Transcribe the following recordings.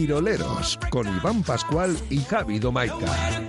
Quiroleros, con Iván Pascual y Javi Domaica.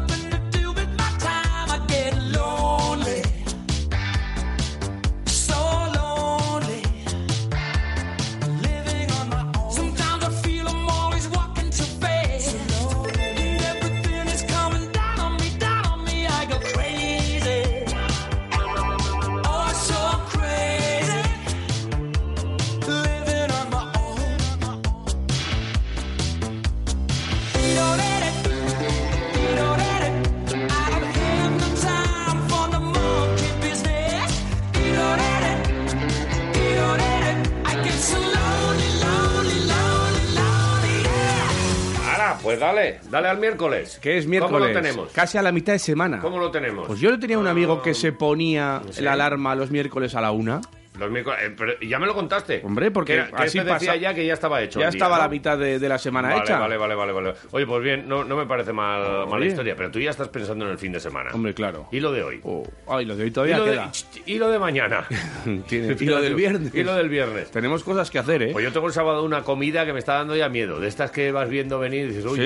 Pues dale al miércoles. ¿Qué es miércoles? ¿Cómo lo tenemos? Casi a la mitad de semana. ¿Cómo lo tenemos? Pues yo tenía un amigo que se ponía ¿sí? la alarma los miércoles a la 1. Los miércoles, pero ya me lo contaste. Hombre, porque que así este decía pasa. ya que ya estaba hecho. Ya el día, estaba ¿no? la mitad de la semana hecha. Vale. Oye, pues bien, no me parece mala historia, pero tú ya estás pensando en el fin de semana. Hombre, claro. ¿Y lo de hoy? Ay, lo de hoy todavía queda. ¿Y lo de mañana? Y lo del viernes. ¿Y lo del viernes? Tenemos cosas que hacer, ¿eh? Pues yo tengo el sábado una comida que me está dando ya miedo. De estas que vas viendo venir y dices, uy.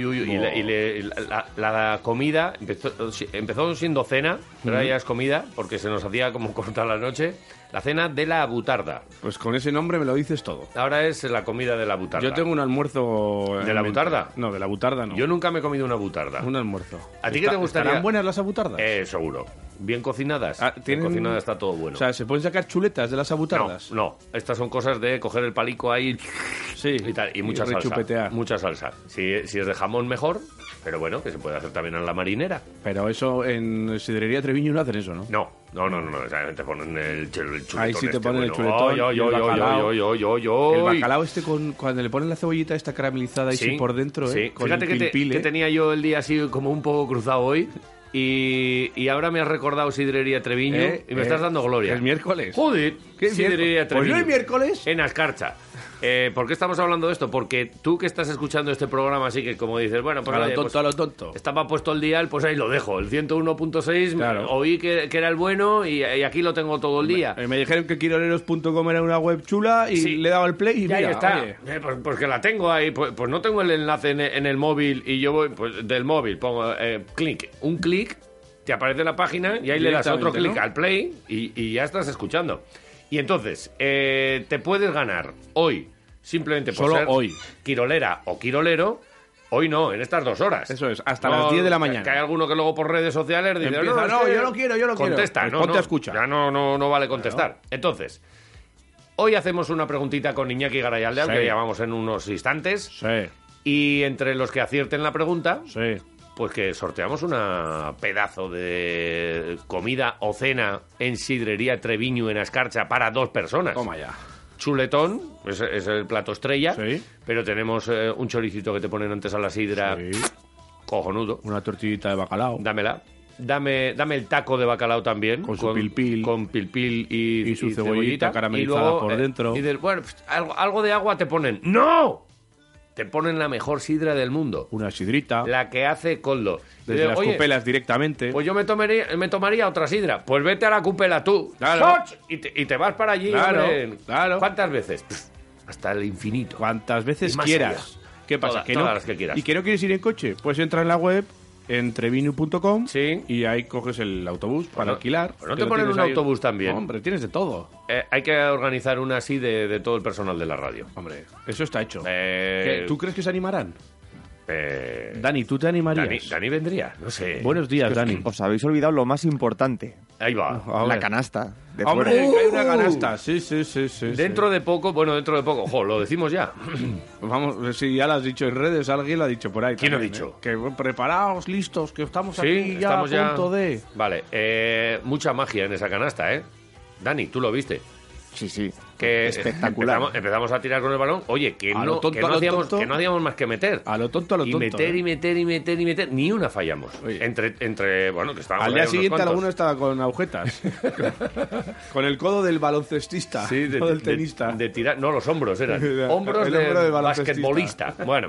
Y la comida empezó siendo cena, pero ahora ya es comida, porque se nos hacía como corta la noche. La cena de la butarda. Pues con ese nombre me lo dices todo. Ahora es la comida de la butarda. Yo tengo un almuerzo... ¿De la butarda? No, de la butarda no. Yo nunca me he comido una butarda. Un almuerzo. ¿A ti qué te gustaría? ¿Estarán buenas las abutardas? Seguro. Bien cocinadas. ¿tienen... Bien cocinadas está todo bueno. O sea, ¿se pueden sacar chuletas de las abutardas? No. Estas son cosas de coger el palico ahí y tal. Y mucha salsa. Rechupetear. Mucha salsa. Si es de jamón, mejor. Pero bueno, que se puede hacer también en la marinera. Pero eso en Sidrería Treviño no hacen eso, ¿no? No. O sea, te ponen el chuletón. Ahí sí te ponen bueno. el chuletón. El bacalao este cuando le ponen la cebollita esta caramelizada y sí, por dentro, sí. Con fíjate el que tenía yo el día así como un poco cruzado hoy. Y ahora me has recordado Sidrería Treviño y me estás dando gloria. Es miércoles. Joder, ¿qué Sidrería Treviño? Pues no es miércoles. En Ascarcha. ¿Por qué estamos hablando de esto? Porque tú que estás escuchando este programa así que como dices, bueno, pues a lo tonto. Estaba puesto el dial, pues ahí lo dejo. El 101.6, claro. Oí que era el bueno y aquí lo tengo todo el día. Me dijeron que quiroleros.com era una web chula y le he dado el play y ya mira, ahí está. Pues que la tengo ahí. Pues no tengo el enlace en el móvil y yo voy pues del móvil, pongo un clic, te aparece la página y ahí le das otro clic, ¿no? Al play y ya estás escuchando. Y entonces, te puedes ganar hoy, simplemente por solo ser hoy, quirolera o quirolero. Hoy no, en estas 2 horas. Eso es, hasta las 10 de la mañana. Que hay alguno que luego por redes sociales dice, yo lo quiero. Contesta, pues no, ponte a escuchar. Ya no vale contestar. Claro. Entonces, hoy hacemos una preguntita con Iñaki Garayalde, que llamamos en unos instantes. Sí. Y entre los que acierten la pregunta, pues que sorteamos una pedazo de comida o cena en Sidrería Treviño en Ascarcha para 2 personas. Toma ya. Chuletón, es el plato estrella, sí. Pero tenemos un choricito que te ponen antes a la sidra, cojonudo. Una tortillita de bacalao. Dámela. Dame el taco de bacalao también. Con su pilpil. Con pilpil y su cebollita caramelizada luego, por dentro. Y bueno, pues, algo de agua te ponen. ¡No! Te ponen la mejor sidra del mundo. Una sidrita. La que hace Coldo. Desde las cupelas directamente. Pues yo me tomaría otra sidra. Pues vete a la cupela tú. Claro. Y te vas para allí. Claro, hombre. claro. ¿Cuántas veces? Hasta el infinito. Cuantas veces quieras. Allá. ¿Qué pasa? Todas las que quieras. ¿Y que no quieres ir en coche? Pues entra en la web en treviño.com y ahí coges el autobús para alquilar. ¿No te ponen un autobús también? No, hombre, tienes de todo. Hay que organizar una así de todo el personal de la radio. Hombre, eso está hecho. ¿Tú crees que se animarán? Dani, ¿tú te animarías? Dani vendría, no sé. Buenos días, Dani. Os habéis olvidado lo más importante. Ahí va. La canasta. ¡Hombre, hay una canasta! Sí. Dentro de poco, lo decimos ya. Vamos, si ya lo has dicho en redes, alguien lo ha dicho por ahí. ¿Quién también, lo ha dicho? Que preparaos, listos, que estamos aquí ya a punto de... Vale, mucha magia en esa canasta, ¿eh? Dani, ¿tú lo viste? Sí. Que espectacular. Empezamos a tirar con el balón. Oye, que no hacíamos más que meter. A lo tonto. Y meter. Ni una fallamos. Entre bueno, que estábamos. Al día siguiente alguno estaba con agujetas. Con el codo del baloncestista. Sí, no del tenista. De tirar. No, los hombros eran. Hombros del basquetbolista. Bueno.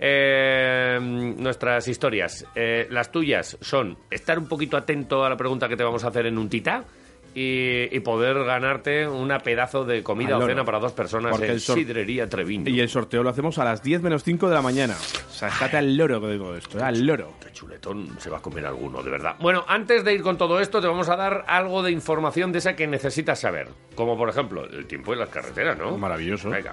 Nuestras historias. Las tuyas son estar un poquito atento a la pregunta que te vamos a hacer en un tita. y poder ganarte una pedazo de comida o cena para 2 personas en Sidrería Treviño. Y el sorteo lo hacemos a las 10 menos 5 de la mañana. O sea, estate al loro con todo esto, al loro. Qué chuletón se va a comer alguno, de verdad. Bueno, antes de ir con todo esto, te vamos a dar algo de información de esa que necesitas saber. Como, por ejemplo, el tiempo en las carreteras, ¿no? Maravilloso. Venga.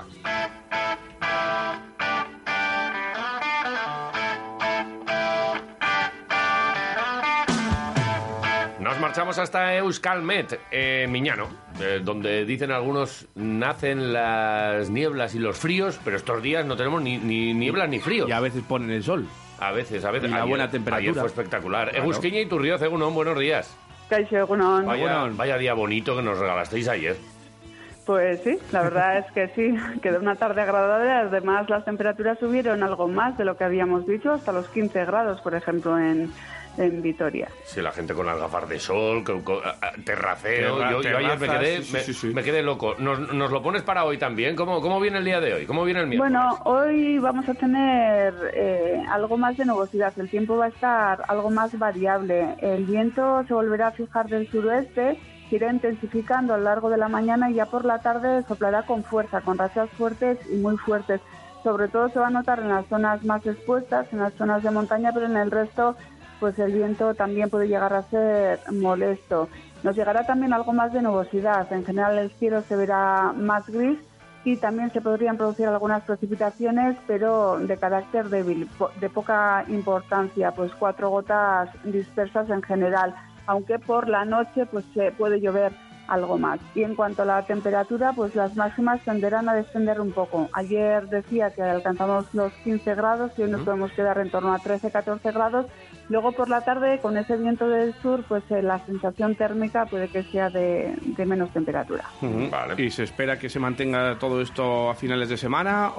Nos marchamos hasta Euskalmet, Miñano, donde dicen algunos nacen las nieblas y los fríos, pero estos días no tenemos ni nieblas ni frío. Y a veces ponen el sol. A veces. Y la buena temperatura. Ayer fue espectacular. Claro. Egusquiña y Turrioz, Egunon, buenos días. Kaixo, Egunon. Vaya día bonito que nos regalasteis ayer. Pues sí, la verdad es que sí, quedó una tarde agradable. Además, las temperaturas subieron algo más de lo que habíamos dicho, hasta los 15 grados, por ejemplo, en Vitoria. Sí, la gente con las gafas de sol, terraceo. Yo ayer me quedé loco. ¿Nos lo pones para hoy también? ¿Cómo viene el día de hoy? ¿Cómo viene el miércoles? Bueno, hoy vamos a tener algo más de nubosidad. El tiempo va a estar algo más variable. El viento se volverá a fijar del suroeste, se irá intensificando a lo largo de la mañana y ya por la tarde soplará con fuerza, con rachas fuertes y muy fuertes. Sobre todo se va a notar en las zonas más expuestas, en las zonas de montaña, pero en el resto pues el viento también puede llegar a ser molesto. Nos llegará también algo más de nubosidad. En general el cielo se verá más gris y también se podrían producir algunas precipitaciones, pero de carácter débil, de poca importancia, pues 4 gotas dispersas en general, aunque por la noche pues se puede llover algo más. Y en cuanto a la temperatura, pues las máximas tenderán a descender un poco. Ayer decía que alcanzamos los 15 grados y hoy nos podemos quedar en torno a 13-14 grados. Luego por la tarde, con ese viento del sur, pues la sensación térmica puede que sea de menos temperatura. Vale. ¿Y se espera que se mantenga todo esto a finales de semana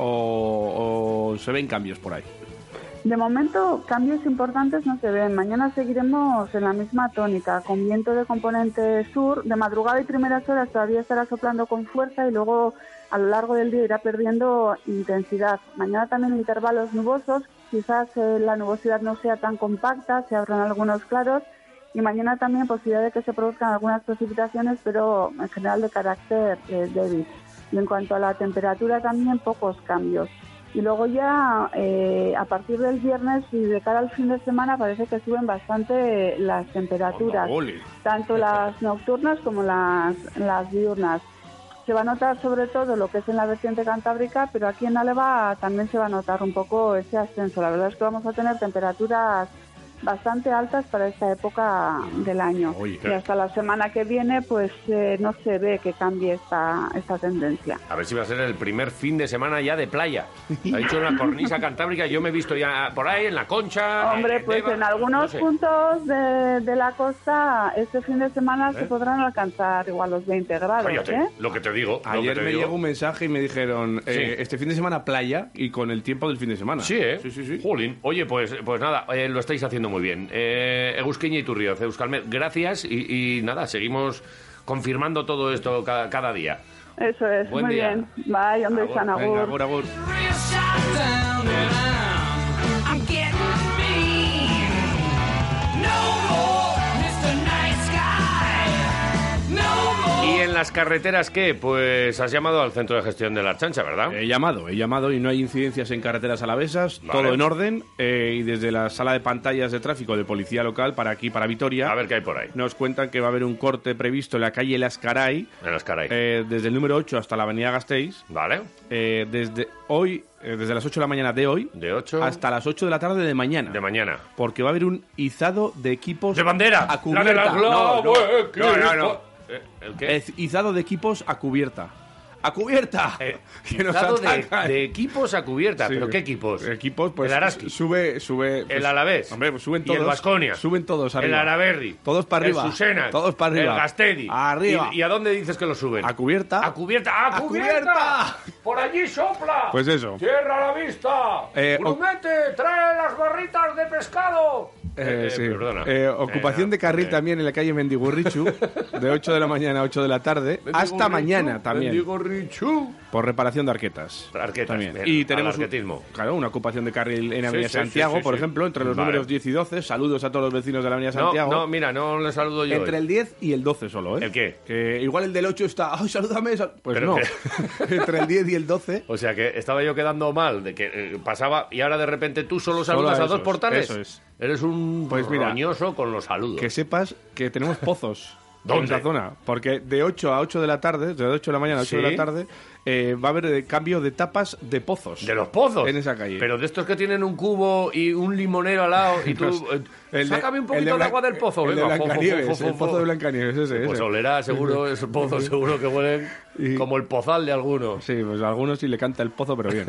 o se ven cambios por ahí? De momento, cambios importantes no se ven. Mañana seguiremos en la misma tónica, con viento de componente sur. De madrugada y primeras horas todavía estará soplando con fuerza y luego a lo largo del día irá perdiendo intensidad. Mañana también intervalos nubosos. Quizás la nubosidad no sea tan compacta, se abran algunos claros. Y mañana también posibilidad de que se produzcan algunas precipitaciones, pero en general de carácter débil. Y en cuanto a la temperatura también pocos cambios. Y luego ya a partir del viernes y de cara al fin de semana parece que suben bastante las temperaturas, tanto las nocturnas como las diurnas. Se va a notar sobre todo lo que es en la vertiente cantábrica, pero aquí en Álava también se va a notar un poco ese ascenso. La verdad es que vamos a tener temperaturas bastante altas para esta época del año. Y hasta la semana que viene pues no se ve que cambie esta tendencia. A ver si va a ser el primer fin de semana ya de playa. Ha dicho una cornisa cantábrica, yo me he visto ya por ahí en La Concha. Hombre, pues en algunos puntos de la costa este fin de semana se podrán alcanzar igual los 20 grados. Cállate, lo que te digo. Ayer me llegó un mensaje y me dijeron este fin de semana playa y con el tiempo del fin de semana. Sí, Sí. Jolín. Oye, pues nada, lo estáis haciendo muy bien. Egusquiña y Turrioz, Euskalmet, gracias y nada, seguimos confirmando todo esto cada día. Eso es, Buen muy día. bien. Bye, hombre, San Agur. Venga, agur. ¿Y en las carreteras qué? Pues has llamado al Centro de Gestión de la Archancha, ¿verdad? He llamado y no hay incidencias en carreteras alavesas, Vale. todo en orden, y desde la sala de pantallas de tráfico de policía local para aquí, para Vitoria, A ver qué hay por ahí. nos cuentan que va a haber un corte previsto en la calle Las Caray, En las caray. desde el número 8 hasta la avenida Gasteiz, ¿Vale? desde hoy, desde las 8 de la mañana de hoy, De 8 hasta las 8 de la tarde de mañana. de mañana. Porque va a haber un izado de equipos ¡De bandera! a ¡La cubierta. de las No. ¿El qué? Izado de equipos a cubierta. ¡A cubierta! Que nos Izado atacan. de equipos a cubierta. Sí. ¿Pero qué equipos? Equipos, pues El Araski. sube. El Alavés. Hombre, pues suben Y todos. el Baskonia. Suben todos arriba. El Araberri. Todos para arriba. El Susena. Todos para arriba. El Gastedi. Arriba. ¿Y a dónde dices que lo suben? A cubierta. ¡A cubierta! ¡A cubierta! ¡Por allí sopla! Pues eso. ¡Cierra la vista! Eh, ¡Grumete, trae las barritas de pescado! Sí. Perdona. Ocupación de carril también en la calle Mendigurrichu, de 8 de la mañana a 8 de la tarde, hasta mañana también. Mendigurrichu. Por reparación de arquetas. También. Y tenemos arquetismo. Claro, una ocupación de carril en Avenida Sí, Santiago, sí, por sí. ejemplo, entre los Vale. números 10 y 12. Saludos a todos los vecinos de la Avenida Santiago. No, mira, no le saludo yo. Entre el 10 y el 12 solo, ¿eh? ¿El qué? Que igual el del 8 está, ¡ay, salúdame! Pues Pero no. que- Entre el 10 y el 12. O sea que estaba yo quedando mal de que pasaba y ahora de repente tú solo saludas a a dos esos, portales. eso es. Eres un Pues mira, roñoso con los saludos. Que sepas que tenemos pozos ¿Dónde? en esa zona. Porque de 8 a 8 de la tarde, de 8 de la mañana a 8 de ¿Sí? la tarde, va a haber cambio de tapas de pozos. De los pozos. En esa calle. Pero de estos que tienen un cubo y un limonero al lado y tú... sácame un poquito de agua del pozo. El de venga, Blancanieves, el pozo de Blancanieves, ese. Pues olerá seguro, esos pozos seguro que huelen Y- como el pozal de algunos. Sí, pues a algunos sí le canta el pozo, pero bien.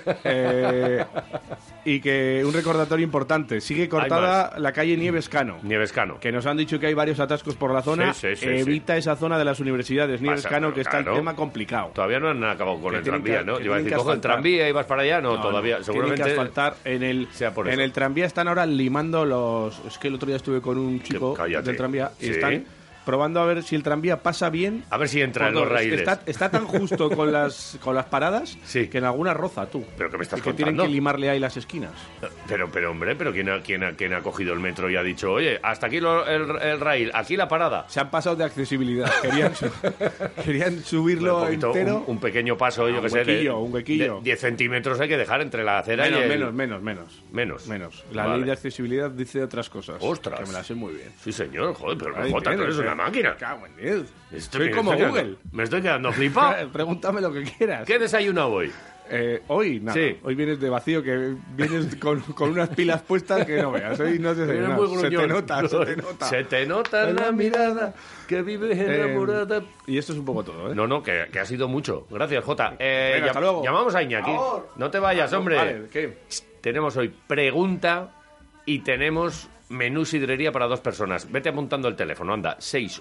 Y que un recordatorio importante, sigue cortada la calle Nievescano. Nievescano. Que nos han dicho que hay varios atascos por la zona. Sí, sí, sí, Evita esa zona de las universidades. Nievescano, pero que está claro. el tema complicado. Todavía no han acabado con Que el tienen tranvía, que- ¿no? que Iba a tienen decir, que cojo el asfaltar. tranvía y vas para allá. No, todavía. Tienen Seguramente que asfaltar sea por en eso. el tranvía. Están ahora limando los... Es que el otro día estuve con un chico Cállate. del tranvía y ¿Sí? están probando a ver si el tranvía pasa bien. A ver si entra en Cuando los raíles. está tan justo con las paradas Sí. que en alguna roza tú. ¿Pero qué me estás y que tienen contando? que limarle ahí las esquinas. Pero hombre, ¿quién ha cogido el metro y ha dicho, oye, hasta aquí el raíl, aquí la parada? Se han pasado de accesibilidad. Querían subirlo Un poquito, entero. un pequeño paso, yo un que sé. un huequillo. De 10 centímetros hay que dejar entre la acera y el... Menos. La Vale. ley de accesibilidad dice otras cosas. Ostras. Que me las sé muy bien. Sí, señor, joder, pero Ahí Jota, tú tienes, eres una máquina. Cago en Dios. Estoy- Soy me como estoy Google. quedando- me estoy quedando flipado. Pregúntame lo que quieras. ¿Qué desayuno hoy? Hoy, nada. Sí. Hoy vienes de vacío, que vienes con unas pilas puestas que no veas. Hoy no has Eres desayunado. muy Se te gruñón. nota, se te nota. Se te nota en la mirada que vives enamorada. Y esto es un poco todo, ¿eh? No, que ha sido mucho. Gracias, Jota. Venga, hasta luego. Llamamos a Iñaki. No te vayas, hombre. Vale, ¿qué? Tenemos hoy pregunta y tenemos menú sidrería para 2 personas. Vete apuntando el teléfono, anda,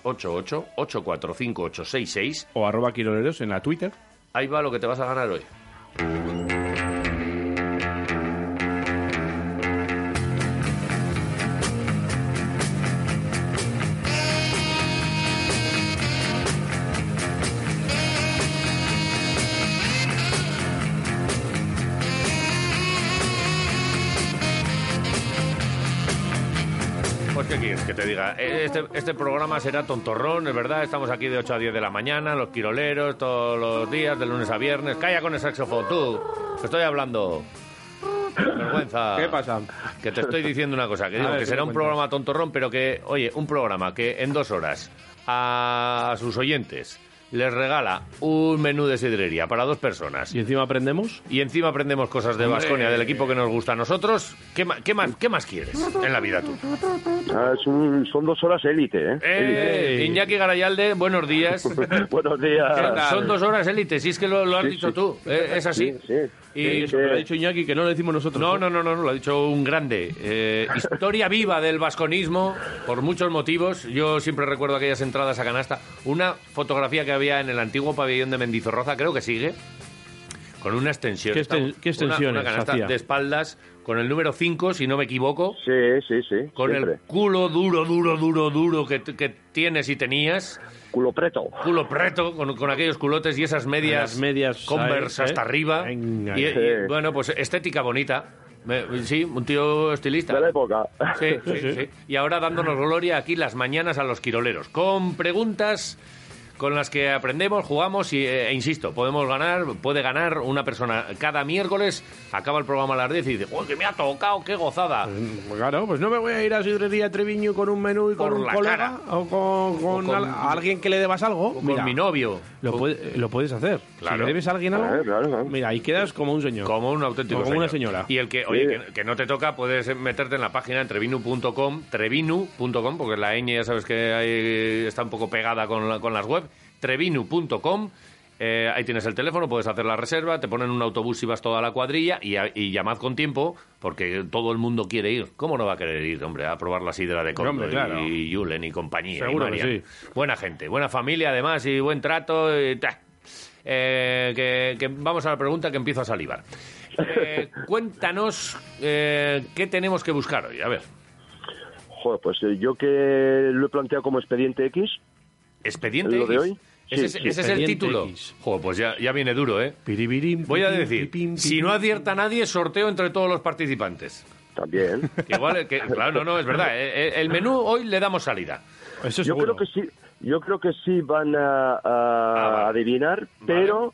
688-845-866. O @quiroleros en la Twitter. Ahí va lo que te vas a ganar hoy. Pues, ¿qué quieres que te diga? Este programa será tontorrón, es verdad. Estamos aquí de 8 a 10 de la mañana, los quiroleros, todos los días, de lunes a viernes. Calla con el saxofón, tú, que estoy hablando. Vergüenza. ¿Qué pasa? Que te estoy diciendo una cosa, que digo A ver, que ¿qué será me un cuentas? programa tontorrón, pero que, oye, un programa que en 2 horas a sus oyentes les regala un menú de sidrería para 2 personas. ¿Y encima aprendemos? Y encima aprendemos cosas de Baskonia, del equipo que nos gusta a nosotros. ¿Qué más quieres en la vida tú? Son 2 horas élite, ¿eh? Iñaki Garayalde, buenos días. Buenos días. Son 2 horas élite, si es que lo has dicho tú. Es así. Sí. Y Eso lo ha dicho Iñaki, que no lo decimos nosotros. no, lo ha dicho un grande. Historia viva del vasconismo, por muchos motivos. Yo siempre recuerdo aquellas entradas a canasta. Una fotografía que había en el antiguo pabellón de Mendizorroza, creo que sigue, con una extensión. ¿Qué extensiones Una canasta hacía? de espaldas, con el número 5, si no me equivoco. Sí. Con siempre. el culo duro que tienes y tenías. Culo preto. Culo preto, con aquellos culotes y esas medias, Las medias Converse ahí, hasta arriba. Venga, y, sí. bueno, pues estética bonita. Sí, un tío estilista. De la época. Sí. Y ahora dándonos gloria aquí las mañanas a los quiroleros. Con preguntas con las que aprendemos, jugamos e insisto, puede ganar una persona cada miércoles. Acaba el programa a las 10 y dice, ¡oh, que me ha tocado, qué gozada! Claro, pues no me voy a ir a Sidrería Treviño con un menú y con Por un la colega cara. o con alguien que le debas algo. Con Mira, mi novio. lo puedes hacer. Claro. Si le debes a alguien algo, Claro. mira, y quedas como un señor. Como un auténtico O como una señor. señora. Y el que, oye, que no te toca, puedes meterte en la página en trevinu.com, porque la ñ ya sabes que ahí está un poco pegada con las web, trevinu.com. Ahí tienes el teléfono, puedes hacer la reserva, te ponen un autobús y vas toda la cuadrilla y llamad con tiempo porque todo el mundo quiere ir. ¿Cómo no va a querer ir, hombre, a probar la sidra de Condo Hombre, claro. y Julen y compañía? Seguro y que Marian? sí. Buena gente, buena familia además y buen trato. Que vamos a la pregunta que empiezo a salivar. Cuéntanos qué tenemos que buscar hoy, a ver. Joder, pues yo que lo he planteado como Expediente X. ¿Expediente ¿Lo X? de hoy? ¿Ese Sí, es el título? X. Joder, pues ya viene duro, ¿eh? Piribirim, Voy a pipim, decir, pipim, si pipim. no acierta nadie, sorteo entre todos los participantes. También. Que igual, claro, no, es verdad. El menú hoy le damos salida. Eso Yo seguro. creo que sí van a vale. adivinar, pero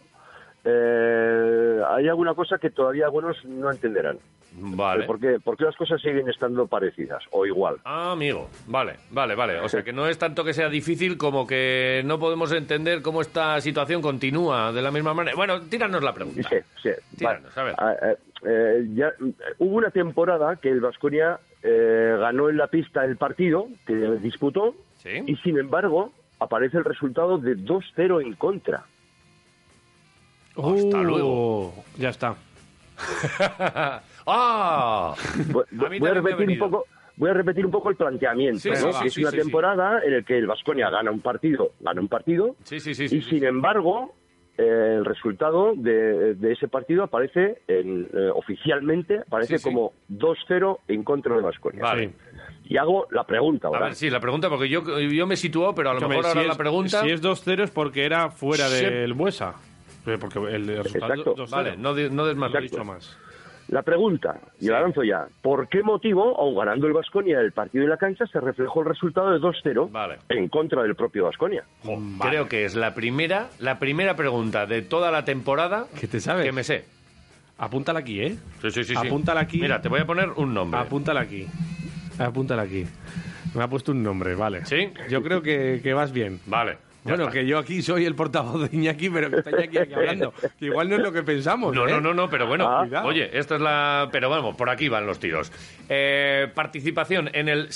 hay alguna cosa que todavía algunos no entenderán. Vale. ¿Por qué las cosas siguen estando parecidas o igual? Ah, amigo. Vale. O sea, que no es tanto que sea difícil como que no podemos entender cómo esta situación continúa de la misma manera. Bueno, tíranos la pregunta. Sí. Tíranos, a ver. Hubo una temporada que el Baskonia ganó en la pista el partido que disputó Sí. y, sin embargo, aparece el resultado de 2-0 en contra. Hasta luego. Ya está. ¡Ah! Voy a repetir un poco el planteamiento. Sí, ¿no? sí, Que es sí, una sí, temporada en la que el Baskonia gana un partido, Sí. y sin embargo el resultado de ese partido aparece oficialmente Sí. como 2-0 en contra del Baskonia. Vale. Y hago la pregunta A ahora. ver, sí, la pregunta, porque yo me he situado, pero a lo mejor ahora la pregunta... Si es 2-0 es porque era fuera Sí. del Buesa. Porque el resultado Exacto. 2-0. Vale, no des más. No he dicho más. La pregunta, y la lanzo ya. ¿Por qué motivo, aun ganando el Baskonia el partido en la cancha, se reflejó el resultado de 2-0 Vale. en contra del propio Baskonia? Creo que es la primera pregunta de toda la temporada ¿Qué te sabes? que me sé. Apúntala aquí, ¿eh? Sí. Apúntala aquí. Mira, te voy a poner un nombre. Apúntala aquí. Apúntala aquí. Me ha puesto un nombre, vale. ¿Sí? Yo creo que vas bien. Vale. ya Bueno, está. que yo aquí soy el portavoz de Iñaki, pero que está Iñaki aquí hablando. Que igual no es lo que pensamos, No, ¿eh? no, pero bueno, Cuidado. oye, esta es la... Pero vamos, por aquí van los tiros. Participación en el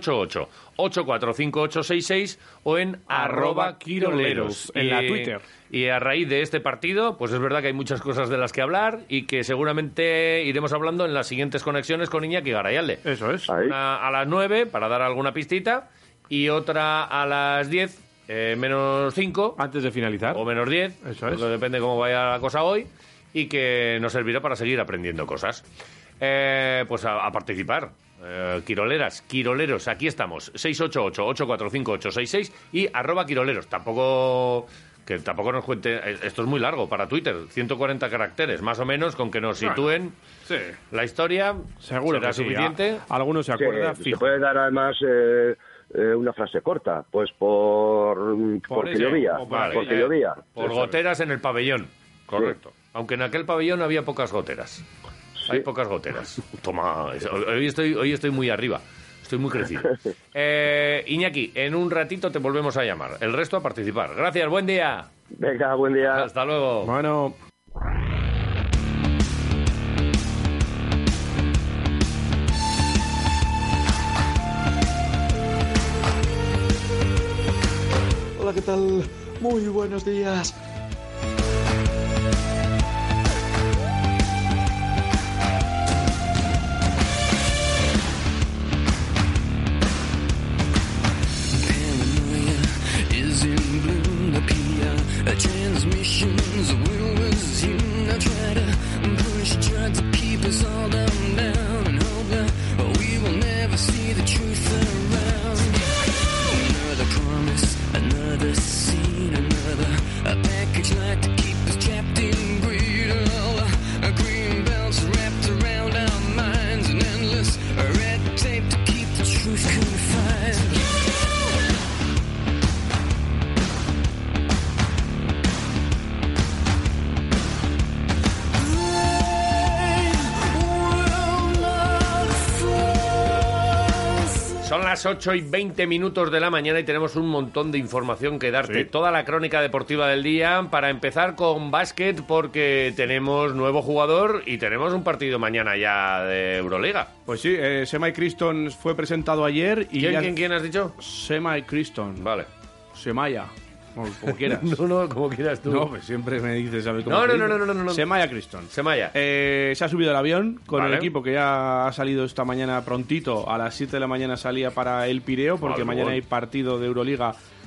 688-845866 o en @quiroleros. en la Twitter. Y a raíz de este partido, pues es verdad que hay muchas cosas de las que hablar y que seguramente iremos hablando en las siguientes conexiones con Iñaki Garayalde. Eso es. Ahí. Una a las 9 para dar alguna pistita y otra a las 10 menos 5 Antes de finalizar. o menos 10, Eso es. depende cómo vaya la cosa hoy, y que nos servirá para seguir aprendiendo cosas. Pues a participar. Quiroleros, aquí estamos. 688-845866 y @quiroleros. Tampoco nos cuente... Esto es muy largo para Twitter, 140 caracteres, más o menos, con que nos sitúen Sí. la historia. Seguro será que sí. suficiente. Alguno se acuerda, Se fijo. puede dar además una frase corta, pues porque ese, llovía, o por aquella. porque llovía. Por goteras en el pabellón. Correcto. Aunque en aquel pabellón había pocas goteras. Hay pocas goteras. Toma, hoy estoy muy arriba. Estoy muy crecido. Iñaki, en un ratito te volvemos a llamar. El resto a participar. Gracias, buen día. Venga, buen día. Hasta luego. Bueno, Hola, ¿qué tal? Muy buenos días. Paranoia is in bloom. The PR transmissions will resume. Now try to push drugs to keep us all down and hope that we will never see the truth around. Another promise, another scene, a package like to keep us trapped in greed. A green belts wrapped around our minds, an endless red tape to keep the truth confined. Son las 8:20 de la mañana y tenemos un montón de información que darte. Sí. Toda la crónica deportiva del día. Para empezar con básquet, porque tenemos nuevo jugador y tenemos un partido mañana ya de Euroliga. pues sí, Semai Criston fue presentado ayer y ya... ¿Quién has dicho? Semai Criston. Vale. Semaya. Como quieras. No, como quieras tú. No, pues siempre me dices, ¿sabes cómo No, se no, dice? no. Semaya Criston. Semaya. Se ha subido al avión con Vale. el equipo que ya ha salido esta mañana prontito. A las 7 de la mañana salía para el Pireo, porque Vale, mañana bueno. hay partido de Euroliga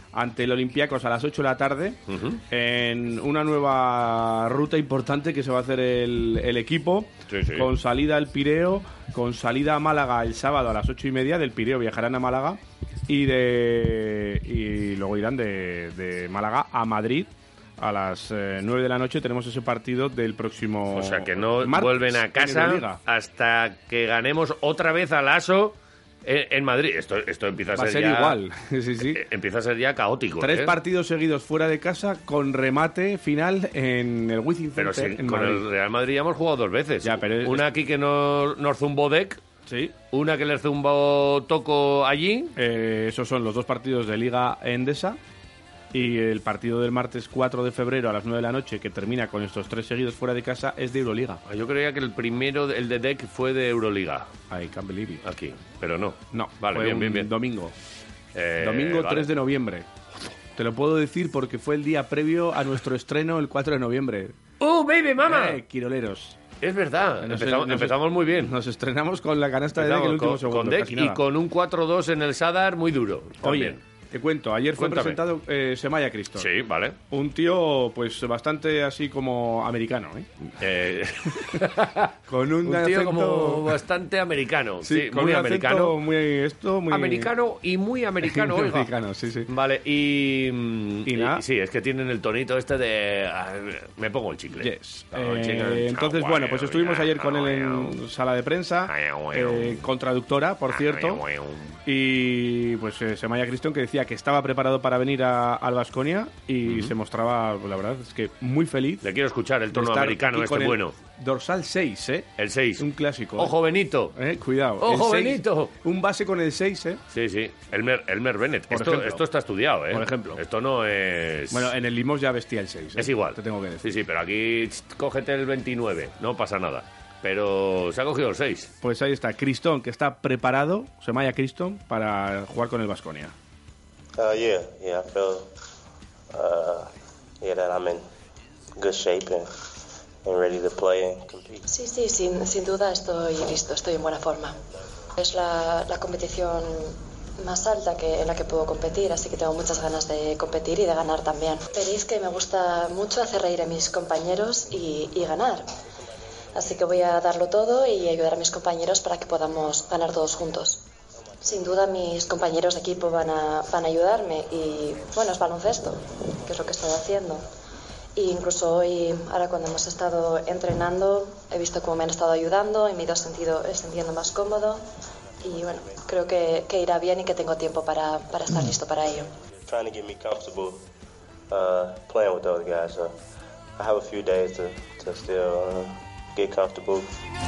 ante el Olympiacos a las 8 de la tarde, en una nueva ruta importante que se va a hacer el equipo, con salida al Pireo, con salida a Málaga el sábado a las 8:30. Del Pireo viajarán a Málaga y luego irán de Málaga a Madrid. A las 9 de la noche tenemos ese partido del próximo. O sea que no vuelven a casa hasta que ganemos otra vez al ASO en Madrid. Esto empieza a ser ya igual. Sí. Empieza a ser ya caótico. 3 partidos seguidos fuera de casa con remate final en el Wizzing Pero Center en con Madrid. el Real Madrid ya hemos jugado 2 veces. Ya, pero una aquí que nos zumbó Dec. Sí. Una que le zumbó Toco allí. Esos son los 2 partidos de Liga Endesa. Y el partido del martes 4 de febrero a las 9 de la noche, que termina con estos 3 seguidos fuera de casa, es de Euroliga. Yo creía que el primero, el de Dec, fue de Euroliga. I can't believe it. Aquí, pero no. No, vale, fue bien. Domingo. Domingo 3 de noviembre. Te lo puedo decir porque fue el día previo a nuestro estreno el 4 de noviembre. ¡Oh, baby, mama! Quiroleros. Es verdad, empezamos muy bien. Nos estrenamos con la canasta de Dec en el último segundo. Con Dec y con un 4-2 en el Sadar muy duro. Oye, te cuento, ayer fue presentado Semaya Criston. Sí, vale. Un tío, pues, bastante así como americano, con un tío acento como bastante americano. Sí, con muy un americano. Muy americano y muy americano, muy oiga. americano, sí. Vale, y nada. sí, es que tienen el tonito este de... me pongo el chicle. Yes. Entonces, bueno, pues estuvimos ayer con él en sala de prensa, con traductora, por cierto, y pues Semaya Criston, que decía que estaba preparado para venir al Baskonia y se mostraba, la verdad, es que muy feliz. Le quiero escuchar el tono americano este bueno. Dorsal 6, El 6. Un clásico. ¡Ojo, Benito! Cuidado. ¡Ojo, el 6, Benito! Un base con el 6, Sí. Elmer Bennett. Esto está estudiado, Por ejemplo. Esto no es... Bueno, en el Limos ya vestía el 6. Es igual. Te tengo que decir. Sí, pero aquí cógete el 29. No pasa nada. Pero se ha cogido el 6. Pues ahí está. Criston, que está preparado, Semaya Criston, para jugar con el Baskonia. I feel that I'm in good shape and ready to play and compete. Sí, sin duda estoy listo, estoy en buena forma. Es la competición más alta en la que puedo competir, así que tengo muchas ganas de competir y de ganar también. Veréis que me gusta mucho hacer reír a mis compañeros y ganar. Así que voy a darlo todo y ayudar a mis compañeros para que podamos ganar todos juntos. Sin duda mis compañeros de equipo van a ayudarme y bueno, es baloncesto, que es lo que estoy haciendo. E incluso hoy, ahora cuando hemos estado entrenando, he visto cómo me han estado ayudando y me he ido sintiendo más cómodo y bueno, creo que irá bien y que tengo tiempo para estar listo para ello. Trying to get me comfortable playing with those guys, so I have a few days to still get comfortable.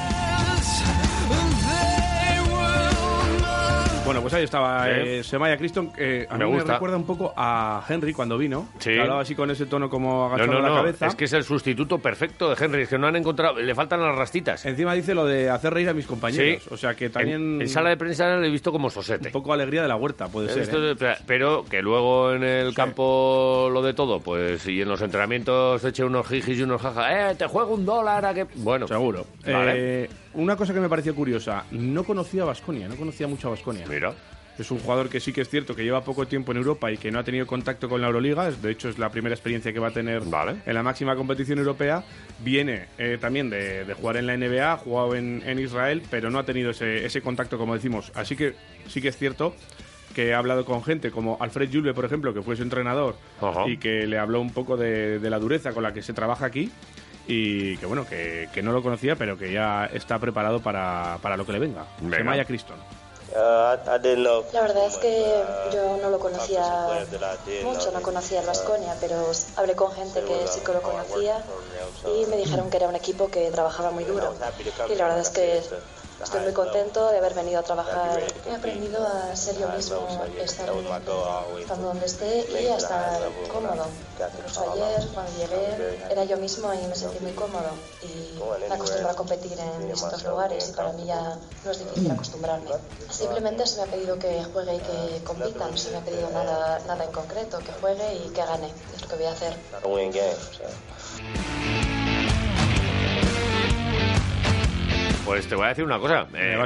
Bueno, pues ahí estaba Semaya Criston, que a mí me recuerda un poco a Henry cuando vino. Sí. Que hablaba así con ese tono como agachando la cabeza. Es que es el sustituto perfecto de Henry, es que no han encontrado, le faltan las rastitas. Encima dice lo de hacer reír a mis compañeros. Sí. O sea que también... En sala de prensa le he visto como sosete. Un poco alegría de la huerta, puede ser. Pero que luego en el campo lo de todo, pues y en los entrenamientos eche unos jijis y unos jajas. Te juego $1 a que... Bueno, seguro. Vale. Una cosa que me pareció curiosa, no conocía a Baskonia, no conocía mucho a Baskonia. Mira. Es un jugador que sí que es cierto que lleva poco tiempo en Europa y que no ha tenido contacto con la Euroliga. De hecho, es la primera experiencia que va a tener en la máxima competición europea. Viene también de jugar en la NBA, ha jugado en Israel, pero no ha tenido ese contacto, como decimos. Así que sí que es cierto que he hablado con gente como Alfred Julve, por ejemplo, que fue su entrenador y que le habló un poco de la dureza con la que se trabaja aquí. Y que bueno, que no lo conocía, pero que ya está preparado para lo que le venga. Semaya Criston. La verdad es que yo no lo conocía mucho, no conocía el Baskonia, pero hablé con gente que sí que lo conocía y me dijeron que era un equipo que trabajaba muy duro. Y la verdad es que estoy muy contento de haber venido a trabajar. He aprendido a ser yo mismo, estando donde esté y a estar cómodo. Incluso ayer, cuando llegué, era yo mismo y me sentí muy cómodo. Y me acostumbro a competir en distintos lugares y para mí ya no es difícil acostumbrarme. Simplemente se me ha pedido que juegue y que compita, no se me ha pedido nada en concreto, que juegue y que gane. Es lo que voy a hacer. Pues te voy a decir una cosa.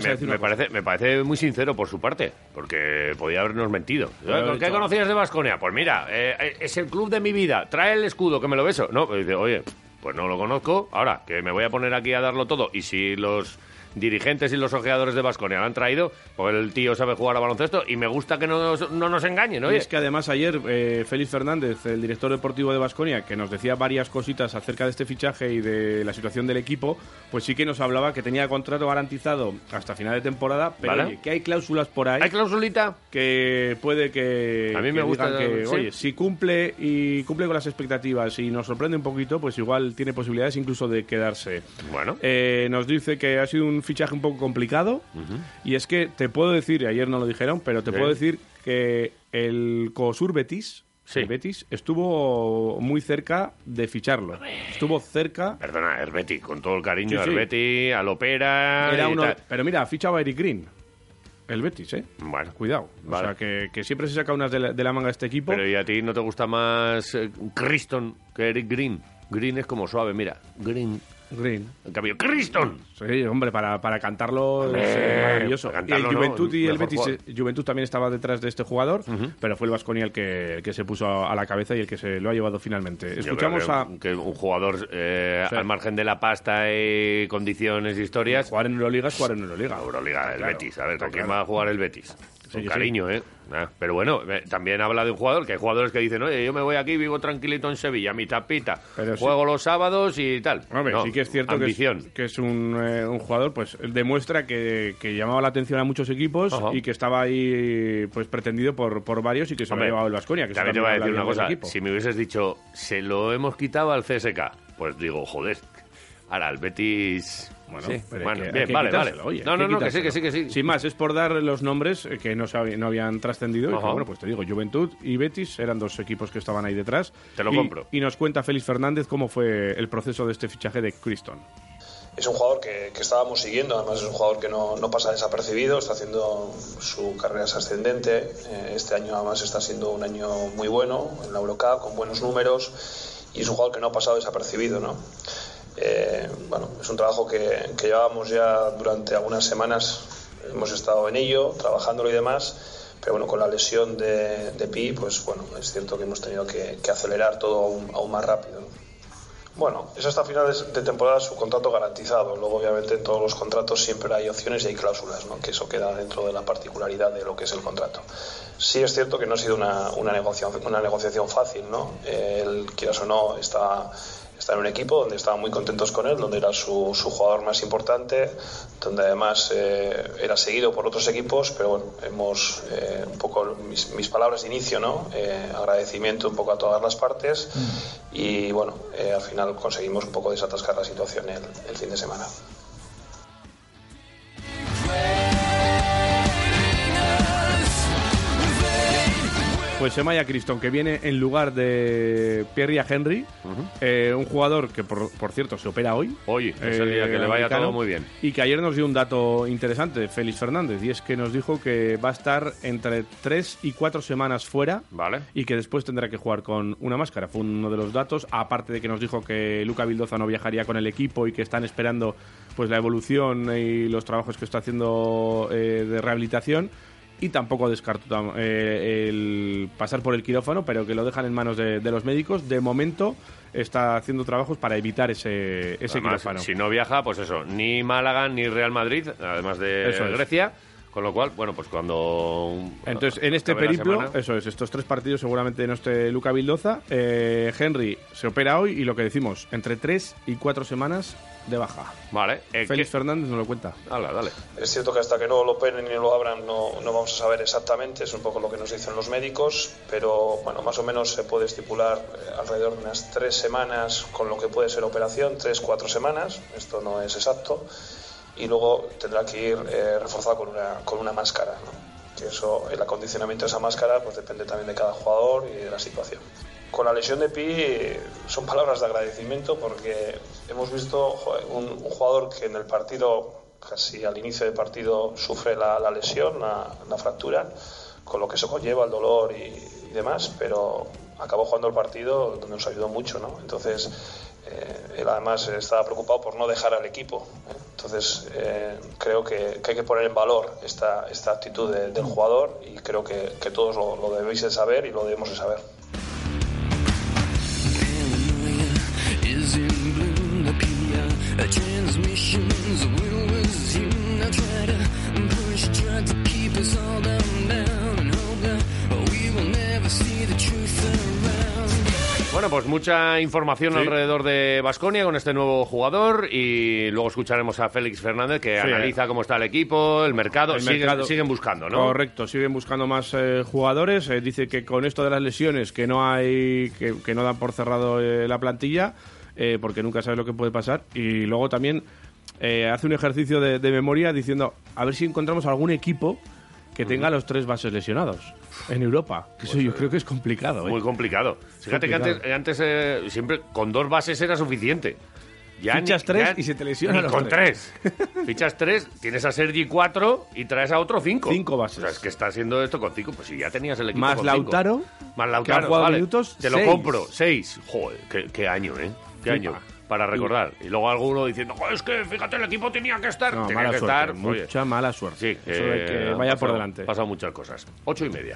Me parece muy sincero por su parte, porque podía habernos mentido. ¿Con qué conocías de Baskonia? Pues mira, es el club de mi vida. Trae el escudo, que me lo beso. No, pues dice, oye, pues no lo conozco. Ahora, que me voy a poner aquí a darlo todo. Y si los dirigentes y los ojeadores de Baskonia lo han traído, pues el tío sabe jugar a baloncesto y me gusta que no nos engañen, ¿no? Y es que además ayer Félix Fernández, el director deportivo de Baskonia, que nos decía varias cositas acerca de este fichaje y de la situación del equipo, pues sí que nos hablaba que tenía contrato garantizado hasta final de temporada, pero ¿vale? Oye, que hay cláusulas por ahí. ¿Hay klausulita? Que puede que... A mí me gusta que, ¿sí? Oye, si cumple con las expectativas y nos sorprende un poquito, pues igual tiene posibilidades incluso de quedarse. Bueno. Nos dice que ha sido un fichaje un poco complicado, y es que te puedo decir, y ayer no lo dijeron, pero te puedo decir que el COSUR Betis, el Betis, estuvo muy cerca de ficharlo. Estuvo cerca... Perdona, el Betis, con todo el cariño, el Betis, al Opera... Pero mira, ha fichado a Eric Green. El Betis, ¿eh? Bueno, cuidado. Vale. O sea, que siempre se saca unas de la manga este equipo. Pero ¿y a ti no te gusta más Criston que Eric Green? Green es como suave, mira. Green. En cambio, Criston. Sí, hombre, para cantarlo es maravilloso. Y el Juventud y el Betis, Juventud también estaba detrás de este jugador, pero fue el Baskonia el que se puso a la cabeza y el que se lo ha llevado finalmente. Escuchamos que un jugador al margen de la pasta y condiciones y historias. Jugar en Euroliga es jugar en Euroliga. Euroliga, el Betis. A ver, ¿con quién va a jugar el Betis? Con cariño, ¿eh? Pero bueno, también habla de un jugador, que hay jugadores que dicen, oye, yo me voy aquí, vivo tranquilito en Sevilla, mi tapita, juego los sábados y tal. Hombre, sí que es cierto que es un jugador, pues demuestra que llamaba la atención a muchos equipos y que estaba ahí pues pretendido por varios y que se lo ha llevado el Baskonia. También te voy a decir una cosa, si me hubieses dicho, se lo hemos quitado al CSK, pues digo, joder, ahora el Betis... Bueno, sí, pero bueno, bien, vale. Oye, no, que sí. Sin más, es por dar los nombres que no habían trascendido. Y que, bueno, pues te digo, Juventud y Betis eran dos equipos que estaban ahí detrás. Te lo compro. Y nos cuenta Félix Fernández cómo fue el proceso de este fichaje de Criston. Es un jugador que estábamos siguiendo, además es un jugador que no pasa desapercibido, está haciendo su carrera ascendente. Este año además está siendo un año muy bueno en la Eurocup, con buenos números, y es un jugador que no ha pasado desapercibido, ¿no? Bueno, es un trabajo que llevábamos ya durante algunas semanas, hemos estado en ello, trabajándolo y demás, pero bueno, con la lesión de Pi, pues bueno, es cierto que hemos tenido que acelerar todo aún más rápido, ¿no? Bueno, es hasta finales de temporada su contrato garantizado. Luego, obviamente, en todos los contratos siempre hay opciones y hay cláusulas, ¿no? Que eso queda dentro de la particularidad de lo que es el contrato. Sí es cierto que no ha sido una negociación fácil, ¿no? Él, quieras o no, está en un equipo donde estaban muy contentos con él, donde era su jugador más importante, donde además era seguido por otros equipos, pero bueno, hemos un poco mis palabras de inicio, ¿no? Agradecimiento un poco a todas las partes y bueno, al final conseguimos un poco desatascar la situación el fin de semana. Pues Emaya Criston, que viene en lugar de Pierre Henry, un jugador que, por cierto, se opera hoy. Hoy, es el día que le vaya todo muy bien. Y que ayer nos dio un dato interesante, Félix Fernández, y es que nos dijo que va a estar entre 3 y 4 semanas fuera, vale, y que después tendrá que jugar con una máscara. Fue uno de los datos, aparte de que nos dijo que Luca Vildoza no viajaría con el equipo y que están esperando pues la evolución y los trabajos que está haciendo de rehabilitación. Y tampoco descarto el pasar por el quirófano, pero que lo dejan en manos de los médicos. De momento está haciendo trabajos para evitar ese quirófano. Si no viaja, pues eso, ni Málaga ni Real Madrid, además de Grecia. Con lo cual, bueno, pues cuando... Entonces, en este periplo, eso es, estos 3 partidos seguramente no esté Luca Vildoza. Henry se opera hoy y lo que decimos, entre 3 y 4 semanas de baja. Vale. Félix Fernández nos lo cuenta. Dale. Es cierto que hasta que no lo operen ni lo abran no vamos a saber exactamente, es un poco lo que nos dicen los médicos, pero bueno, más o menos se puede estipular alrededor de unas 3 semanas con lo que puede ser operación, 3-4 semanas, esto no es exacto, y luego tendrá que ir reforzado con una máscara, ¿no? Que eso, el acondicionamiento de esa máscara pues depende también de cada jugador y de la situación. Con la lesión de Pi son palabras de agradecimiento porque hemos visto un jugador que en el partido, casi al inicio del partido, sufre la lesión, la fractura, con lo que eso conlleva el dolor y demás, pero acabó jugando el partido donde nos ayudó mucho, ¿no? Entonces Él además estaba preocupado por no dejar al equipo. Entonces creo que hay que poner en valor esta actitud del jugador, y creo que todos lo debéis de saber y lo debemos de saber. Bueno, pues mucha información alrededor de Baskonia con este nuevo jugador, y luego escucharemos a Félix Fernández que analiza cómo está el equipo, el mercado. Siguen buscando, ¿no? Correcto, siguen buscando más jugadores. Dice que con esto de las lesiones que no hay, que no dan por cerrado la plantilla, porque nunca sabes lo que puede pasar. Y luego también hace un ejercicio de memoria diciendo a ver si encontramos algún equipo que tenga los 3 bases lesionados en Europa. Que eso yo creo que es complicado. Muy complicado. Fíjate que antes siempre con 2 bases era suficiente. Fichas 3 y se te lesionan los con 3. Fichas 3, tienes a Sergi 4 y traes a otro 5. 5 bases. O sea, es que está haciendo esto con 5. Pues si ya tenías el equipo más con Lautaro, 5. Más Lautaro, que ha jugado vale. minutos, te 6. Lo compro. 6. Joder, qué año, ¿eh? Qué año. Para recordar. Y luego alguno diciendo, es que fíjate, el equipo tenía que estar. No, tenía mala que suerte, estar. mucha mala suerte. Sí, eso de que vaya por delante. Han pasado muchas cosas. 8:30.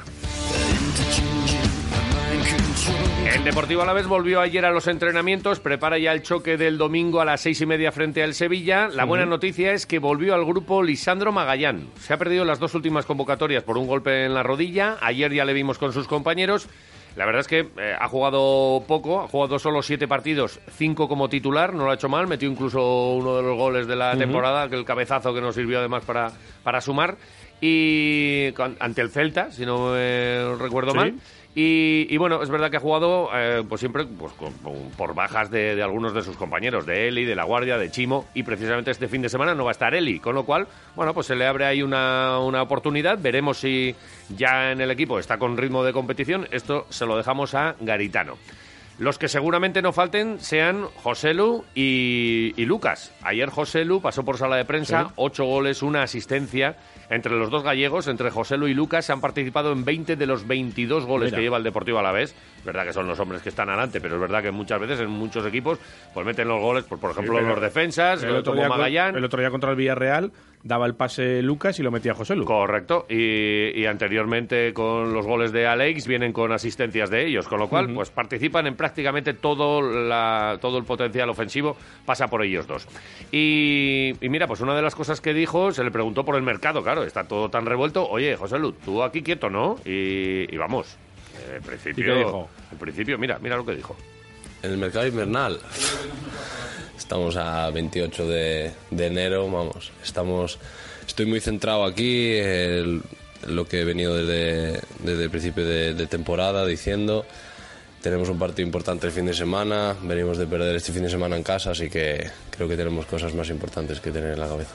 El Deportivo Alavés volvió ayer a los entrenamientos, prepara ya el choque del domingo a las 6:30 frente al Sevilla. La buena noticia es que volvió al grupo Lisandro Magallán. Se ha perdido las 2 últimas convocatorias por un golpe en la rodilla. Ayer ya le vimos con sus compañeros. La verdad es que ha jugado poco, ha jugado solo 7 partidos, 5 como titular, no lo ha hecho mal, metió incluso uno de los goles de la temporada, que el cabezazo que nos sirvió además para sumar, y ante el Celta, si no recuerdo mal. Y bueno, es verdad que ha jugado pues siempre pues, por bajas de algunos de sus compañeros, de Eli, de La Guardia, de Chimo, y precisamente este fin de semana no va a estar Eli, con lo cual, bueno, pues se le abre ahí una oportunidad. Veremos si ya en el equipo está con ritmo de competición. Esto se lo dejamos a Garitano. Los que seguramente no falten sean Joselu y Lucas. Ayer Joselu pasó por sala de prensa, 8 goles, 1 asistencia. Entre los 2 gallegos, entre Joselu y Lucas, han participado en 20 de los 22 goles que lleva el Deportivo Alavés. Es verdad que son los hombres que están adelante, pero es verdad que muchas veces en muchos equipos pues meten los goles, pues, por ejemplo, los defensas, como Magallán. El otro día contra el Villarreal daba el pase Lucas y lo metía Joselu. Correcto, y anteriormente con los goles de Alex vienen con asistencias de ellos, con lo cual pues participan en prácticamente todo el potencial ofensivo, pasa por ellos 2. Y mira, pues una de las cosas que dijo, se le preguntó por el mercado, claro, está todo tan revuelto. Oye, Joselu, tú aquí quieto, ¿no? Y vamos, en principio, ¿y qué dijo? En principio, mira lo que dijo. En el mercado invernal estamos a 28 de enero, vamos, estoy muy centrado aquí en lo que he venido desde el principio de temporada diciendo. Tenemos un partido importante el fin de semana, venimos de perder este fin de semana en casa, así que creo que tenemos cosas más importantes que tener en la cabeza.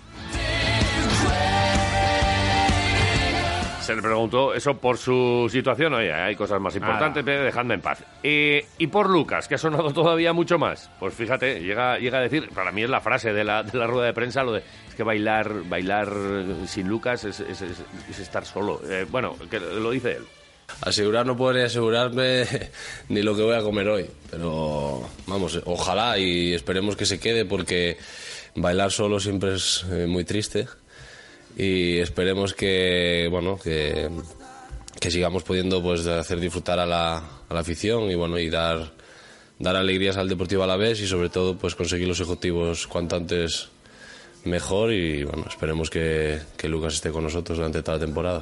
Se le preguntó eso por su situación. Oye, hay cosas más importantes, dejadme en paz. Y por Lucas, que ha sonado todavía mucho más. Pues fíjate, llega a decir, para mí es la frase de la rueda de prensa, lo de es que bailar sin Lucas es estar solo. Bueno, que lo dice él. Asegurar no podría asegurarme ni lo que voy a comer hoy, pero vamos, ojalá y esperemos que se quede, porque bailar solo siempre es muy triste. Y esperemos que sigamos pudiendo pues hacer disfrutar a la afición y dar alegrías al Deportivo Alavés, y sobre todo pues conseguir los objetivos cuanto antes mejor, y bueno, esperemos que Lucas esté con nosotros durante toda la temporada.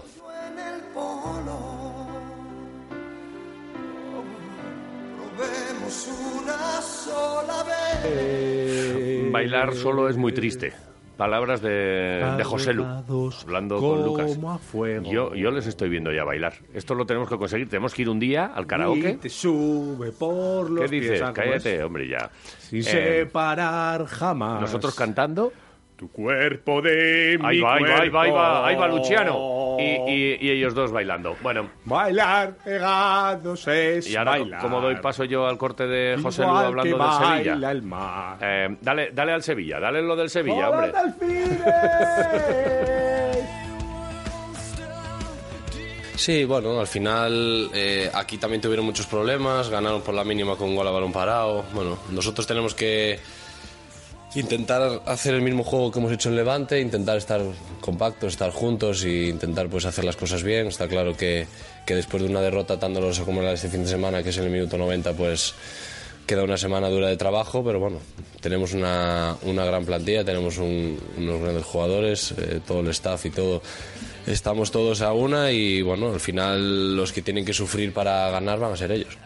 Bailar solo es muy triste. Palabras de Joselu, hablando con Lucas. Yo les estoy viendo ya bailar. Esto lo tenemos que conseguir. Tenemos que ir un día al karaoke. Y te sube por los ¿Qué dices? pies, Cállate, hombre, ya. Sin separar jamás. Nosotros cantando. Tu cuerpo de mi cuerpo. Ahí va Luciano. Y ellos dos bailando. Bueno. Bailar pegados es y ahora, bailar. como doy paso yo al corte de José Lu hablando del Sevilla. El mar. Dale al Sevilla, dale lo del Sevilla, hombre. Sí, bueno, al final aquí también tuvieron muchos problemas, ganaron por la mínima con un gol a balón parado. Bueno, nosotros tenemos que intentar hacer el mismo juego que hemos hecho en Levante, intentar estar compactos, estar juntos e intentar pues hacer las cosas bien. Está claro que después de una derrota tan dolorosa como la de este fin de semana, que es en el minuto 90, pues queda una semana dura de trabajo, pero bueno, tenemos una gran plantilla, tenemos unos grandes jugadores, todo el staff y todo. Estamos todos a una y bueno, al final los que tienen que sufrir para ganar van a ser ellos.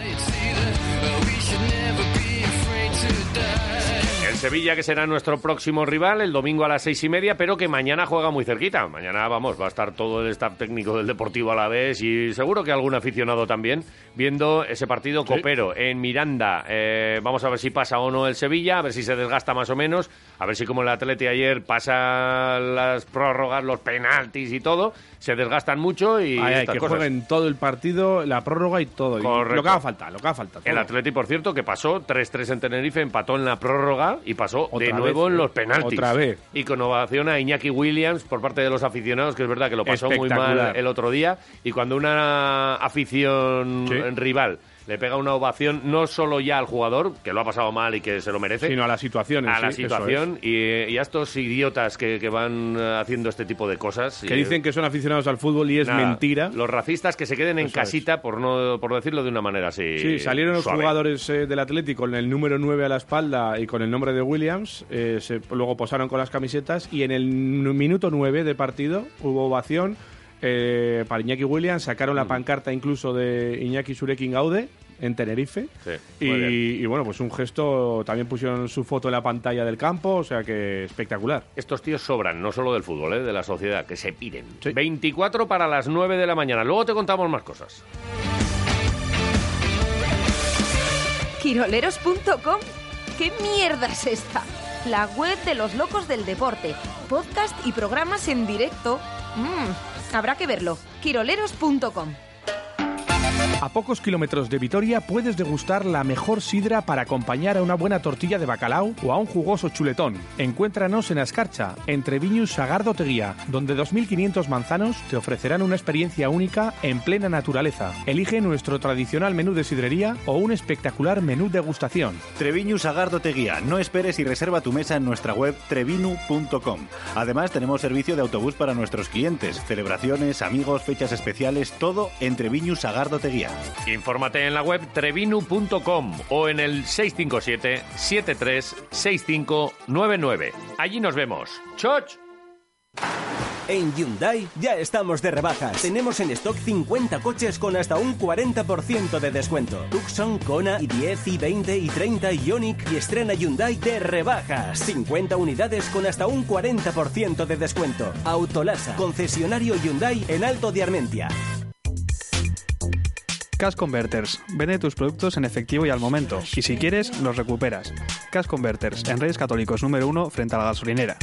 Sevilla, que será nuestro próximo rival, el domingo a las 6:30, pero que mañana juega muy cerquita. Mañana, vamos, va a estar todo el staff técnico del Deportivo Alavés y seguro que algún aficionado también viendo ese partido copero en Miranda. Vamos a ver si pasa o no el Sevilla, a ver si se desgasta más o menos, a ver si como el Atleti ayer pasa las prórrogas, los penaltis y todo, se desgastan mucho y que jueguen todo el partido, la prórroga y todo. Correcto. Y lo que haga falta. Todo. El Atleti, por cierto, que pasó 3-3 en Tenerife, empató en la prórroga y pasó de nuevo en los penaltis. Otra vez. Y con ovación a Iñaki Williams por parte de los aficionados, que es verdad que lo pasó muy mal el otro día. Y cuando una afición rival le pega una ovación, no solo ya al jugador, que lo ha pasado mal y que se lo merece, sino a la situación. A la situación y a estos idiotas que van haciendo este tipo de cosas. Que dicen que son aficionados al fútbol y es mentira. Los racistas que se queden en casita, por decirlo de una manera así. Sí, salieron los suave. Jugadores del Atlético con el número 9 a la espalda y con el nombre de Williams. Luego posaron con las camisetas y en el minuto 9 de partido hubo ovación. Para Iñaki Williams, sacaron la pancarta incluso de Iñaki Zurekin Gaude en Tenerife. Sí, y bueno, pues un gesto, también pusieron su foto en la pantalla del campo, o sea que espectacular. Estos tíos sobran, no solo del fútbol, de la sociedad, que se piden. Sí. 24 para las 9 de la mañana. Luego te contamos más cosas. ¿Quiroleros.com? ¿Qué mierda es esta? La web de los locos del deporte. Podcast y programas en directo. Habrá que verlo. Quiroleros.com. A pocos kilómetros de Vitoria puedes degustar la mejor sidra para acompañar a una buena tortilla de bacalao o a un jugoso chuletón. Encuéntranos en Ascarcha, entre Viñus Sagardo Teguía, donde 2.500 manzanos te ofrecerán una experiencia única en plena naturaleza. Elige nuestro tradicional menú de sidrería o un espectacular menú degustación. Treviñu Sagardo Teguía. No esperes y reserva tu mesa en nuestra web trevinu.com. Además, tenemos servicio de autobús para nuestros clientes, celebraciones, amigos, fechas especiales, todo en Treviñu Sagardo Teguía. Infórmate en la web trevinu.com o en el 657-736599. Allí nos vemos. ¡Choch! En Hyundai ya estamos de rebajas. Tenemos en stock 50 coches con hasta un 40% de descuento. Tucson, Kona, i10, i20, i30, Ioniq y estrena Hyundai de rebajas. 50 unidades con hasta un 40% de descuento. Autolasa, concesionario Hyundai en Alto de Armentia. Cash Converters. Vende tus productos en efectivo y al momento. Y si quieres, los recuperas. Cash Converters, en Reyes Católicos número 1 frente a la gasolinera.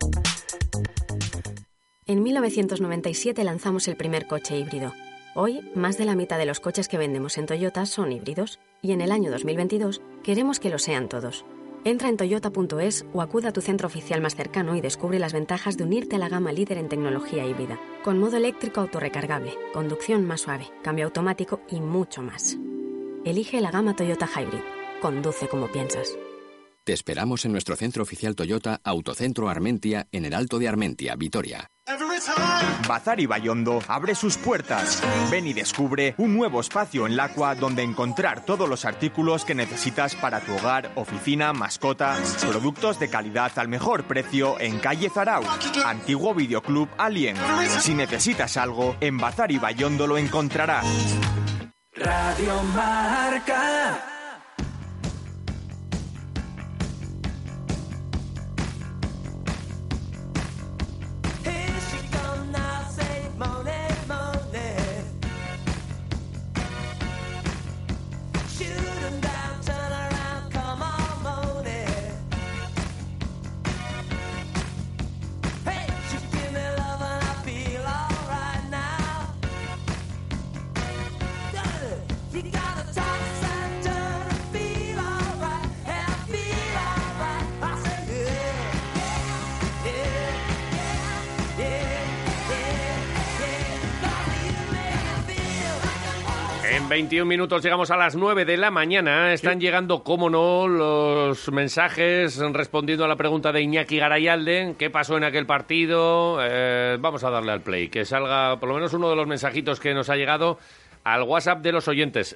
En 1997 lanzamos el primer coche híbrido. Hoy, más de la mitad de los coches que vendemos en Toyota son híbridos. Y en el año 2022 queremos que lo sean todos. Entra en toyota.es o acude a tu centro oficial más cercano y descubre las ventajas de unirte a la gama líder en tecnología híbrida, con modo eléctrico autorrecargable, conducción más suave, cambio automático y mucho más. Elige la gama Toyota Hybrid. Conduce como piensas. Te esperamos en nuestro centro oficial Toyota Autocentro Armentia, en el Alto de Armentia, Vitoria. Bazar Ibaiondo abre sus puertas. Ven y descubre un nuevo espacio en Lacua donde encontrar todos los artículos que necesitas para tu hogar, oficina, mascota, productos de calidad al mejor precio en calle Zarau, antiguo videoclub Alien. Si necesitas algo, en Bazar Ibaiondo lo encontrarás. Radio Marca. You gotta talk, En 21 minutos llegamos a las 9 de la mañana. Están llegando, cómo no, los mensajes respondiendo a la pregunta de Iñaki Garayalde. ¿Qué pasó en aquel partido? Vamos a darle al play. Que salga por lo menos uno de los mensajitos que nos ha llegado al WhatsApp de los oyentes.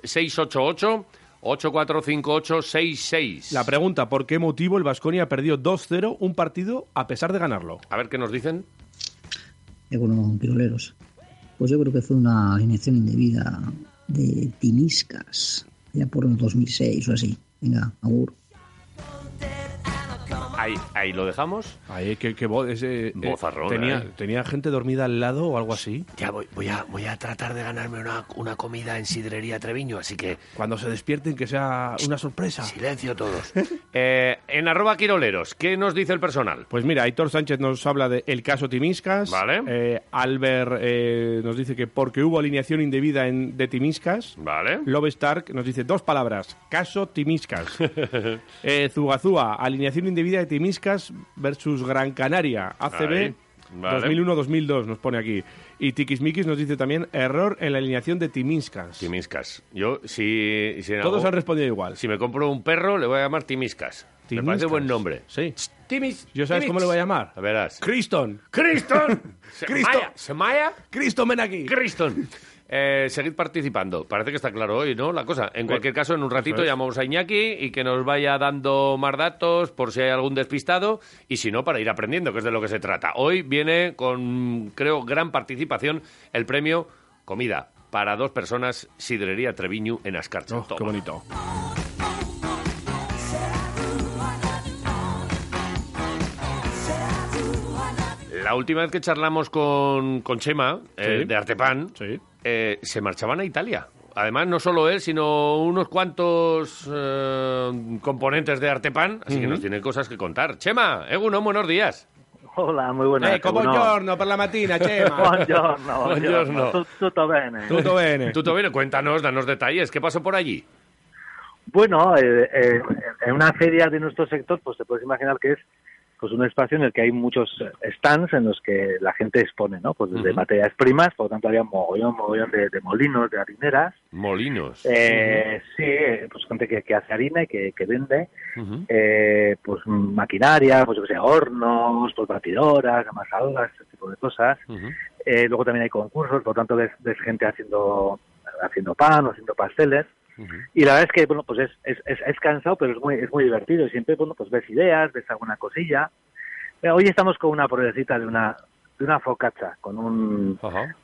688-845866. La pregunta, ¿por qué motivo el Baskonia perdió 2-0 un partido a pesar de ganarlo? A ver qué nos dicen. Bueno, piroleros. Pues yo creo que fue una alineación indebida de Timiscas, ya por el 2006 o así. Venga, agur. Ahí lo dejamos. Ahí, Bozarrón, ¿Tenía gente dormida al lado o algo así? Ya voy a tratar de ganarme una comida en Sidrería Treviño, así que... Cuando se despierten, que sea una sorpresa. Silencio todos. En @Quiroleros, ¿qué nos dice el personal? Pues mira, Aitor Sánchez nos habla de el caso Timiscas. Vale. Albert nos dice que porque hubo alineación indebida de Timiscas. Vale. Love Stark nos dice 2 palabras, caso Timiscas. Zugazúa, alineación indebida de Timiscas versus Gran Canaria, ACB. Vale. 2001-2002 nos pone aquí. Y Tikismikis nos dice también error en la alineación de Timiscas. Yo, si todos han respondido igual. Si me compro un perro, le voy a llamar Timiscas. Me parece buen nombre. Sí. ¿Yo sabes cómo le voy a llamar? A verás. Criston. ¿Semaya? Criston, ven aquí. Criston. Seguid participando. Parece que está claro hoy, ¿no? La cosa. En cualquier caso, en un ratito llamamos a Iñaki y que nos vaya dando más datos por si hay algún despistado y si no, para ir aprendiendo, que es de lo que se trata. Hoy viene con, creo, gran participación el premio Comida para 2 personas, Sidrería Treviño en Azkartza. Oh, qué bonito. La última vez que charlamos con Chema, de Artepan, se marchaban a Italia. Además, no solo él, sino unos cuantos componentes de Artepan, así que nos tiene cosas que contar. Chema, Egunon, buenos días. Hola, muy buenas. Buongiorno per la mattina, Chema. Buongiorno. Tutto bene. Tutto bene. Tutto bene. Cuéntanos, danos detalles. ¿Qué pasó por allí? Bueno, en una feria de nuestro sector, pues te puedes imaginar que es pues un espacio en el que hay muchos stands en los que la gente expone, ¿no? Pues desde materias primas, por lo tanto había mogollón de molinos, de harineras. ¿Molinos? Sí, pues gente que hace harina y que vende, pues maquinaria, pues yo que sé, hornos, pues batidoras, amasadoras, ese tipo de cosas. Luego también hay concursos, por lo tanto ves gente haciendo pan o haciendo pasteles. Y la verdad es que, bueno, pues es cansado, pero es muy divertido. Y siempre, bueno, pues ves ideas, ves alguna cosilla. Hoy estamos con una pruebecita de una focaccia, con un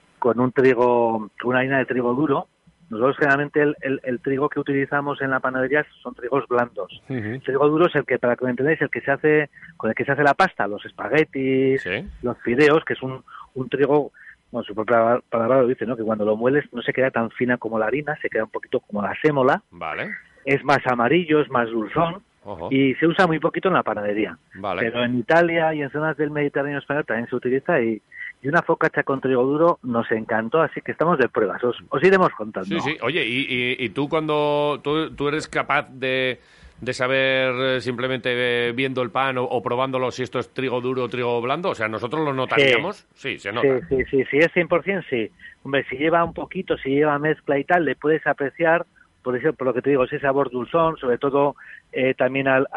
trigo, con una harina de trigo duro. Nosotros generalmente el trigo que utilizamos en la panadería son trigos blandos. El trigo duro es el que, para que lo entendáis, con el que se hace la pasta, los espaguetis, los fideos, que es un trigo... Bueno, su propia palabra lo dice, ¿no? Que cuando lo mueles no se queda tan fina como la harina, se queda un poquito como la sémola. Vale. Es más amarillo, es más dulzón y se usa muy poquito en la panadería. Vale. Pero en Italia y en zonas del Mediterráneo español también se utiliza y una focaccia con trigo duro nos encantó, así que estamos de pruebas. Os iremos contando. Sí. Oye, y tú cuando tú eres capaz de saber simplemente viendo el pan o probándolo si esto es trigo duro o trigo blando? O sea, ¿nosotros lo notaríamos? Sí, se nota. Sí, es 100% sí. Hombre, si lleva un poquito, si lleva mezcla y tal, le puedes apreciar, por lo que te digo, ese sabor dulzón, sobre todo también al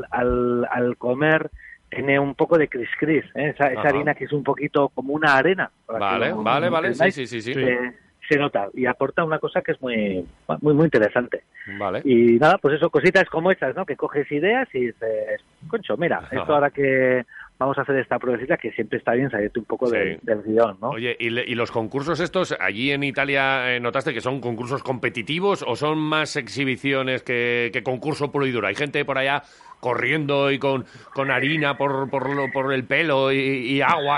comer, tiene un poco de cris-cris, esa harina que es un poquito como una arena. Vale, sí. Se nota y aporta una cosa que es muy interesante. Vale. Y nada, pues eso, cositas como estas, ¿no? Que coges ideas y dices, concho, mira, esto ahora que vamos a hacer esta pruebecita, que siempre está bien salirte un poco del guión, ¿no? Oye, ¿y los concursos estos, allí en Italia, notaste que son concursos competitivos o son más exhibiciones que concurso puro y duro? Hay gente por allá corriendo y con harina por el pelo y agua.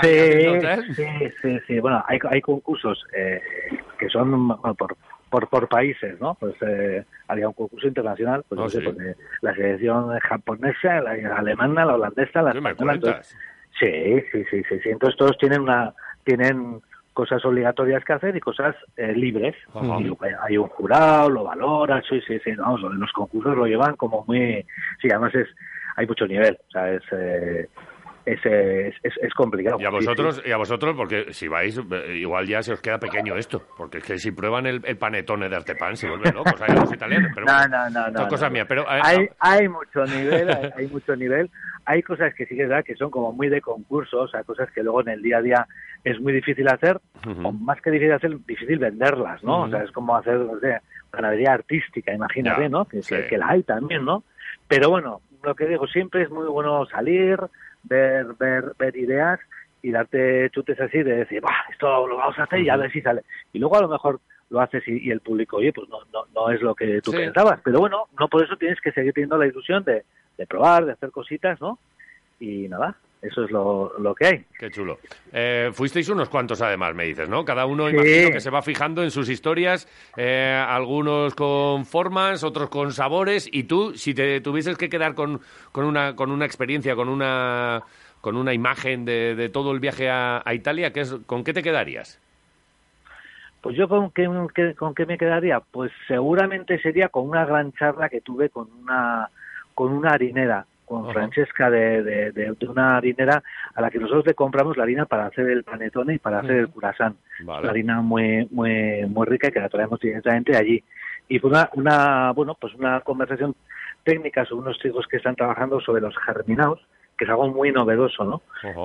Sí. Bueno, hay concursos que son por países, ¿no? Pues había un concurso internacional, pues, pues la selección japonesa, la alemana, la holandesa, la española. Entonces, sí. Entonces todos tienen cosas obligatorias que hacer y cosas libres. Y hay un jurado, lo valora, sí. No, los concursos lo llevan como muy... Sí, además hay mucho nivel, o sea, es complicado. Y a vosotros, porque si vais, igual ya se os queda pequeño esto, porque es que si prueban el panetone de Artepan se vuelven locos, hay los italianos, pero no, cosa mía, pero hay mucho nivel, hay mucho nivel. Hay cosas que sí que es verdad que son como muy de concurso, o sea, cosas que luego en el día a día es muy difícil hacer, o más que difícil hacer, difícil venderlas, ¿no? O sea, es como hacer, no sé, ganadería artística, imagínate, ¿no? Que la hay también, ¿no? Pero bueno, lo que digo, siempre es muy bueno salir, ver ideas y darte chutes así de decir, esto lo vamos a hacer y a ver si sale. Y luego a lo mejor lo haces y el público, oye, pues no es lo que tú pensabas. Pero bueno, no por eso tienes que seguir teniendo la ilusión de probar, de hacer cositas, ¿no? Y nada, eso es lo que hay. Qué chulo. Fuisteis unos cuantos además, me dices, ¿no? Cada uno imagino que se va fijando en sus historias, algunos con formas, otros con sabores, y tú, si te tuvieses que quedar con una experiencia, con una imagen de todo el viaje a Italia, ¿con qué te quedarías? Pues yo con qué me quedaría, pues seguramente sería con una gran charla que tuve con una harinera, con Francesca de una harinera a la que nosotros le compramos la harina para hacer el panetone y para hacer el curasán. Vale. La harina muy rica y que la traemos directamente allí. Y fue una conversación técnica sobre unos trigos que están trabajando sobre los germinados, que es algo muy novedoso, ¿no?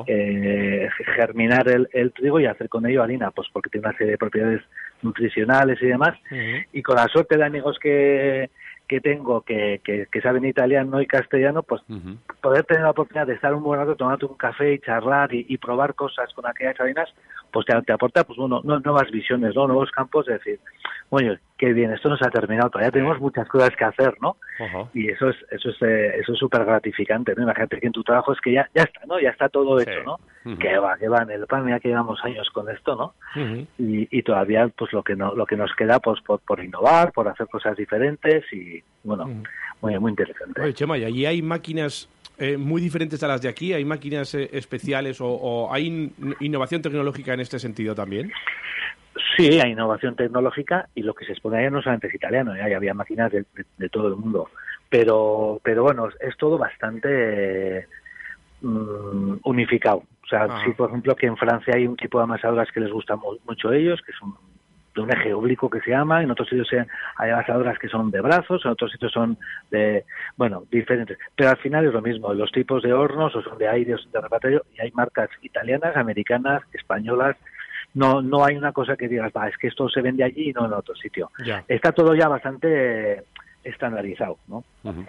Germinar el trigo y hacer con ello harina, pues porque tiene una serie de propiedades nutricionales y demás. Y con la suerte de amigos que tengo que saben italiano y castellano, pues poder tener la oportunidad de estar un buen rato, tomarte un café y charlar y probar cosas con aquellas harinas, pues te aporta pues nuevas visiones, ¿no? Nuevos campos, de decir, bueno, qué bien, esto no se ha terminado, todavía tenemos muchas cosas que hacer, ¿no? Y eso es súper gratificante, ¿no? Imagínate que en tu trabajo es que ya está, ¿no? Ya está todo hecho, ¿no? Que va en el pan, ya que llevamos años con esto, ¿no? Y todavía pues lo que nos queda pues por innovar, por hacer cosas diferentes y bueno, muy interesante. Oye, Chema, ¿y allí hay máquinas muy diferentes a las de aquí? ¿Hay máquinas especiales o hay innovación tecnológica en este sentido también? Sí, hay innovación tecnológica y lo que se expone allá no solamente es italiano, había máquinas de todo el mundo, pero bueno, es todo bastante unificado. O sea, sí, por ejemplo, que en Francia hay un tipo de amasadoras que les gusta mucho a ellos, que son de un eje oblicuo que se llama, en otros sitios hay amasadoras que son de brazos, en otros sitios son diferentes. Pero al final es lo mismo, los tipos de hornos o son de aire o son de reparatorio, y hay marcas italianas, americanas, españolas. No hay una cosa que digas, es que esto se vende allí y no en otro sitio. Ya. Está todo ya bastante estandarizado, ¿no?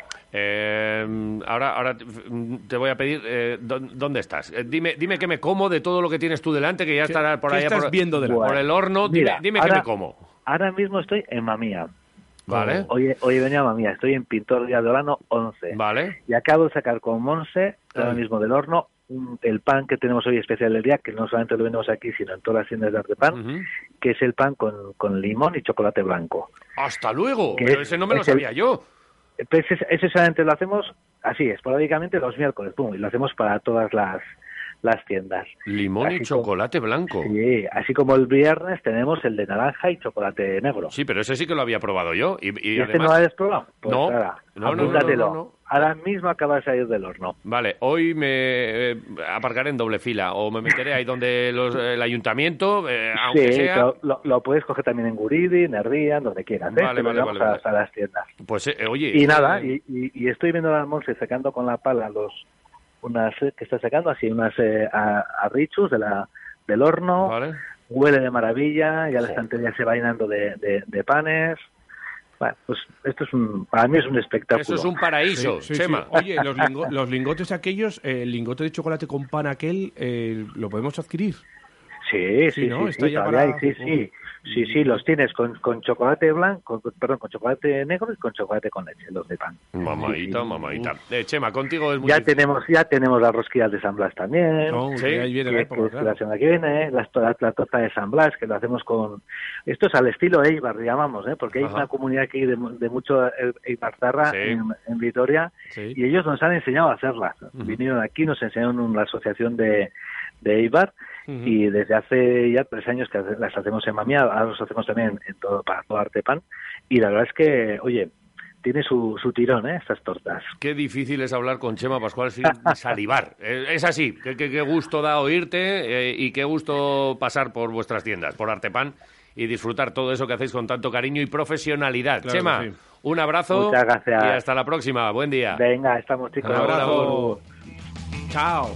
Ahora te voy a pedir ¿dónde estás? Dime qué me como de todo lo que tienes tú delante, que ya estará por allá por el horno. Dime qué me como. Ahora mismo estoy en Mamía. Vale. Hoy venía a Mamía, estoy en Pintor de Adorano 11. Vale. Y acabo de sacar con Monse, ahora mismo del horno, el pan que tenemos hoy especial del día, que no solamente lo vendemos aquí, sino en todas las tiendas de Artepan, que es el pan con limón y chocolate blanco. ¡Hasta luego! Pero ese no me lo sabía yo. Pues ese solamente lo hacemos así, esporádicamente los miércoles, y lo hacemos para todas las tiendas. Limón así y chocolate blanco. Sí, así como el viernes tenemos el de naranja y chocolate negro. Sí, pero ese sí que lo había probado yo. ¿Y además... ¿Este no lo habías probado? Pues no, ahora, apúntatelo. No. Ahora mismo acaba de salir del horno. Vale, hoy me aparcaré en doble fila o me meteré ahí donde el ayuntamiento, aunque sea... Sí, lo puedes coger también en Guridi, en Herría, donde quieras. Vale. A las tiendas. Pues oye... Y nada, y estoy viendo a Monse sacando con la pala unas que está sacando, así unas arrichus del horno. Vale. Huele de maravilla, ya la estantería se va llenando de panes. Bueno, pues esto para mí es un espectáculo. Eso es un paraíso, Chema. Sí. Oye, los lingotes aquellos, el lingote de chocolate con pan aquel, ¿lo podemos adquirir? Sí, ¿no? Está ya para... Sí, los tienes con chocolate blanco, con chocolate negro y con chocolate con leche, los de pan. Mamadita. Chema, contigo es muy difícil. Ya tenemos las rosquillas de San Blas también. Ahí viene la época, claro. La semana que viene, la torta de San Blas, que lo hacemos con... Esto es al estilo Eibar, llamamos, porque hay una comunidad aquí de mucho Eibartarra en Vitoria, y ellos nos han enseñado a hacerlas. Vinieron aquí, nos enseñaron la asociación de Eibar, y desde hace ya 3 años que las hacemos en Mamía, ahora las hacemos también para todo Artepan, y la verdad es que, oye, tiene su tirón, estas tortas. Qué difícil es hablar con Chema Pascual sin salivar. Es así, qué gusto da oírte y qué gusto pasar por vuestras tiendas, por Artepan, y disfrutar todo eso que hacéis con tanto cariño y profesionalidad. Claro, Chema, sí. Un abrazo. Muchas gracias. Y hasta la próxima. Buen día. Venga, estamos, chicos. Un abrazo. Chao.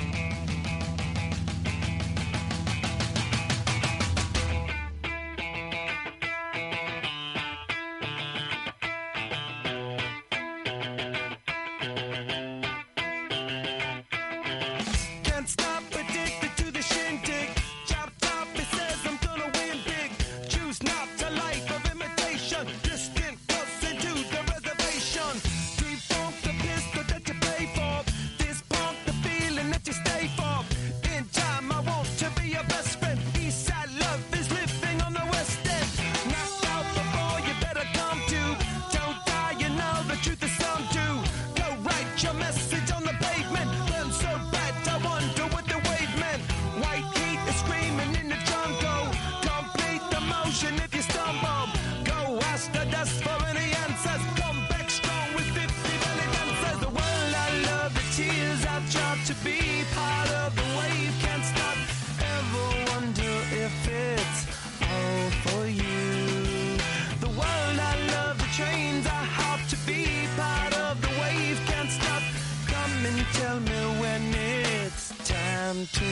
Can't stop, addicted to the shindig. Chop top, it says I'm gonna win big. Choose not a life of imitation. Distant closer to the reservation. Defunct the pistol that you pay for. This punk the feeling that you stay for. In time, I want to be your best friend. Eastside love is living on the west end. Knocked out before you better come to. Don't die, you know the truth is some do. Go write your message on the pavement. Burn so bad, I wonder what the wave meant. White heat is screaming in the jungle. Complete the motion if you stumble. Go ask the dust for any answers. Come back strong with 50 belly dancers. The world I love, the tears I've dropped to be part of the wave. Can't stop, ever wonder if it's all for you. The world I love, the trains I hop to be part of the wave. Can't stop, come and tell me when it's time to.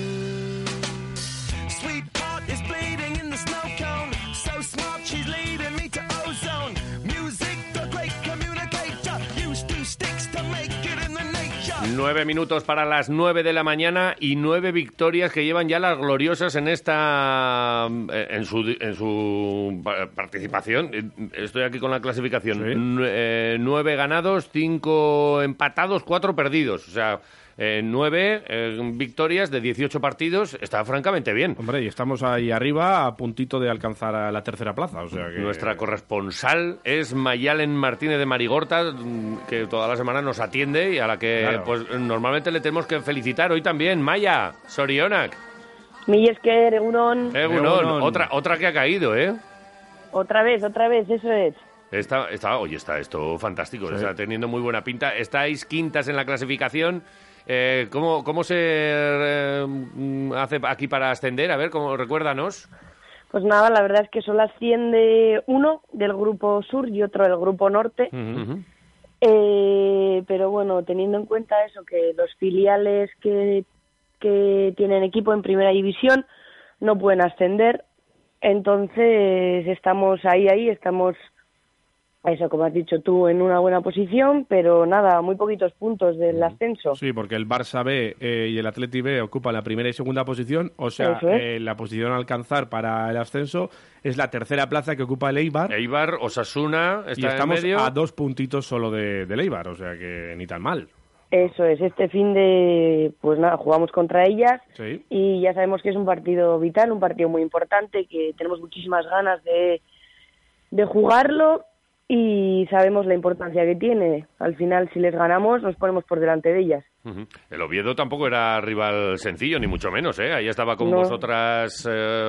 Sweetheart is bleeding in the snow cone. So smart, she's leading me to ozone. Music, the great communicator. Used two sticks to make it in the nature. 9 minutos para las 9 de la mañana y 9 victorias que llevan ya las gloriosas en esta en su participación. Estoy aquí con la clasificación. Sí. 9 ganados, 5 empatados, 4 perdidos. O sea, 9 victorias de 18 partidos. Está francamente bien. Hombre, y estamos ahí arriba a puntito de alcanzar a la tercera plaza. O sea que... Nuestra corresponsal es Mayalen Martínez de Marigorta, que toda la semana nos atiende y a la que Claro. pues normalmente le tenemos que felicitar hoy también. Maya, Sorionak. Mi Esker, Egunon. Egunon. Otra que ha caído, ¿eh? Otra vez, eso es. Está esto fantástico, Sí. está teniendo muy buena pinta. Estáis quintas en la clasificación. ¿Cómo se hace aquí para ascender? A ver, recuérdanos. Pues nada, la verdad es que solo asciende uno del grupo sur y otro del grupo norte. Ujú. Pero bueno, teniendo en cuenta eso, que los filiales que tienen equipo en primera división no pueden ascender, entonces estamos ahí, estamos, eso como has dicho tú, en una buena posición, pero nada, muy poquitos puntos del ascenso. Sí, porque el Barça B y el Atleti B ocupan la primera y segunda posición, o sea, Eso es. la posición a alcanzar para el ascenso es la tercera plaza que ocupa el Eibar. Eibar, Osasuna, Y está en estamos medio. a 2 puntitos solo del Eibar, o sea que ni tan mal. Eso es, este fin de, pues nada, jugamos contra ellas Sí. y ya sabemos que es un partido vital, un partido muy importante, que tenemos muchísimas ganas de jugarlo y sabemos la importancia que tiene. Al final, si les ganamos, nos ponemos por delante de ellas. Ujú. El Oviedo tampoco era rival sencillo, ni mucho menos, ¿eh? Ahí estaba con No. vosotras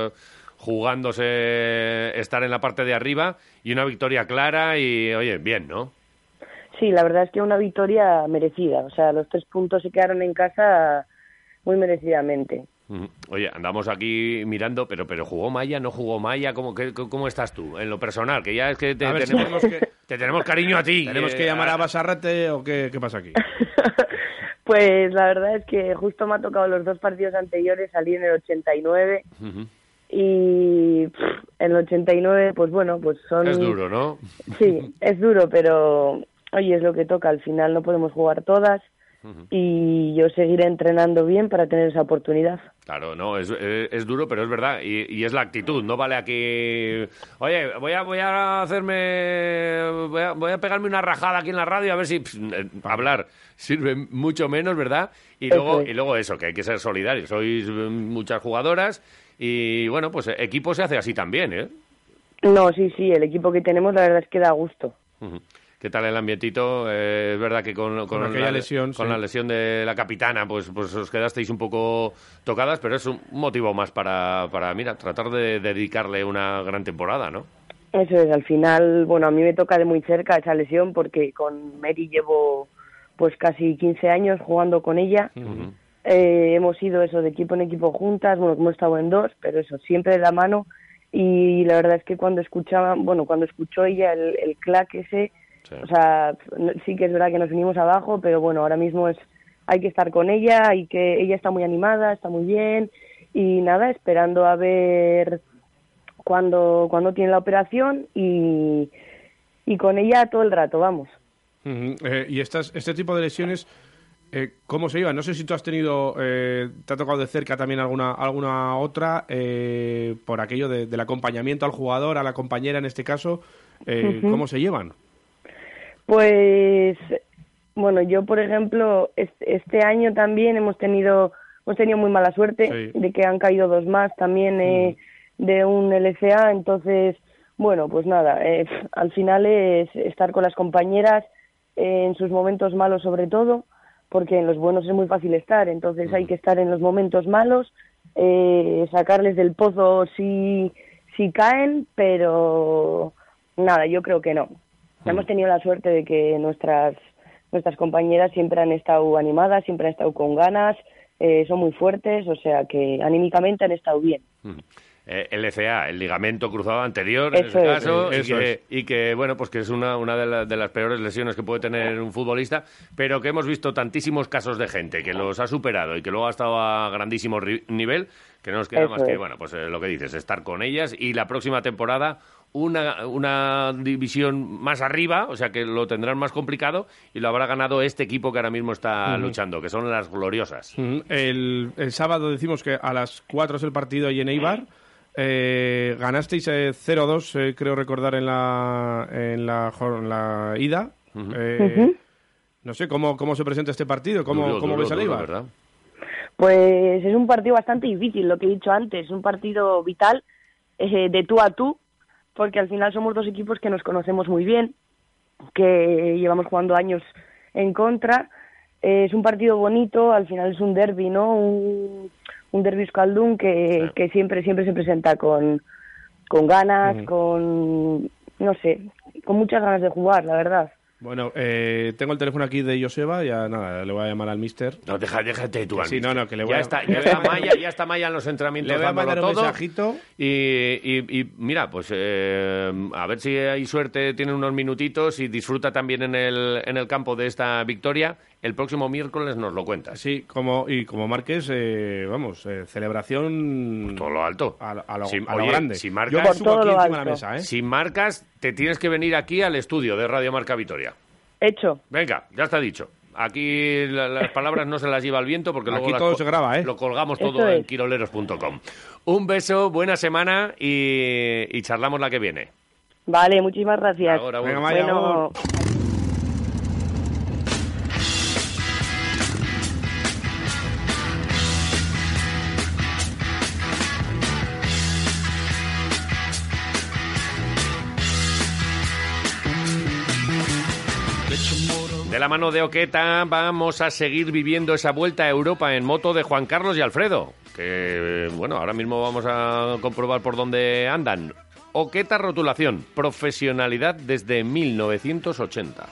jugándose estar en la parte de arriba y una victoria clara y, oye, bien, ¿no? Sí, la verdad es que una victoria merecida. O sea, los 3 puntos se quedaron en casa muy merecidamente. Ujú. Oye, andamos aquí mirando, pero ¿jugó Maya? ¿No jugó Maya? ¿Cómo estás tú? En lo personal, que ya es que te A ver, tenemos, que... te tenemos cariño a ti. ¿Tenemos que llamar a Basarrate o qué pasa aquí? Pues la verdad es que justo me ha tocado los 2 partidos anteriores, salí en el 89 Ujú. y en el 89, pues bueno, pues son... Es duro, ¿no? Sí, es duro, pero oye, es lo que toca. Al final no podemos jugar todas y yo seguiré entrenando bien para tener esa oportunidad. Claro, no, es duro, pero es verdad. Y es la actitud, no vale aquí... Oye, voy a hacerme... Voy a pegarme una rajada aquí en la radio a ver si hablar sirve mucho menos, ¿verdad? Y luego eso, que hay que ser solidarios. Sois muchas jugadoras y, bueno, pues equipo se hace así también, ¿eh? No, sí, el equipo que tenemos la verdad es que da gusto. Ujú. ¿Qué tal el ambientito? Es verdad que con aquella lesión, con sí. la lesión de la capitana, pues os quedasteis un poco tocadas, pero es un motivo más para mira, tratar de dedicarle una gran temporada, ¿no? Eso es, al final, bueno, a mí me toca de muy cerca esa lesión porque con Mary llevo pues casi 15 años jugando con ella. Hemos ido eso de equipo en equipo juntas, bueno, hemos estado en 2, pero eso, siempre de la mano. Y la verdad es que cuando escuchó ella el clac ese, o sea, sí que es verdad que nos unimos abajo, pero bueno, ahora mismo hay que estar con ella y que ella está muy animada, está muy bien y nada, esperando a ver cuando tiene la operación y con ella todo el rato, vamos. Y este tipo de lesiones, ¿cómo se llevan? No sé si tú has tenido, te ha tocado de cerca también alguna otra, por aquello del acompañamiento al jugador, a la compañera en este caso, ¿cómo se llevan? Pues, bueno, yo por ejemplo, este año también hemos tenido muy mala suerte de que han caído 2 más también de un LCA, entonces, bueno, pues nada, al final es estar con las compañeras en sus momentos malos sobre todo, porque en los buenos es muy fácil estar, entonces hay que estar en los momentos malos, sacarles del pozo si caen, pero nada, yo creo que no. Hemos tenido la suerte de que nuestras compañeras siempre han estado animadas, siempre han estado con ganas, son muy fuertes, o sea que anímicamente han estado bien. LCA, el ligamento cruzado anterior, en ese caso, y que bueno, pues que es una de las peores lesiones que puede tener un futbolista, pero que hemos visto tantísimos casos de gente que los ha superado y que luego ha estado a grandísimo nivel, que no nos queda más que, bueno, pues lo que dices, estar con ellas y la próxima temporada una división más arriba, o sea que lo tendrán más complicado y lo habrá ganado este equipo que ahora mismo está luchando, que son las gloriosas. El sábado decimos que a las 4 es el partido ahí en Eibar. Ganasteis 0-2, creo recordar, en la ida. No sé, ¿cómo se presenta este partido? ¿Cómo ves al Eibar? ¿Verdad? Pues es un partido bastante difícil, lo que he dicho antes, un partido vital, de tú a tú, porque al final somos 2 equipos que nos conocemos muy bien, que llevamos jugando años en contra. Es un partido bonito, al final es un derbi, ¿no? Un derbi euskaldun que siempre se presenta con ganas, no sé, con muchas ganas de jugar, la verdad. Bueno, tengo el teléfono aquí de Joseba, ya nada, le voy a llamar al míster. No, déjate tú al sí, mister. No, que le voy a... Ya está Maya en los entrenamientos. Le voy a mandar un mensajito. Y mira, pues a ver si hay suerte, tiene unos minutitos y disfruta también en el campo de esta victoria. El próximo miércoles nos lo cuentas. Sí, como marques, celebración... Pues todo lo alto. A lo grande. Si marcas, yo subo aquí encima de la mesa, Si marcas, te tienes que venir aquí al estudio de Radio Marca Vitoria. Hecho. Venga, ya está dicho. Aquí las palabras no se las lleva el viento porque aquí luego todo se graba, lo colgamos todo en quiroleros.com. Un beso, buena semana y charlamos la que viene. Vale, muchísimas gracias. Ahora, venga, Maya, bueno. De la mano de Oqueta vamos a seguir viviendo esa vuelta a Europa en moto de Juan Carlos y Alfredo, que bueno, ahora mismo vamos a comprobar por dónde andan. Oqueta Rotulación, profesionalidad desde 1980.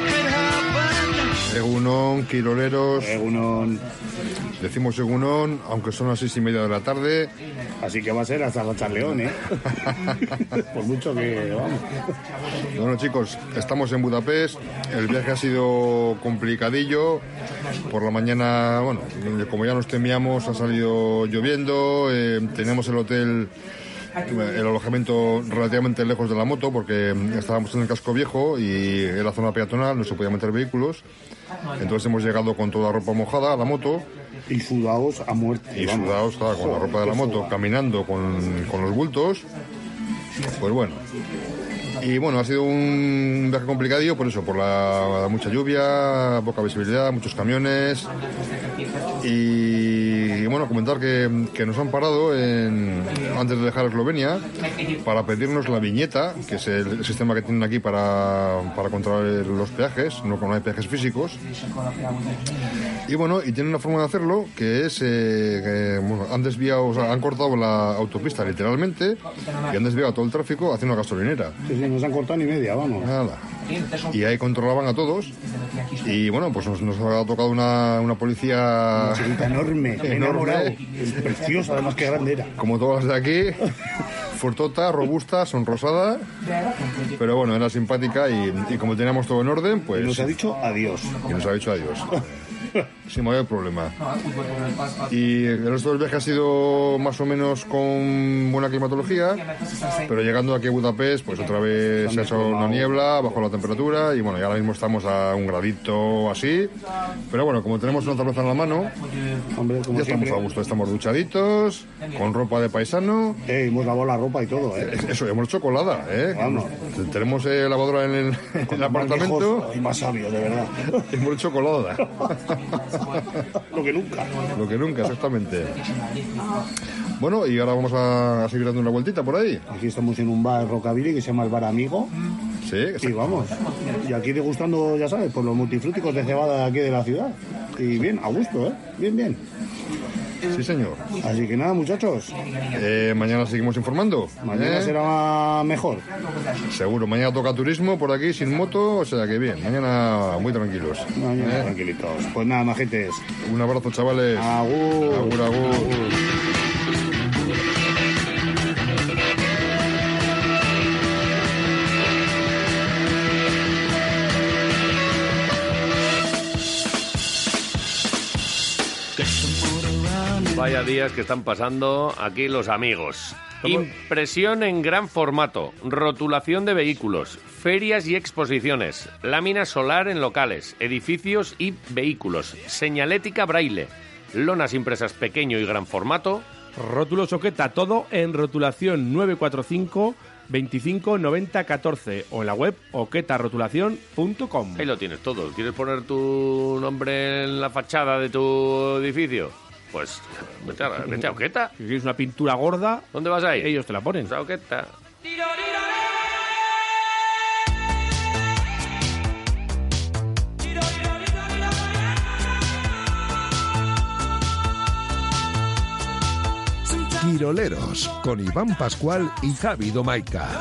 Egunon, quiroleros. Egunon. Decimos Egunon, aunque son las 6:30 de la tarde. Así que va a ser hasta Rocharleón, ¿eh? Por mucho que vamos. Bueno, chicos, estamos en Budapest. El viaje ha sido complicadillo. Por la mañana, bueno, como ya nos temíamos, ha salido lloviendo. Teníamos el alojamiento relativamente lejos de la moto porque estábamos en el casco viejo y en la zona peatonal no se podían meter vehículos. Entonces hemos llegado con toda la ropa mojada a la moto. Y sudados a muerte. Y sudados, claro, con la ropa de la moto, caminando con los bultos. Pues bueno. Y bueno, ha sido un viaje complicadillo por eso, por la mucha lluvia, poca visibilidad, muchos camiones. Y bueno, comentar que nos han parado antes de dejar Eslovenia para pedirnos la viñeta, que es el sistema que tienen aquí para controlar los peajes, no hay peajes físicos. Y bueno, y tienen una forma de hacerlo que es han desviado, o sea, han cortado la autopista literalmente y han desviado todo el tráfico hacia una gasolinera. Sí, nos han cortado ni media, vamos. Nada. Y ahí controlaban a todos. Y bueno, pues nos ha tocado una policía... Una chiquita enorme, enamorado. Preciosa, además que grande era. Como todas las de aquí. Fortota, robusta, sonrosada. Pero bueno, era simpática y como teníamos todo en orden, pues... Y nos ha dicho adiós. Y nos ha dicho adiós. Sin mayor problema. Y el resto del viaje ha sido más o menos con buena climatología, pero llegando aquí a Budapest, pues otra vez se ha hecho una niebla, bajó la temperatura y bueno, ya ahora mismo estamos a 1 gradito así. Pero bueno, como tenemos una cerveza en la mano, hombre, como ya siempre. Estamos a gusto, estamos duchaditos, con ropa de paisano. Hemos lavado la ropa y todo, Eso, hemos hecho colada, Vamos. Tenemos lavadora en el apartamento. Y más sabio, de verdad. Hemos hecho colada. Lo que nunca. Lo que nunca, exactamente. Bueno, y ahora vamos a seguir dando una vueltita por ahí. Aquí estamos en un bar rockabilly que se llama el Bar Amigo. Sí, y vamos. Y aquí degustando, ya sabes, por los multifrúticos de cebada de aquí de la ciudad. Y bien, a gusto, Bien. Sí, señor. Así que nada, muchachos. Mañana seguimos informando. Mañana será mejor. Seguro. Mañana toca turismo por aquí sin moto, o sea que bien. Mañana muy tranquilos. Mañana tranquilitos. Pues nada, majetes. Un abrazo, chavales. Agur. Agur, agur. Vaya días que están pasando aquí los amigos. Impresión en gran formato, rotulación de vehículos, ferias y exposiciones, lámina solar en locales, edificios y vehículos, señalética braille, lonas impresas pequeño y gran formato. Rótulos Oqueta, todo en rotulación 945 25 90 14 o en la web oquetarotulación.com. Ahí lo tienes todo. ¿Quieres poner tu nombre en la fachada de tu edificio? Pues vete a Oqueta. Si quieres una pintura gorda, ¿dónde vas a ir? Ellos te la ponen. Pues a Oqueta. Quiroleros, con Iván Pascual y Javi Domaica.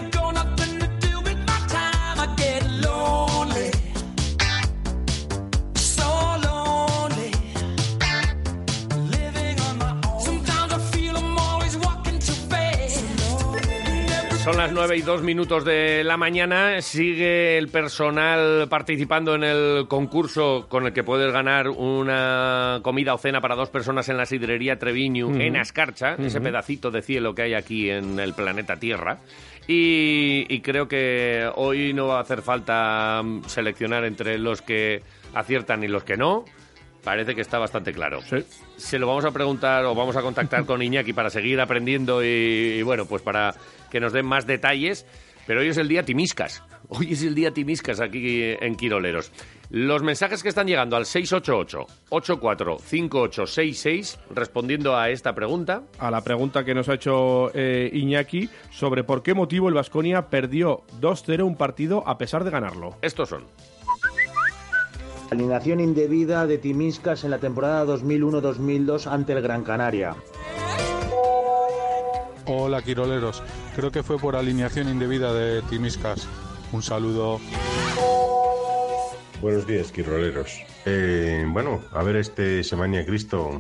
Son las 9:02 de la mañana. Sigue el personal participando en el concurso con el que puedes ganar una comida o cena para 2 personas en la sidrería Treviñu en Ascarcha, ese pedacito de cielo que hay aquí en el planeta Tierra. Y creo que hoy no va a hacer falta seleccionar entre los que aciertan y los que no. Parece que está bastante claro. Sí. Se lo vamos a preguntar o vamos a contactar con Iñaki para seguir aprendiendo y bueno, pues para que nos den más detalles. Pero hoy es el día Timiscas. Hoy es el día Timiscas aquí en Quiroleros. Los mensajes que están llegando al 688-845866 respondiendo a esta pregunta. A la pregunta que nos ha hecho Iñaki sobre por qué motivo el Baskonia perdió 2-0 un partido a pesar de ganarlo. Estos son. Alineación indebida de Timiscas en la temporada 2001-2002 ante el Gran Canaria. Hola, Quiroleros. Creo que fue por alineación indebida de Timiscas. Un saludo. Buenos días, Quiroleros. Bueno, a ver Semania Cristo,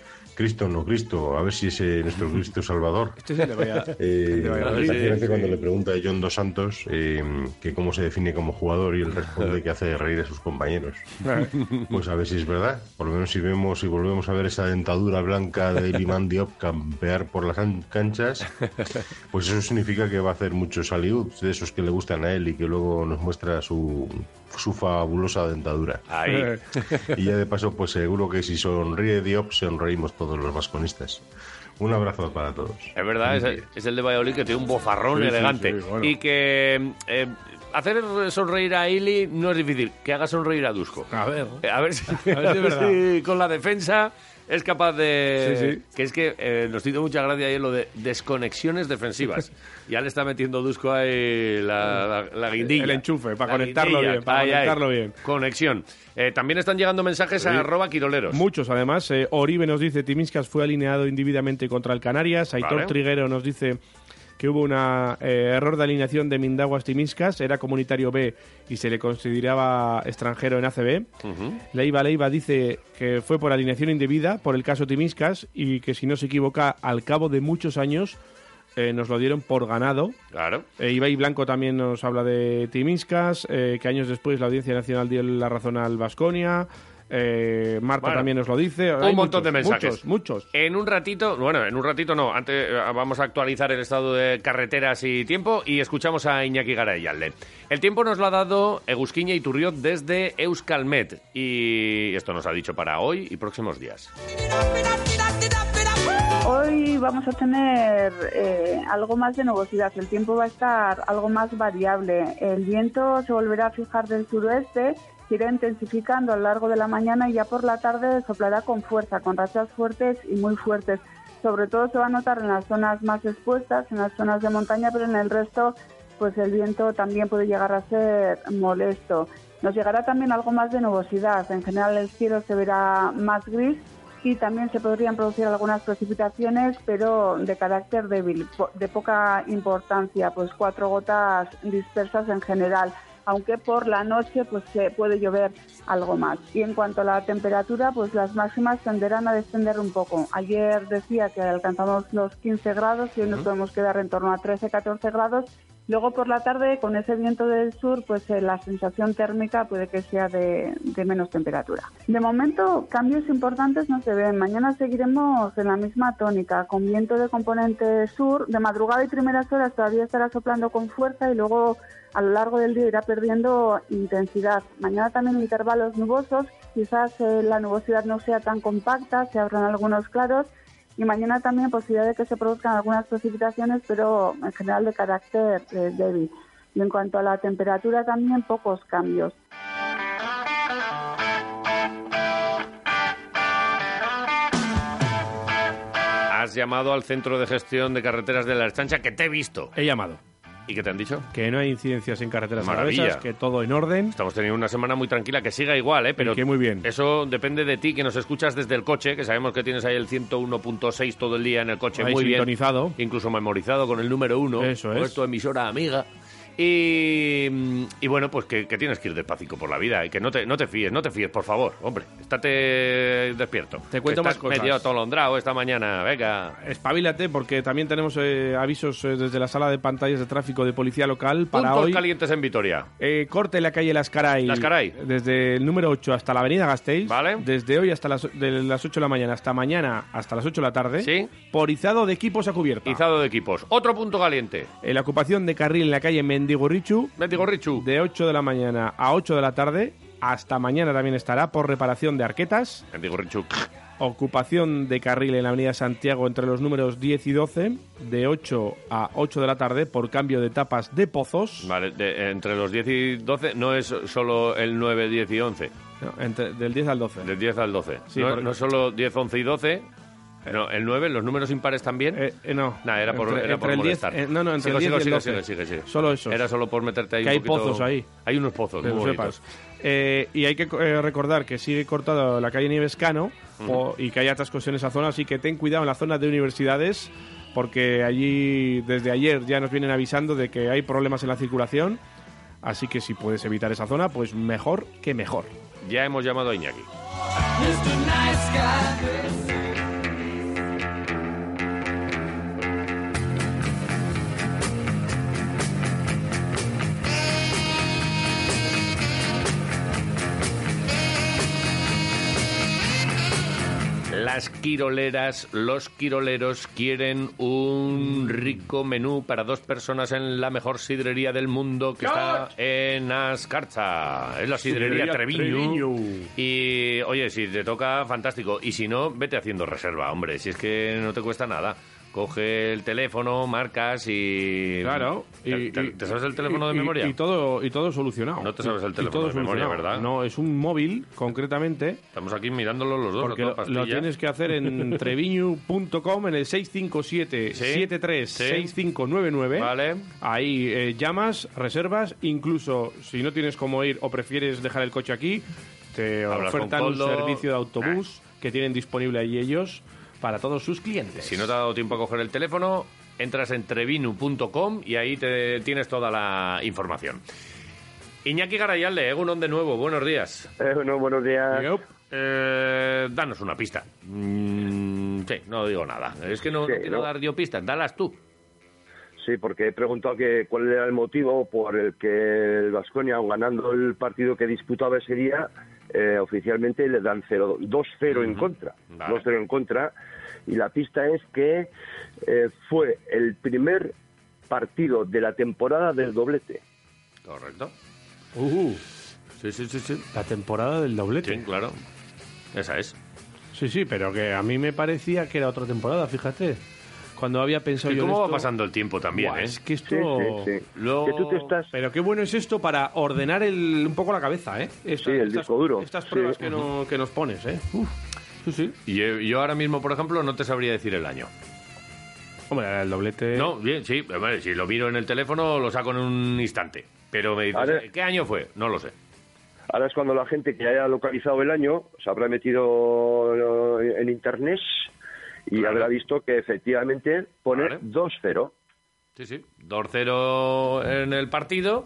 a ver si es nuestro Cristo Salvador. Este se le vaya. Hace cuando le pregunta a John Dos Santos que cómo se define como jugador y él responde que hace reír a sus compañeros. Pues a ver si es verdad. Por lo menos si volvemos a ver esa dentadura blanca de Iliman Diop campear por las canchas, pues eso significa que va a hacer muchos saliuts de esos que le gustan a él y que luego nos muestra su fabulosa dentadura. Ahí. Y ya de paso, pues seguro que si sonríe Diop, sonreímos todos los vasconistas. Un abrazo para todos. Es verdad, es el de Valladolid que tiene un bozarrón elegante. Sí, bueno. Y que hacer sonreír a Ili no es difícil. Que haga sonreír a Dusko. A ver si con la defensa es capaz de... Sí. Que es que nos hizo mucha gracia ahí lo de desconexiones defensivas. Ya le está metiendo Dusko ahí la guindilla. El enchufe, para conectarlo bien. Conexión. También están llegando mensajes a @quiroleros. Muchos, además. Oribe nos dice, Timiscas fue alineado indebidamente contra el Canarias. Aitor Triguero nos dice que hubo un error de alineación de Mindaguas Timiscas, era comunitario B y se le consideraba extranjero en ACB. Leiva dice que fue por alineación indebida por el caso Timiscas y que si no se equivoca, al cabo de muchos años nos lo dieron por ganado. Claro. Ibai Blanco también nos habla de Timiscas, que años después la Audiencia Nacional dio la razón al Baskonia. Marta también nos lo dice. Un montón de mensajes. Muchos. En un ratito no. Antes vamos a actualizar el estado de carreteras y tiempo y escuchamos a Iñaki Garayalde. El tiempo nos lo ha dado Egusquiña Iturriot desde Euskalmet y esto nos ha dicho para hoy y próximos días. Hoy vamos a tener algo más de nubosidad. El tiempo va a estar algo más variable. El viento se volverá a fijar del suroeste, se irá intensificando a lo largo de la mañana y ya por la tarde soplará con fuerza, con rachas fuertes y muy fuertes. Sobre todo se va a notar en las zonas más expuestas, en las zonas de montaña, pero en el resto pues el viento también puede llegar a ser molesto. Nos llegará también algo más de nubosidad. En general el cielo se verá más gris y también se podrían producir algunas precipitaciones, pero de carácter débil, de poca importancia, pues 4 gotas dispersas en general, aunque por la noche pues se puede llover algo más. Y en cuanto a la temperatura, pues las máximas tenderán a descender un poco. Ayer decía que alcanzamos los 15 grados y hoy nos podemos quedar en torno a 13-14 grados. Luego por la tarde, con ese viento del sur, pues la sensación térmica puede que sea de menos temperatura. De momento, cambios importantes no se ven. Mañana seguiremos en la misma tónica, con viento de componente sur. De madrugada y primeras horas todavía estará soplando con fuerza y luego a lo largo del día irá perdiendo intensidad. Mañana también intervalos nubosos, quizás la nubosidad no sea tan compacta, se abran algunos claros. Y mañana también posibilidad de que se produzcan algunas precipitaciones, pero en general de carácter débil. Y en cuanto a la temperatura también pocos cambios. Has llamado al Centro de Gestión de Carreteras de la Ertzaintza, que te he visto. He llamado. ¿Y qué te han dicho? Que no hay incidencias en carreteras Maravilla. alavesas, que todo en orden. Estamos teniendo una semana muy tranquila, que siga igual, pero que muy bien. Eso depende de ti, que nos escuchas desde el coche, que sabemos que tienes ahí el 101.6 todo el día en el coche, ahí muy sintonizado. Bien. Incluso memorizado con el número 1. Eso es. Con tu emisora amiga. Y bueno, pues que tienes que ir despacito por la vida y que no te fíes, por favor, hombre, estate despierto. Te cuento más cosas. Medio atolondrado esta mañana, venga. Espabilate, porque también tenemos avisos desde la sala de pantallas de tráfico de policía local para Puntos hoy. calientes en Vitoria. Corte en la calle Las Caray. Desde el número 8 hasta la avenida Gasteiz. Vale. Desde hoy hasta de las 8 de la mañana hasta mañana hasta las 8 de la tarde. Sí. Por izado de equipos a cubierta. Izado de equipos. Otro punto caliente. La ocupación de carril en la calle Mendigorrichu, de 8 de la mañana a 8 de la tarde. Hasta mañana también estará por reparación de arquetas. Mendigorrichu. Ocupación de carril en la avenida Santiago entre los números 10 y 12, de 8 a 8 de la tarde, por cambio de tapas de pozos. Vale, entre los 10 y 12 no es solo el 9, 10 y 11. No, del 10 al 12. Del 10 al 12. Sí, no solo 10, 11 y 12. No, el 9, los números impares también. No. Nah, era por el molestar. 10, entre el 10 y el 12. Sigue. Solo eso. Era solo por meterte ahí que un hay poquito... pozos ahí. Hay unos pozos muy bonitos. Y hay que recordar que sigue cortada la calle Nievescano y que hay atascos en esa zona, así que ten cuidado en la zona de universidades, porque allí desde ayer ya nos vienen avisando de que hay problemas en la circulación, así que si puedes evitar esa zona, pues mejor que mejor. Ya hemos llamado a Iñaki. Las quiroleras, los quiroleros quieren un rico menú para 2 personas en la mejor sidrería del mundo, que está en Azkartza. Es la sidrería Treviño. Y, oye, si te toca, fantástico. Y si no, vete haciendo reserva, hombre, si es que no te cuesta nada. Coge el teléfono, marcas y... Claro. ¿Te sabes el teléfono de memoria? Y todo solucionado. No te sabes el teléfono de memoria, ¿verdad? No, es un móvil, concretamente. Estamos aquí mirándolo los dos. Porque lo tienes que hacer en treviñu.com, en el 657-736599. Vale. Ahí llamas, reservas, incluso si no tienes cómo ir o prefieres dejar el coche aquí, te ofertan un servicio de autobús que tienen disponible allí ellos para todos sus clientes. Si no te ha dado tiempo a coger el teléfono, entras en treviñu.com y ahí tienes toda la información. Iñaki Garayalde, Egunon de nuevo, buenos días. Buenos días. Danos una pista. Sí, no digo nada. Es que no quiero dar yo pistas, dalas tú. Sí, porque he preguntado cuál era el motivo por el que el Baskonia, ganando el partido que disputaba ese día, oficialmente le dan 2-0 en contra. Vale. 2-0 en contra. Y la pista es que fue el primer partido de la temporada del doblete. Correcto. Sí. La temporada del doblete. Sí, claro. Esa es. Sí, pero que a mí me parecía que era otra temporada, fíjate. Cuando había pensado yo en ¿Cómo esto... va pasando el tiempo también, Es que esto... Sí. Que tú te estás... Pero qué bueno es esto para ordenar un poco la cabeza, ¿eh? El disco duro. Estas pruebas que nos pones, ¿eh? Sí. Y yo ahora mismo, por ejemplo, no te sabría decir el año. Hombre, el doblete... No, bien, sí. Hombre, si lo miro en el teléfono, lo saco en un instante. Pero me dices, ¿qué año fue? No lo sé. Ahora es cuando la gente que haya localizado el año se habrá metido en internet y habrá visto que efectivamente pone 2-0. Sí. 2-0 en el partido.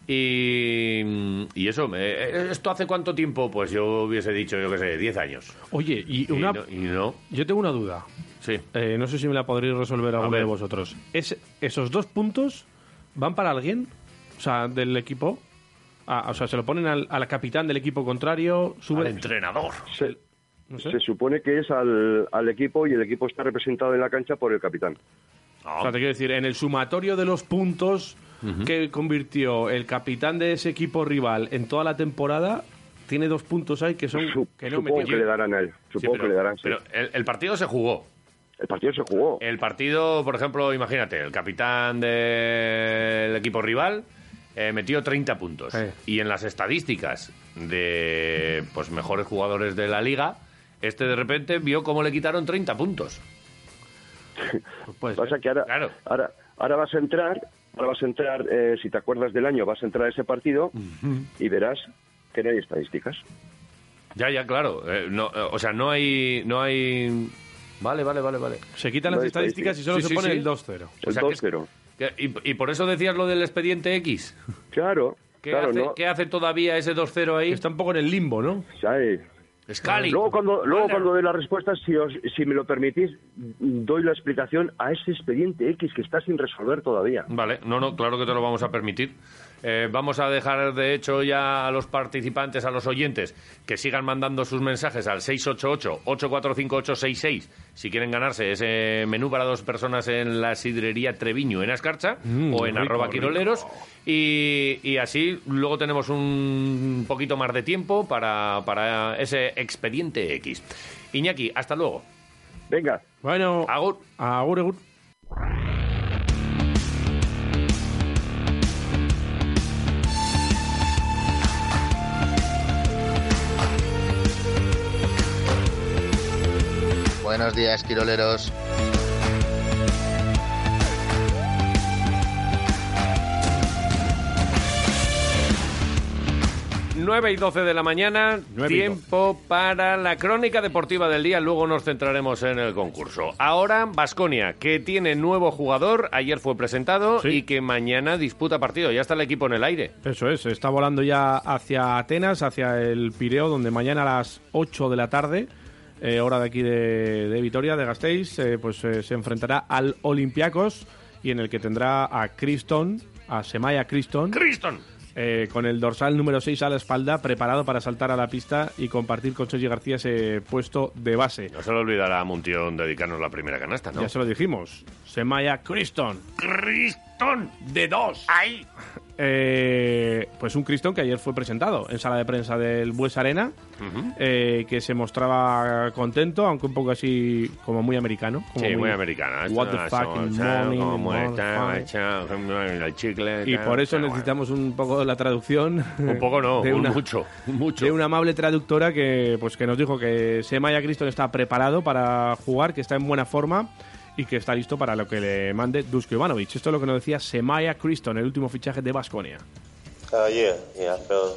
Y eso, ¿esto hace cuánto tiempo? Pues yo hubiese dicho, 10 años. Oye, no. Yo tengo una duda. Sí. No sé si me la podréis resolver alguno de vosotros. ¿Esos 2 puntos van para alguien? O sea, del equipo. O sea, se lo ponen al capitán del equipo contrario. Al entrenador. No sé. Se supone que es al equipo y el equipo está representado en la cancha por el capitán. O sea, te quiero decir, en el sumatorio de los puntos que convirtió el capitán de ese equipo rival en toda la temporada, tiene 2 puntos ahí que son... Supongo que le darán a él. Que le darán. Pero el partido se jugó. El partido se jugó. El partido, por ejemplo, imagínate, el capitán del equipo rival metió 30 puntos. Y en las estadísticas de mejores jugadores de la liga, de repente vio cómo le quitaron 30 puntos. Pues pasa que ahora vas a entrar, si te acuerdas del año, vas a entrar a ese partido y verás que no hay estadísticas. Ya, claro. No hay... Vale. Se quitan las estadísticas y solo se pone el 2-0. El 2-0. ¿Y por eso decías lo del expediente X? Claro. ¿Qué hace todavía ese 2-0 ahí? Está un poco en el limbo, ¿no? Scali. Luego cuando dé la respuesta, si me lo permitís, doy la explicación a ese expediente X que está sin resolver todavía. Vale, no, claro que te lo vamos a permitir. Vamos a dejar, de hecho, ya a los participantes, a los oyentes, que sigan mandando sus mensajes al 688-845-866 si quieren ganarse ese menú para 2 personas en la sidrería Treviñu en Ascarcha o en @quiroleros. Y así luego tenemos un poquito más de tiempo para ese expediente X. Iñaki, hasta luego. Venga. Bueno, agur. Agur. Buenos días, quiroleros. Nueve y 12 de la mañana, tiempo para la crónica deportiva del día. Luego nos centraremos en el concurso. Ahora, Baskonia, que tiene nuevo jugador, ayer fue presentado y que mañana disputa partido. Ya está el equipo en el aire. Eso es, está volando ya hacia Atenas, hacia el Pireo, donde mañana a las 8 de la tarde, hora de aquí de Vitoria, de Gasteiz, se enfrentará al Olympiacos y en el que tendrá a Semaya Criston. Con el dorsal número 6 a la espalda, preparado para saltar a la pista y compartir con Sergi García ese puesto de base. No se le olvidará a Muntión dedicarnos la primera canasta, ¿no? Ya se lo dijimos. Semaya Criston. ¡Criston! ¡De 2! ¡Ahí! pues un Criston que ayer fue presentado en sala de prensa del Bues Arena, que se mostraba contento, aunque un poco así como muy americano. Como muy americana. What the fucking morning, el chicle. Y por eso necesitamos un poco de la traducción. Un poco no, mucho. De una amable traductora que nos dijo que Semaya Criston está preparado para jugar, que está en buena forma y que está listo para lo que le mande Dusko Ivanovic. Esto es lo que nos decía Semaya Criston, el último fichaje de Baskonia. I feel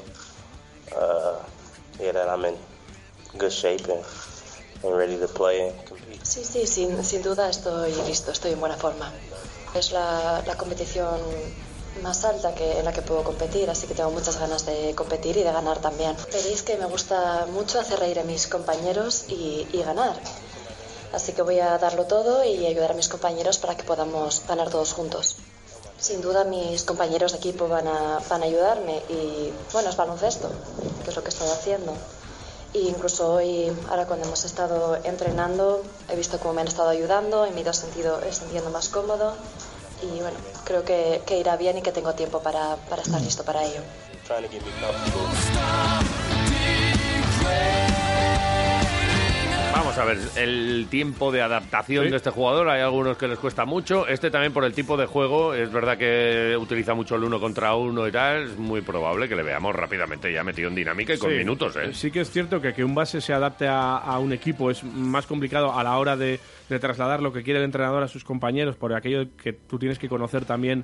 that I'm in good shape and ready to play and compete. Sí, sin duda estoy listo, estoy en buena forma. Es la competición más alta en la que puedo competir, así que tengo muchas ganas de competir y de ganar también. Veréis que me gusta mucho hacer reír a mis compañeros y ganar. Así que voy a darlo todo y ayudar a mis compañeros para que podamos ganar todos juntos. Sin duda mis compañeros de equipo van a ayudarme y bueno, es baloncesto, que es lo que he estado haciendo. Y incluso hoy, ahora cuando hemos estado entrenando, he visto cómo me han estado ayudando y me he ido sintiendo más cómodo. Y bueno, creo que irá bien y que tengo tiempo para estar listo para ello. Vamos a ver, el tiempo de adaptación de este jugador, hay algunos que les cuesta mucho, este también por el tipo de juego, es verdad que utiliza mucho el 1 contra 1 y tal, es muy probable que le veamos rápidamente ya metido en dinámica y con minutos. Sí que es cierto que un base se adapte a un equipo es más complicado a la hora de trasladar lo que quiere el entrenador a sus compañeros, por aquello que tú tienes que conocer también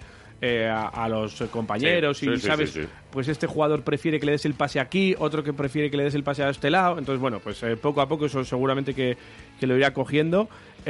a los compañeros sabes, pues este jugador prefiere que le des el pase aquí, otro que prefiere que le des el pase a este lado, entonces bueno, pues poco a poco eso seguramente que lo irá cogiendo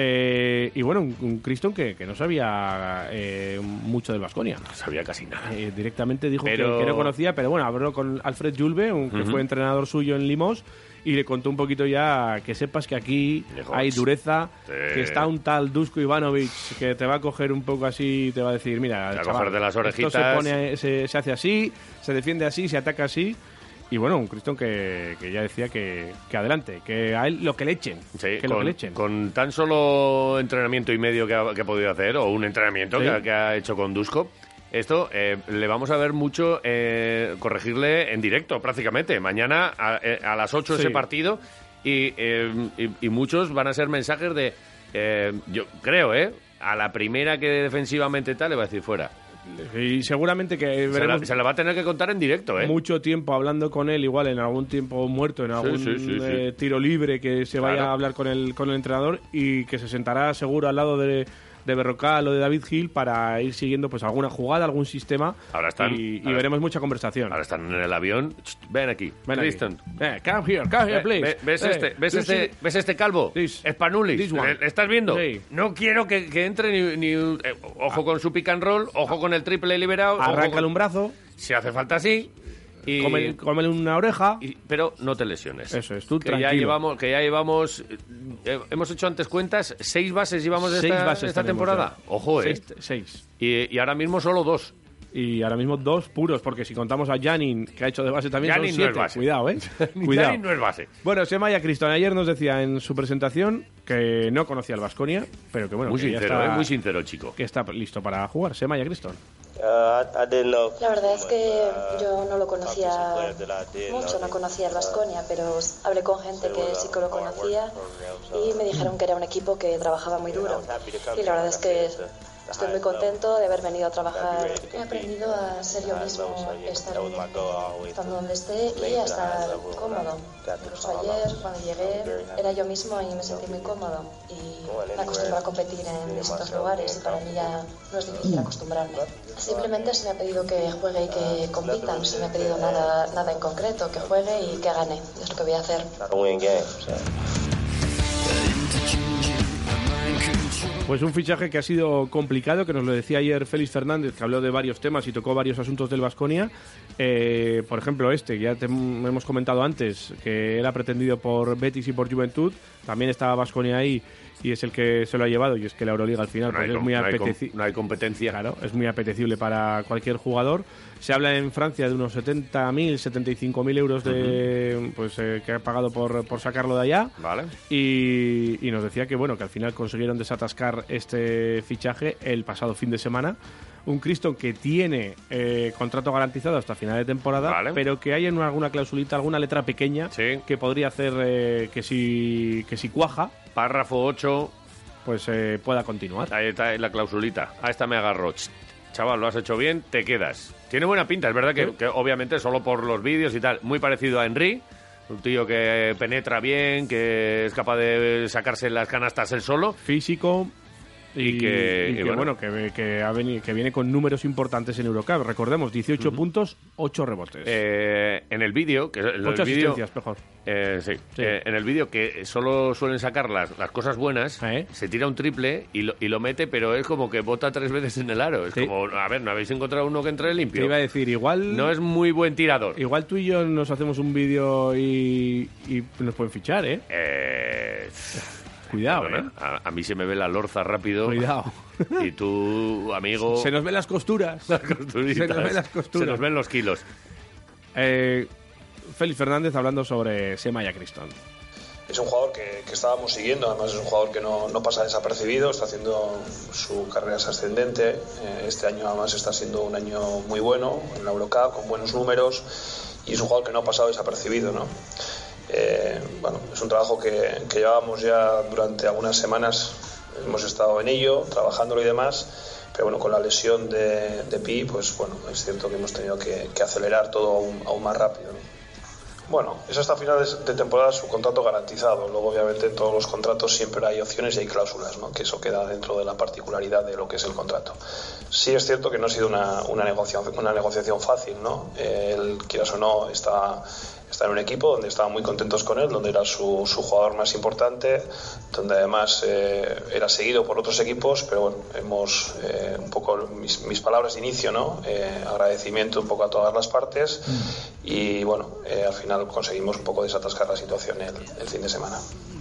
y bueno, un Criston que no sabía mucho del Baskonia. No sabía casi nada. Directamente dijo que no conocía, pero bueno, habló con Alfred Julve, que fue entrenador suyo en Limos, y le contó un poquito ya que sepas que aquí hay dureza, que está un tal Dusko Ivanovic que te va a coger un poco así, te va a decir, mira, chaval, coger de las orejitas. Esto se hace así, se defiende así, se ataca así. Y bueno, un Criston que ya decía que adelante, que a él lo que le echen. Lo que le echen. Con tan solo entrenamiento y medio que ha podido hacer, o un entrenamiento que ha hecho con Dusko, esto le vamos a ver mucho corregirle en directo prácticamente. Mañana a las 8 ese partido y muchos van a ser mensajes de, yo creo, a la primera que defensivamente tal le va a decir fuera. Y seguramente que veremos se la va a tener que contar en directo, mucho tiempo hablando con él, igual en algún tiempo muerto, en algún tiro libre que se vaya a hablar con el entrenador y que se sentará seguro al lado de Berrocal o de David Hill para ir siguiendo pues alguna jugada, algún sistema. Ahora están, y veremos mucha conversación. Ahora están en el avión. Ven aquí, Criston. Come here, please. ¿Ves este calvo? Spanulis. ¿Estás viendo? Sí. No quiero que entre ni ojo con su pick and roll, ojo con el triple liberado. Arráncale un brazo. Si hace falta así. Y cómele una oreja, pero no te lesiones. Eso es, tú que tranquilo. Ya llevamos hemos hecho antes cuentas, 6 bases llevamos esta temporada. Ya. Ojo, 6. Y ahora mismo solo 2. Y ahora mismo 2 puros, porque si contamos a Janin, que ha hecho de base también, Janin son 7. No es base. Cuidado, Cuidado. Janin no es base. Bueno, Semaya Criston ayer nos decía en su presentación que no conocía el Baskonia, pero que bueno, muy que sincero, ya está, muy sincero, chico. Que está listo para jugar. Semaya Criston. La verdad es que yo no lo conocía mucho, no conocía el Baskonia, pero hablé con gente que sí que lo conocía y me dijeron que era un equipo que trabajaba muy duro. Y la verdad es que estoy muy contento de haber venido a trabajar. He aprendido a ser yo mismo, estando donde esté y a estar cómodo. Incluso ayer, cuando llegué, era yo mismo y me sentí muy cómodo. Y me acostumbro a competir en distintos lugares y para mí ya no es difícil acostumbrarme. Simplemente se me ha pedido que juegue y que compita, no se me ha pedido nada en concreto, que juegue y que gane. Es lo que voy a hacer. Pues un fichaje que ha sido complicado, que nos lo decía ayer Félix Fernández, que habló de varios temas y tocó varios asuntos del Baskonia. Por ejemplo, que ya hemos comentado antes, que era pretendido por Betis y por Juventud. También estaba Baskonia ahí y es el que se lo ha llevado, y es que la Euroliga al final pues, es muy apetecible. No hay competencia. Claro, es muy apetecible para cualquier jugador. Se habla en Francia de unos 70.000, 75.000 euros de, pues, que ha pagado por sacarlo de allá. Vale. Y nos decía que bueno, que al final consiguieron desatascar este fichaje el pasado fin de semana. Un Criston que tiene contrato garantizado hasta final de temporada, vale, pero que hay en alguna klausulita, alguna letra pequeña, sí, que podría hacer que si cuaja, párrafo 8, pues pueda continuar. Ahí está la klausulita. A esta me agarró. Chaval, lo has hecho bien, te quedas. Tiene buena pinta, es verdad que obviamente solo por los vídeos y tal, muy parecido a Henry, un tío que penetra bien, que es capaz de sacarse las canastas él solo. Físico. Y que viene con números importantes en Eurocup. Recordemos, 18 puntos, 8 rebotes. En el vídeo... 8 asistencias, mejor. Sí. En el vídeo, que solo suelen sacar las cosas buenas, se tira un triple y lo mete, pero es como que bota 3 veces en el aro. Es como, a ver, ¿no habéis encontrado uno que entre limpio? Te iba a decir, igual... No es muy buen tirador. Igual tú y yo nos hacemos un vídeo y nos pueden fichar, ¿eh? Cuidado, ¿eh? A mí se me ve la lorza rápido. Cuidado. Y tú, amigo... Se nos ven las costuras. Las costuritas. Se nos ven las costuras. Se nos ven los kilos. Félix Fernández hablando sobre Semaya Criston. Es un jugador que estábamos siguiendo, además es un jugador que no pasa desapercibido, está haciendo su carrera ascendente. Este año además está siendo un año muy bueno en la Eurocup, con buenos números, y es un jugador que no ha pasado desapercibido, ¿no? Bueno, es un trabajo que llevábamos ya durante algunas semanas, hemos estado en ello, trabajándolo y demás, pero bueno, con la lesión de Pi, pues bueno, es cierto que hemos tenido que acelerar todo aún más rápido, ¿no? Bueno, es hasta finales de temporada su contrato garantizado. Luego, obviamente, en todos los contratos siempre hay opciones y hay cláusulas, ¿no? Que eso queda dentro de la particularidad de lo que es el contrato. Sí es cierto que no ha sido una negociación fácil, ¿no? Él, quieras o no, está en un equipo donde estaban muy contentos con él, donde era su jugador más importante, donde además era seguido por otros equipos, pero bueno, hemos un poco mis palabras de inicio, ¿no? Agradecimiento un poco a todas las partes y bueno, al final conseguimos un poco desatascar la situación el fin de semana.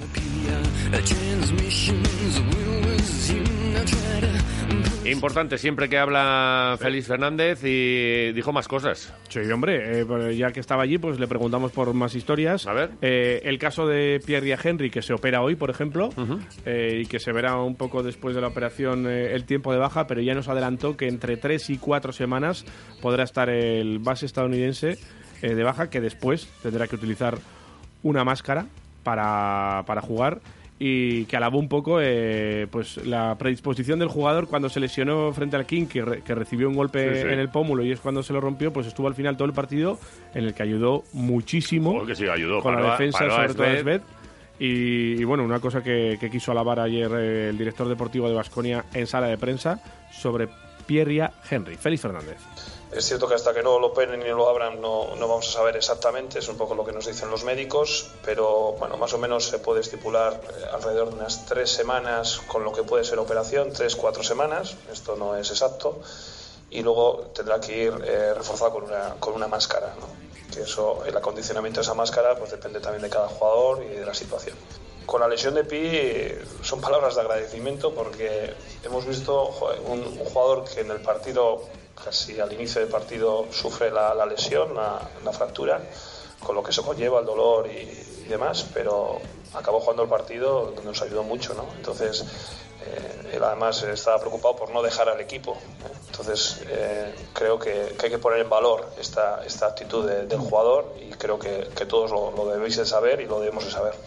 Importante siempre que habla Félix Fernández, y dijo más cosas. Sí, hombre, ya que estaba allí, pues le preguntamos por más historias. A ver. El caso de Pierre Henry, que se opera hoy, por ejemplo, y que se verá un poco después de la operación el tiempo de baja, pero ya nos adelantó que entre 3 y 4 semanas podrá estar el base estadounidense de baja, que después tendrá que utilizar una máscara para jugar. Y que alabó un poco pues la predisposición del jugador cuando se lesionó frente al King, que recibió un golpe en el pómulo y es cuando se lo rompió, pues estuvo al final todo el partido, en el que ayudó muchísimo con la defensa, sobre todo Sved. Y bueno, una cosa que quiso alabar ayer el director deportivo de Baskonia en sala de prensa sobre Pierre Henry. Félix Fernández. Es cierto que hasta que no lo operen y lo abran no vamos a saber exactamente, es un poco lo que nos dicen los médicos, pero bueno, más o menos se puede estipular alrededor de unas 3 semanas con lo que puede ser operación, 3-4 semanas, esto no es exacto, y luego tendrá que ir reforzado con una máscara, ¿no? Que eso, el acondicionamiento de esa máscara pues depende también de cada jugador y de la situación. Con la lesión de Pi son palabras de agradecimiento porque hemos visto un jugador que en el partido, casi al inicio del partido, sufre la lesión, la fractura, con lo que eso conlleva el dolor y demás, pero acabó jugando el partido donde nos ayudó mucho, ¿no? Entonces, él además estaba preocupado por no dejar al equipo, ¿eh? Entonces, creo que hay que poner en valor esta actitud del jugador y creo que todos lo debéis de saber y lo debemos de saber.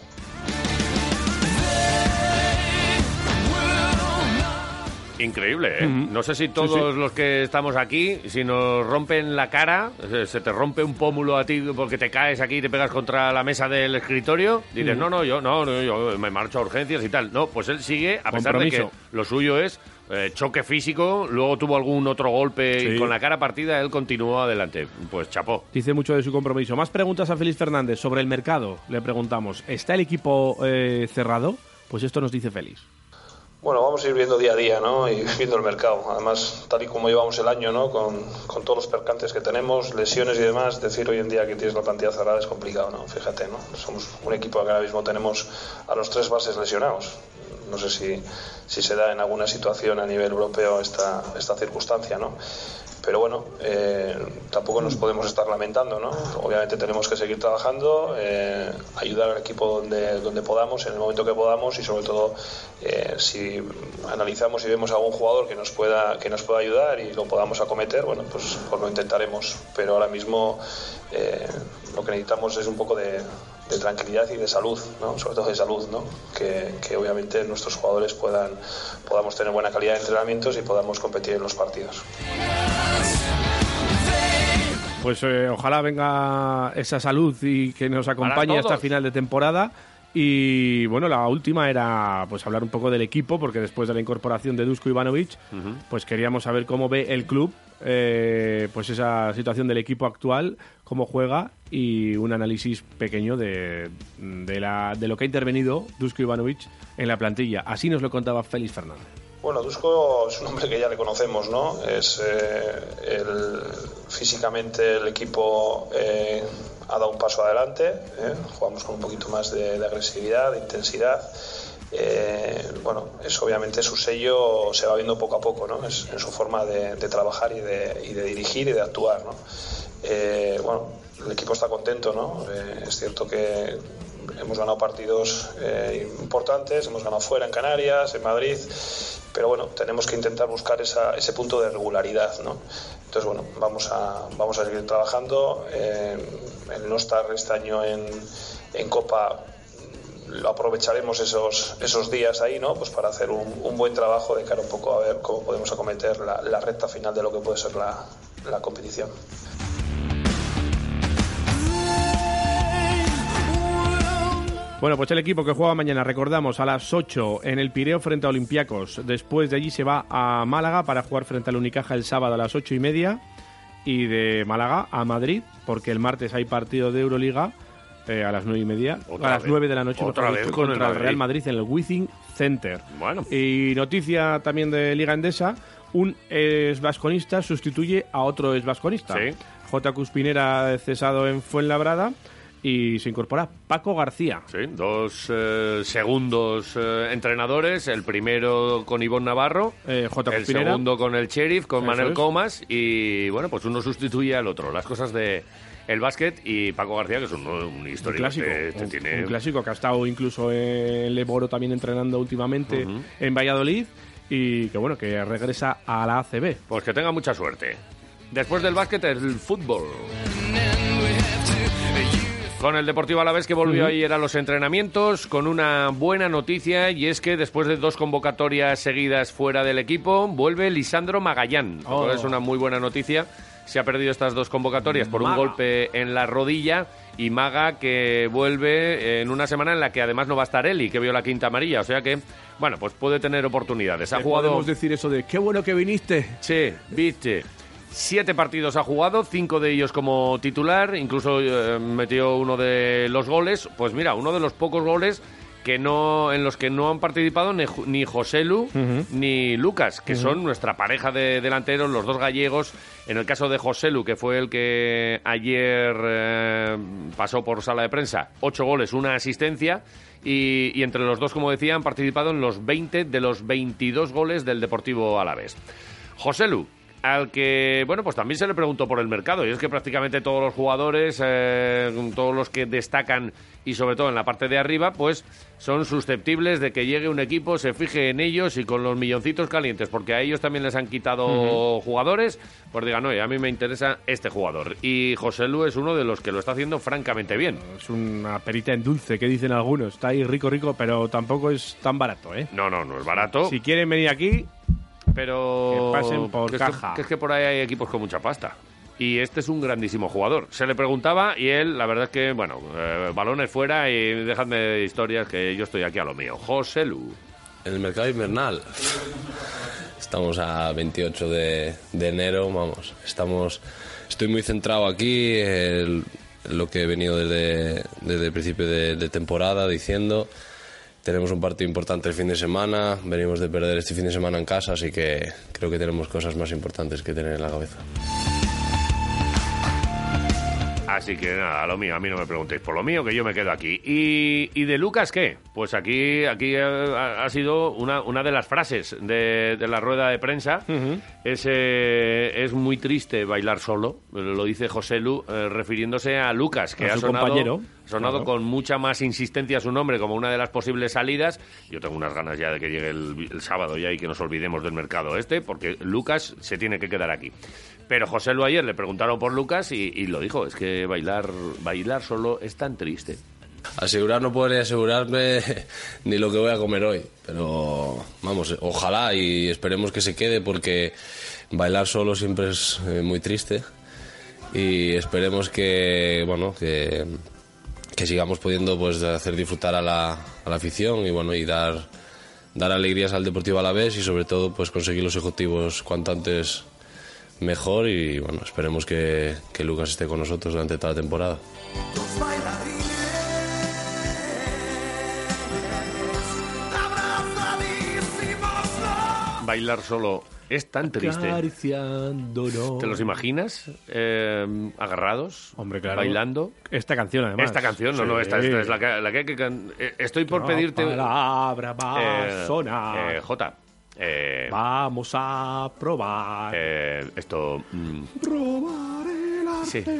Increíble, ¿eh? No sé si todos los que estamos aquí, si nos rompen la cara, se te rompe un pómulo a ti porque te caes aquí y te pegas contra la mesa del escritorio, dices, yo me marcho a urgencias y tal. No, pues él sigue, a pesar de que lo suyo es choque físico, luego tuvo algún otro golpe y con la cara partida él continuó adelante. Pues chapó. Dice mucho de su compromiso. Más preguntas a Félix Fernández sobre el mercado. Le preguntamos, ¿está el equipo cerrado? Pues esto nos dice Félix. Bueno, vamos a ir viendo día a día, ¿no? Y viendo el mercado. Además, tal y como llevamos el año, ¿no? Con todos los percances que tenemos, lesiones y demás, decir hoy en día que tienes la plantilla cerrada es complicado, ¿no? Fíjate, ¿no? Somos un equipo que ahora mismo tenemos a los 3 bases lesionados. no sé si se da en alguna situación a nivel europeo esta circunstancia, ¿no? Pero bueno, tampoco nos podemos estar lamentando, ¿no? Obviamente tenemos que seguir trabajando, ayudar al equipo donde podamos, en el momento que podamos, y sobre todo si analizamos y vemos a algún jugador que nos pueda ayudar y lo podamos acometer, bueno, pues lo intentaremos. Pero ahora mismo lo que necesitamos es un poco de tranquilidad y de salud, ¿no? Sobre todo de salud, ¿no? Que obviamente nuestros jugadores podamos tener buena calidad de entrenamientos y podamos competir en los partidos. Pues ojalá venga esa salud y que nos acompañe hasta final de temporada. Y bueno, la última era pues hablar un poco del equipo, porque después de la incorporación de Duško Ivanović, pues queríamos saber cómo ve el club, pues esa situación del equipo actual, cómo juega, y un análisis pequeño de lo que ha intervenido Duško Ivanović en la plantilla. Así nos lo contaba Félix Fernández. Bueno, Duško es un hombre que ya le conocemos, ¿no? Físicamente el equipo ha dado un paso adelante, jugamos con un poquito más de agresividad, de intensidad. Bueno, eso obviamente su sello se va viendo poco a poco, ¿no? Es en su forma de trabajar y de dirigir y de actuar, ¿no? Bueno, el equipo está contento, ¿no? Es cierto que hemos ganado partidos importantes, hemos ganado fuera en Canarias, en Madrid, pero bueno, tenemos que intentar buscar ese punto de regularidad, ¿no? Entonces, bueno, vamos a seguir trabajando. El no estar este año en Copa, lo aprovecharemos esos días ahí, ¿no? Pues para hacer un buen trabajo de cara un poco a ver cómo podemos acometer la recta final de lo que puede ser la competición. Bueno, pues el equipo que juega mañana, recordamos, a las 8 en el Pireo frente a Olympiacos. Después de allí se va a Málaga para jugar frente al Unicaja el sábado a las 8:30. Y de Málaga a Madrid, porque el martes hay partido de Euroliga a las 9:30. A las 9 de la noche. Otra vez con contra el Real Madrid en el Wizzing Center. Bueno. Y noticia también de Liga Endesa: un exvasconista sustituye a otro exvasconista. Sí. J. Cuspinera cesado en Fuenlabrada. Y se incorpora Paco García. Sí, dos segundos entrenadores. El primero con Ivonne Navarro. J. El segundo con el Sheriff, con Manel Comas. Y bueno, pues uno sustituye al otro. Las cosas de el básquet, y Paco García, que es un histórico. Un clásico que ha estado incluso en Leboro también entrenando últimamente en Valladolid. Y que bueno, que regresa a la ACB. Pues que tenga mucha suerte. Después del básquet, el fútbol. Con el Deportivo Alavés, que volvió ayer a los entrenamientos con una buena noticia, y es que después de 2 convocatorias seguidas fuera del equipo, vuelve Lisandro Magallán. Es una muy buena noticia. Se ha perdido estas 2 convocatorias por un golpe en la rodilla, y Maga que vuelve en una semana en la que además no va a estar Eli, que vio la 5ª amarilla, o sea que, bueno, pues puede tener oportunidades. Ha jugado... Podemos decir eso de qué bueno que viniste. Sí, viste. 7 partidos ha jugado, 5 de ellos como titular, incluso metió uno de los goles. Pues mira, uno de los pocos goles en los que no han participado ni Joselu ni Lucas, que son nuestra pareja de delanteros, los 2 gallegos. En el caso de Joselu, que fue el que ayer pasó por sala de prensa, 8 goles, 1 asistencia. Y entre los dos, como decía, han participado en los 20 de los 22 goles del Deportivo Alavés. Joselu, al que, bueno, pues también se le preguntó por el mercado, y es que prácticamente todos los jugadores, todos los que destacan, y sobre todo en la parte de arriba, pues son susceptibles de que llegue un equipo, se fije en ellos, y con los milloncitos calientes, porque a ellos también les han quitado jugadores, pues digan, oye, a mí me interesa este jugador. Y José Lu es uno de los que lo está haciendo francamente bien. Es una perita en dulce, que dicen algunos. Está ahí rico, pero tampoco es tan barato, ¿eh? No es barato. Si quieren venir aquí... Pero que pasen por caja. Es que por ahí hay equipos con mucha pasta. Y este es un grandísimo jugador. Se le preguntaba y él, la verdad es que, bueno, balones fuera y dejadme de historias, que yo estoy aquí a lo mío. José Lu. El mercado invernal. Estamos a 28 de enero, vamos. Estoy muy centrado aquí en lo que he venido desde el principio de temporada diciendo. Tenemos un partido importante el fin de semana, venimos de perder este fin de semana en casa, así que creo que tenemos cosas más importantes que tener en la cabeza. Así que nada, lo mío, a mí no me preguntéis por lo mío, que yo me quedo aquí. ¿Y de Lucas qué? Pues aquí ha sido una de las frases de la rueda de prensa. Es muy triste bailar solo, lo dice José Lu, refiriéndose a Lucas, que ha sonado claro, con mucha más insistencia su nombre como una de las posibles salidas. Yo tengo unas ganas ya de que llegue el sábado ya y que nos olvidemos del mercado porque Lucas se tiene que quedar aquí. Pero José Lu ayer le preguntaron por Lucas y lo dijo, es que bailar solo es tan triste. Asegurar no podría asegurarme ni lo que voy a comer hoy, pero vamos, ojalá y esperemos que se quede, porque bailar solo siempre es muy triste, y esperemos que sigamos pudiendo pues hacer disfrutar a la afición y dar alegrías al Deportivo Alavés, y sobre todo pues conseguir los objetivos cuanto antes mejor, y esperemos que Lucas esté con nosotros durante toda la temporada. Bailar solo es tan triste. ¿Te los imaginas? Agarrados, hombre, claro, bailando. Esta canción, además. Esta canción, no, esta es la que hay que estoy por pedirte. Palabra va a sonar. Jota. Vamos a probar. Esto. Probaré la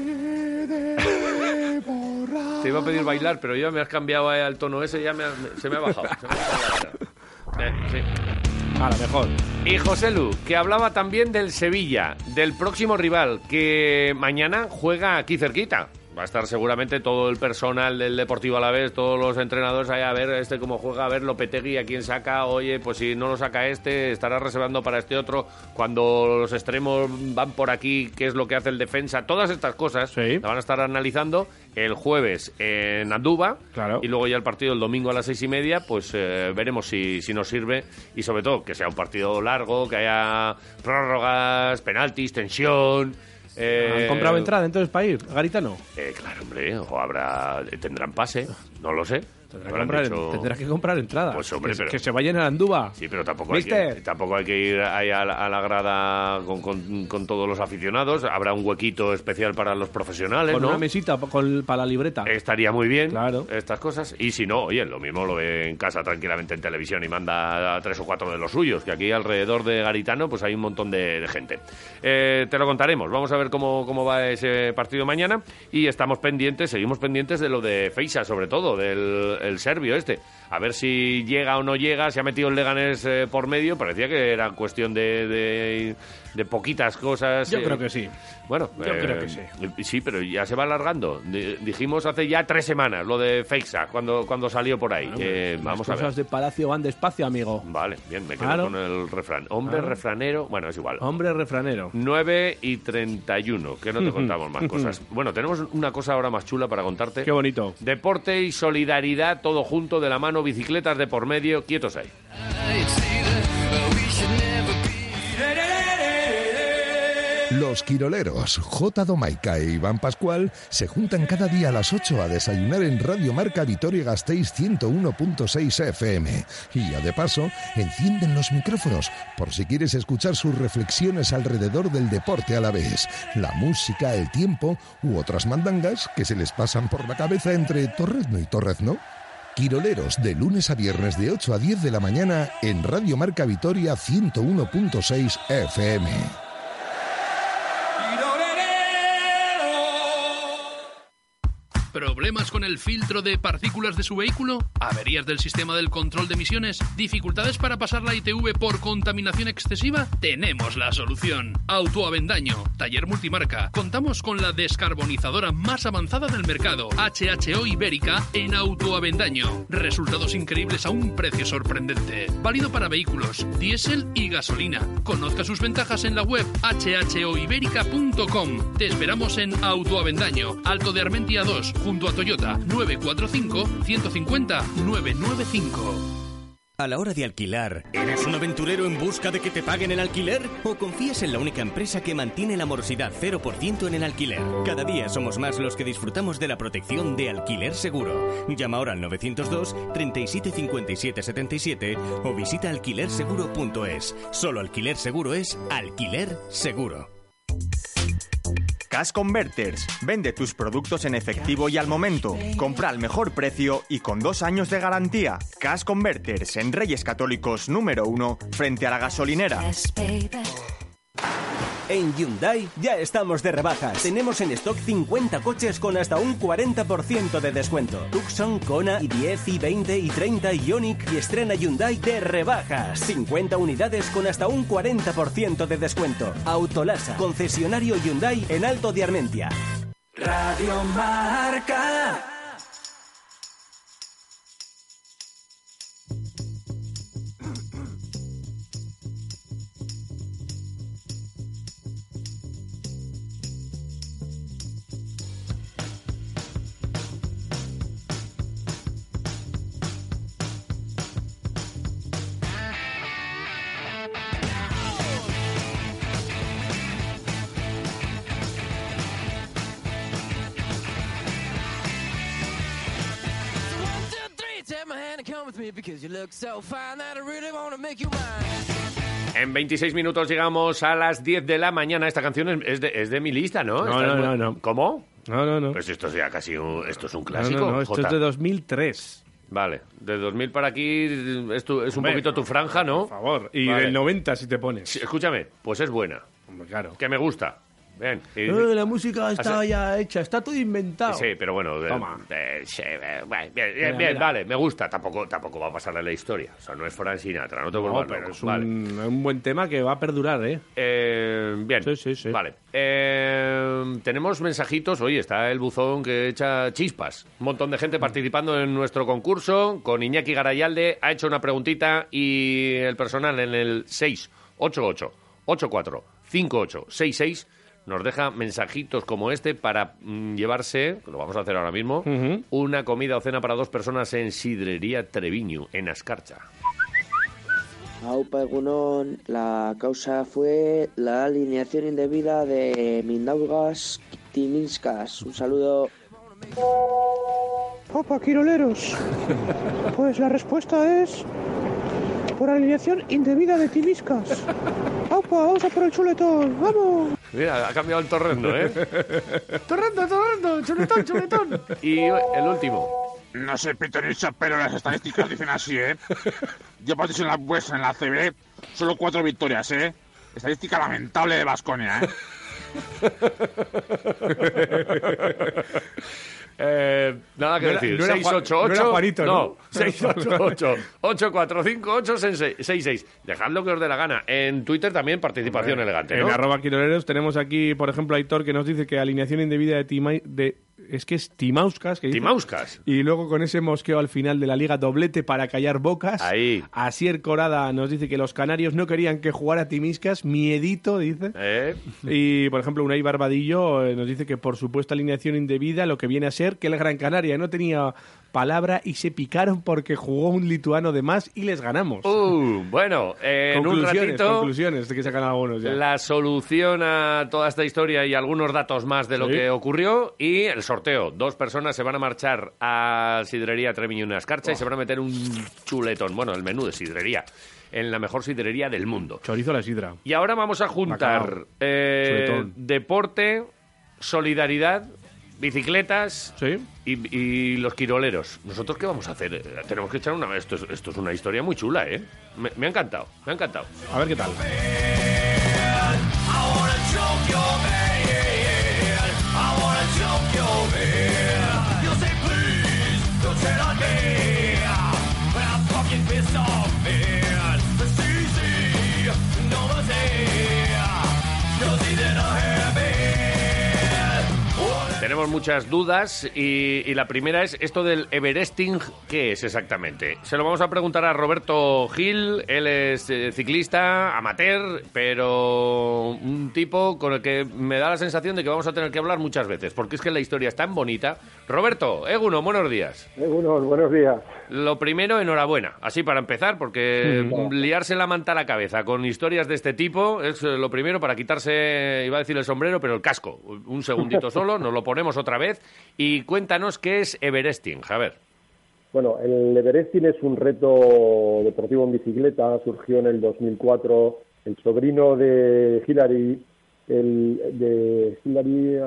de borrar. Te iba a pedir bailar, pero ya me has cambiado al tono ese, ya se me ha bajado. Sí. A lo mejor. Y José Lu, que hablaba también del Sevilla, del próximo rival, que mañana juega aquí cerquita. Va a estar seguramente todo el personal del Deportivo Alavés, todos los entrenadores ahí a ver cómo juega, a ver Lopetegui a quién saca. Oye, pues si no lo saca estará reservando para este otro. Cuando los extremos van por aquí, qué es lo que hace el defensa. Todas estas cosas la van a estar analizando el jueves en Andúba. Claro. Y luego ya el partido el domingo a las 6:30, pues veremos si nos sirve. Y sobre todo que sea un partido largo, que haya prórrogas, penaltis, tensión. ¿Han comprado entrada entonces para ir a Garitano? Claro, hombre, o tendrán pase, no lo sé. Tendrás que comprar entrada. Pues hombre, que se vayan a Andúba. Sí, pero tampoco hay que ir ahí a la grada con todos los aficionados. Habrá un huequito especial para los profesionales, con ¿no? Una mesita para la libreta. Estaría muy bien, claro, estas cosas. Y si no, oye, lo mismo lo ve en casa tranquilamente en televisión y manda a 3 o 4 de los suyos, que aquí alrededor de Garitano pues hay un montón de gente. Te lo contaremos. Vamos a ver cómo va ese partido mañana. Y seguimos pendientes de lo de Feixa, sobre todo, el serbio a ver si llega o no llega. Se ha metido el Leganés por medio. Parecía que era cuestión de poquitas cosas. Yo creo que sí. Bueno, yo creo que sí. Sí, pero ya se va alargando. Dijimos hace ya 3 semanas lo de Feixa, cuando salió por ahí. Vamos a ver. Las cosas de Palacio van despacio, amigo. Vale, bien, me quedo con el refrán. Hombre refranero, bueno, es igual. Hombre refranero. 9:31, que no te contamos más cosas. Bueno, tenemos una cosa ahora más chula para contarte. Qué bonito. Deporte y solidaridad, todo junto, de la mano, bicicletas de por medio, quietos ahí. Los quiroleros, J. Domaica e Iván Pascual, se juntan cada día a las 8 a desayunar en Radio Marca Vitoria-Gasteiz 101.6 FM. Y ya de paso, encienden los micrófonos por si quieres escuchar sus reflexiones alrededor del deporte alavés, la música, el tiempo u otras mandangas que se les pasan por la cabeza entre Torrezno y Torrezno. Quiroleros, de lunes a viernes de 8 a 10 de la mañana en Radio Marca Vitoria 101.6 FM. ¿Problemas con el filtro de partículas de su vehículo? ¿Averías del sistema del control de emisiones? ¿Dificultades para pasar la ITV por contaminación excesiva? Tenemos la solución. Autoavendaño, taller multimarca. Contamos con la descarbonizadora más avanzada del mercado, HHO Ibérica, en Autoavendaño. Resultados increíbles a un precio sorprendente. Válido para vehículos, diésel y gasolina. Conozca sus ventajas en la web hhoiberica.com. Te esperamos en Autoavendaño, Alto de Armentia 2, junto a Toyota. 945-150-995. A la hora de alquilar, ¿eres un aventurero en busca de que te paguen el alquiler? ¿O confías en la única empresa que mantiene la morosidad 0% en el alquiler? Cada día somos más los que disfrutamos de la protección de Alquiler Seguro. Llama ahora al 902 37 57 77 o visita alquilerseguro.es. Solo Alquiler Seguro es Alquiler Seguro. Cash Converters. Vende tus productos en efectivo y al momento. Compra al mejor precio y con 2 años de garantía. Cash Converters en Reyes Católicos número 1 frente a la gasolinera. En Hyundai ya estamos de rebajas. Tenemos en stock 50 coches con hasta un 40% de descuento. Tucson, Kona, i10, i20, i30, Ioniq y estrena Hyundai de rebajas. 50 unidades con hasta un 40% de descuento. Autolasa, concesionario Hyundai en Alto de Armentia. Radio Marca. En 26 minutos llegamos a las 10 de la mañana. Esta canción es de mi lista, ¿no? No. ¿Cómo? No. Pues esto es ya casi esto es un clásico. No, esto es de 2003. Vale, de 2000 para aquí es un poquito tu franja, ¿no? Por favor, y vale. del 90 si te pones. Sí, escúchame, pues es buena. Hombre, claro. Que me gusta. Bien. La música está ya hecha, está todo inventado. Sí, pero bueno. Toma. Bien, vale, me gusta. Tampoco va a pasarle la historia. O sea, no es Frank Sinatra, no te vuelvas pero loco. es Vale. un buen tema que va a perdurar, ¿eh? Bien. Sí. Vale. Tenemos mensajitos. Oye, está el buzón que echa chispas. Un montón de gente participando en nuestro concurso. Con Iñaki Garayalde ha hecho una preguntita y el personal en el 688-84-5866 nos deja mensajitos como este para llevarse, lo vamos a hacer ahora mismo, una comida o cena para 2 personas en Sidrería Treviño, en Ascarcha. Aupa Egunon, la causa fue la alineación indebida de Mindaugas Timinskas. Un saludo. Opa, quiroleros. Pues la respuesta es por alineación indebida de Timiscas. Aupa, vamos a por el chuletón, vamos. Mira, ha cambiado el torrendo, ¿eh? Torrendo, chuletón. Y el último. No sé, pitoniza, pero las estadísticas dicen así, ¿eh? Yo participo en la vuestra, en la CB, solo 4 victorias, ¿eh? Estadística lamentable de Baskonia, Nada que decir. No era 688. no era Juanito, ¿no? 688-845-866. Dejadlo que os dé la gana. En Twitter también participación elegante, ¿no? En @quiroleros tenemos aquí, por ejemplo, a Aitor que nos dice que alineación indebida de es que es Timauskas. Timauskas. Y luego con ese mosqueo al final de la liga, doblete para callar bocas. Ahí. Asier Corada nos dice que los canarios no querían que jugara Timiscas. Miedito, dice. Y, por ejemplo, Unai Barbadillo nos dice que por supuesta alineación indebida, lo que viene a ser que el Gran Canaria no tenía palabra y se picaron porque jugó un lituano de más y les ganamos. Bueno, en un ratito... Conclusiones de que sacan algunos ya. La solución a toda esta historia y algunos datos más de lo que ocurrió y el sorteo. 2 personas se van a marchar a Sidrería Treviño en Ascarcha y se van a meter un chuletón. Bueno, el menú de sidrería. En la mejor sidrería del mundo. Chorizo a la sidra. Y ahora vamos a juntar deporte, solidaridad, bicicletas y los quiroleros. ¿Nosotros qué vamos a hacer? Tenemos que echar una... Esto es una historia muy chula, ¿eh? Me ha encantado. A ver qué tal. Tenemos muchas dudas y la primera es esto del Everesting, ¿qué es exactamente? Se lo vamos a preguntar a Roberto Gil, él es ciclista, amateur, pero un tipo con el que me da la sensación de que vamos a tener que hablar muchas veces, porque es que la historia es tan bonita. Roberto, Eguno, buenos días. Eguno, buenos días. Lo primero, enhorabuena, así para empezar, porque liarse la manta a la cabeza con historias de este tipo es lo primero para quitarse, iba a decir el sombrero, pero el casco. Un segundito solo, nos lo ponemos otra vez y cuéntanos qué es Everesting, a ver. Bueno, el Everesting es un reto deportivo en bicicleta, surgió en el 2004. El sobrino de Hillary el de Hillary,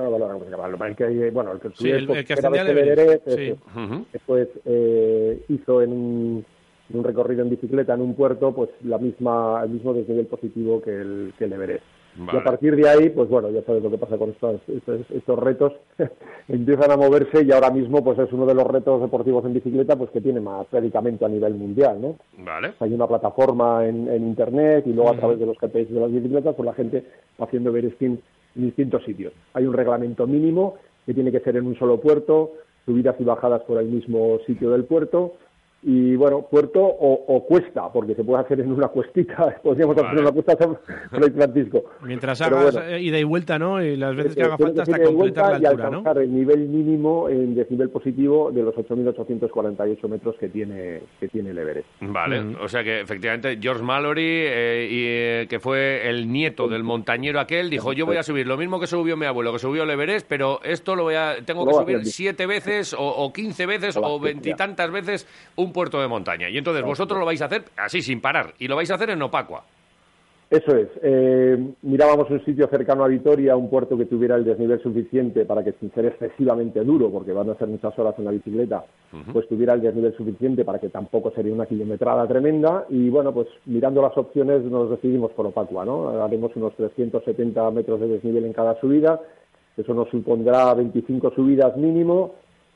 el que ascendía al Everest, sí. Después hizo en un recorrido en bicicleta en un puerto, pues el mismo desnivel positivo que el Everest. Vale. Y a partir de ahí, pues bueno, ya sabes lo que pasa con estos retos, empiezan a moverse y ahora mismo pues es uno de los retos deportivos en bicicleta pues que tiene más predicamento a nivel mundial, ¿no? Vale. Hay una plataforma en internet y luego a través de los GPS de las bicicletas pues la gente va haciendo Everesting en distintos sitios. Hay un reglamento mínimo que tiene que ser en un solo puerto, subidas y bajadas por el mismo sitio del puerto. Y bueno, puerto o cuesta, porque se puede hacer en una cuestita, podríamos hacer una cuesta por el Francisco. Mientras hagas ida y vuelta, ¿no? Y las veces que haga falta hasta completar la altura, ¿no? Y alcanzar el nivel mínimo en desnivel positivo de los 8.848 metros que tiene el Everest. Vale, o sea que efectivamente George Mallory, que fue el nieto del montañero aquel, dijo, yo voy a subir lo mismo que subió mi abuelo, que subió el Everest, pero esto tengo que subir 7 veces o 15 veces o 20 y tantas veces un puerto de montaña. Y entonces vosotros lo vais a hacer así, sin parar, y lo vais a hacer en Opacua. Eso es. Mirábamos un sitio cercano a Vitoria, un puerto que tuviera el desnivel suficiente para que, sin ser excesivamente duro, porque van a ser muchas horas en la bicicleta, pues tuviera el desnivel suficiente para que tampoco sería una kilometrada tremenda. Y bueno, pues mirando las opciones nos decidimos por Opacua, ¿no? Haremos unos 370 metros de desnivel en cada subida. Eso nos supondrá 25 subidas mínimo.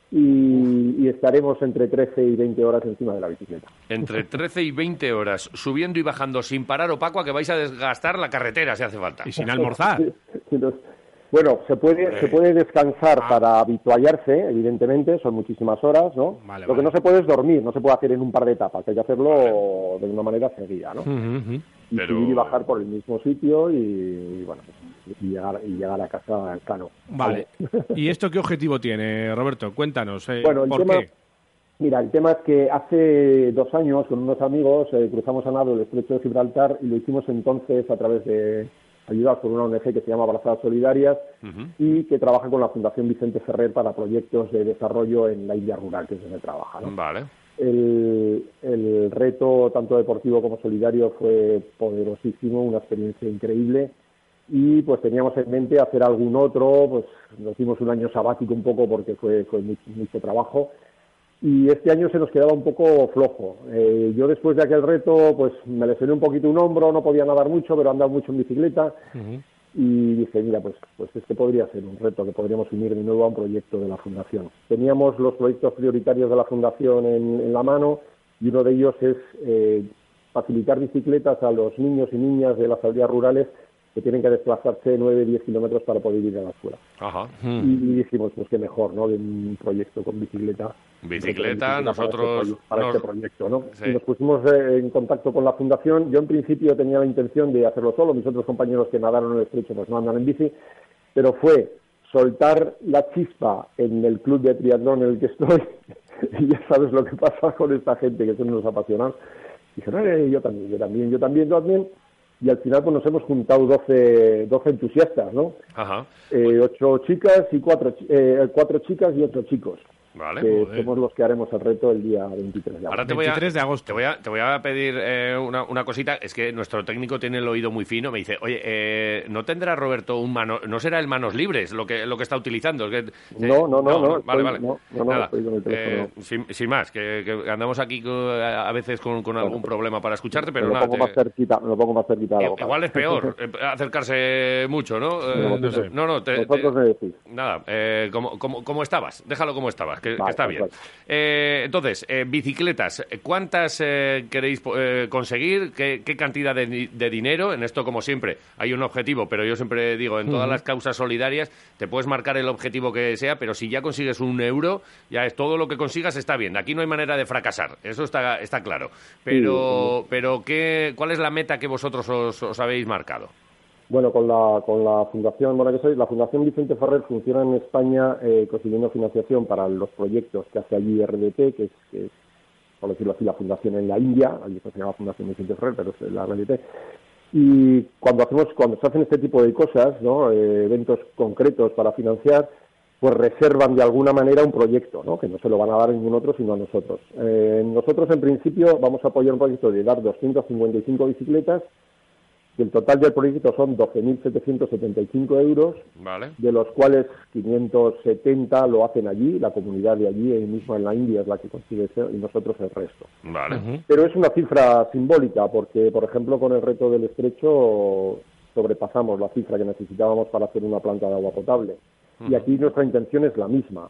Y estaremos entre 13 y 20 horas encima de la bicicleta. Entre 13 y 20 horas, subiendo y bajando sin parar, Opacua, que vais a desgastar la carretera si hace falta. Y sin almorzar. Bueno, se puede descansar para habituallarse, evidentemente, son muchísimas horas, ¿no? Lo que no se puede es dormir, no se puede hacer en un par de etapas, hay que hacerlo de una manera seguida, ¿no? Y subir y bajar por el mismo sitio y bueno, y llegar a casa sano. Vale. ¿Y esto qué objetivo tiene, Roberto? Cuéntanos. Bueno, ¿por qué? Mira, el tema es que hace 2 años con unos amigos cruzamos a nado el estrecho de Gibraltar y lo hicimos entonces a través de ayudados por una ONG que se llama Brazadas Solidarias y que trabaja con la Fundación Vicente Ferrer para proyectos de desarrollo en la India rural, que es donde trabaja, ¿no? Vale. El reto, tanto deportivo como solidario, fue poderosísimo, una experiencia increíble y pues teníamos en mente hacer algún otro, pues nos dimos un año sabático un poco porque fue mucho trabajo. Y este año se nos quedaba un poco flojo. Yo después de aquel reto, pues me lesioné un poquito un hombro, no podía nadar mucho, pero andaba mucho en bicicleta. Y dije, mira, pues este podría ser un reto que podríamos unir de nuevo a un proyecto de la Fundación. Teníamos los proyectos prioritarios de la Fundación en la mano y uno de ellos es facilitar bicicletas a los niños y niñas de las aldeas rurales que tienen que desplazarse 9-10 kilómetros para poder ir a la escuela. Ajá. Y dijimos, pues qué mejor, ¿no?, de un proyecto con bicicleta. Nosotros... Para este proyecto, ¿no? Sí. Y nos pusimos en contacto con la Fundación. Yo en principio tenía la intención de hacerlo solo, mis otros compañeros que nadaron en el estrecho pues no andan en bici, pero fue soltar la chispa en el club de triatlón en el que estoy, y ya sabes lo que pasa con esta gente, que son unos apasionados. Dije, yo también. Y al final pues nos hemos juntado 12 entusiastas, ¿no? Ajá. 8 chicas y 4 chicas y 8 chicos. Vale, que somos los que haremos el reto el día 23 de agosto. Ahora 23 de agosto. Te voy a pedir una cosita. Es que nuestro técnico tiene el oído muy fino. Me dice, oye, ¿no tendrá Roberto no será el manos libres lo que está utilizando? Es que, no. Vale. No, estoy con el teléfono. Sin más, que andamos aquí a veces con algún problema para escucharte, pero me nada. Me lo pongo más cerquita. Igual es peor acercarse mucho, ¿no? Vosotros me decís. Nada, ¿cómo estabas? Déjalo como estabas. Que está bien. Entonces, bicicletas, ¿cuántas queréis conseguir? ¿Qué cantidad de dinero? En esto, como siempre, hay un objetivo, pero yo siempre digo, en todas las causas solidarias, te puedes marcar el objetivo que sea, pero si ya consigues €1, ya es todo lo que consigas está bien. Aquí no hay manera de fracasar, eso está claro. Pero ¿cuál es la meta que vosotros os habéis marcado? Bueno, con la Fundación, la Fundación Vicente Ferrer funciona en España consiguiendo financiación para los proyectos que hace allí RDT, que es, por decirlo así, la fundación en la India, allí se llama Fundación Vicente Ferrer, pero es la RDT. Y cuando se hacen este tipo de cosas, ¿no?, eventos concretos para financiar, pues reservan de alguna manera un proyecto, ¿no?, que no se lo van a dar a ningún otro sino a nosotros. Nosotros, en principio, vamos a apoyar un proyecto de dar 255 bicicletas El total del proyecto son 12.775 euros, vale, de los cuales 570 lo hacen allí, la comunidad de allí, mismo en la India es la que consigue eso, y nosotros el resto. Vale. Pero es una cifra simbólica, porque, por ejemplo, con el reto del estrecho sobrepasamos la cifra que necesitábamos para hacer una planta de agua potable. Y aquí nuestra intención es la misma.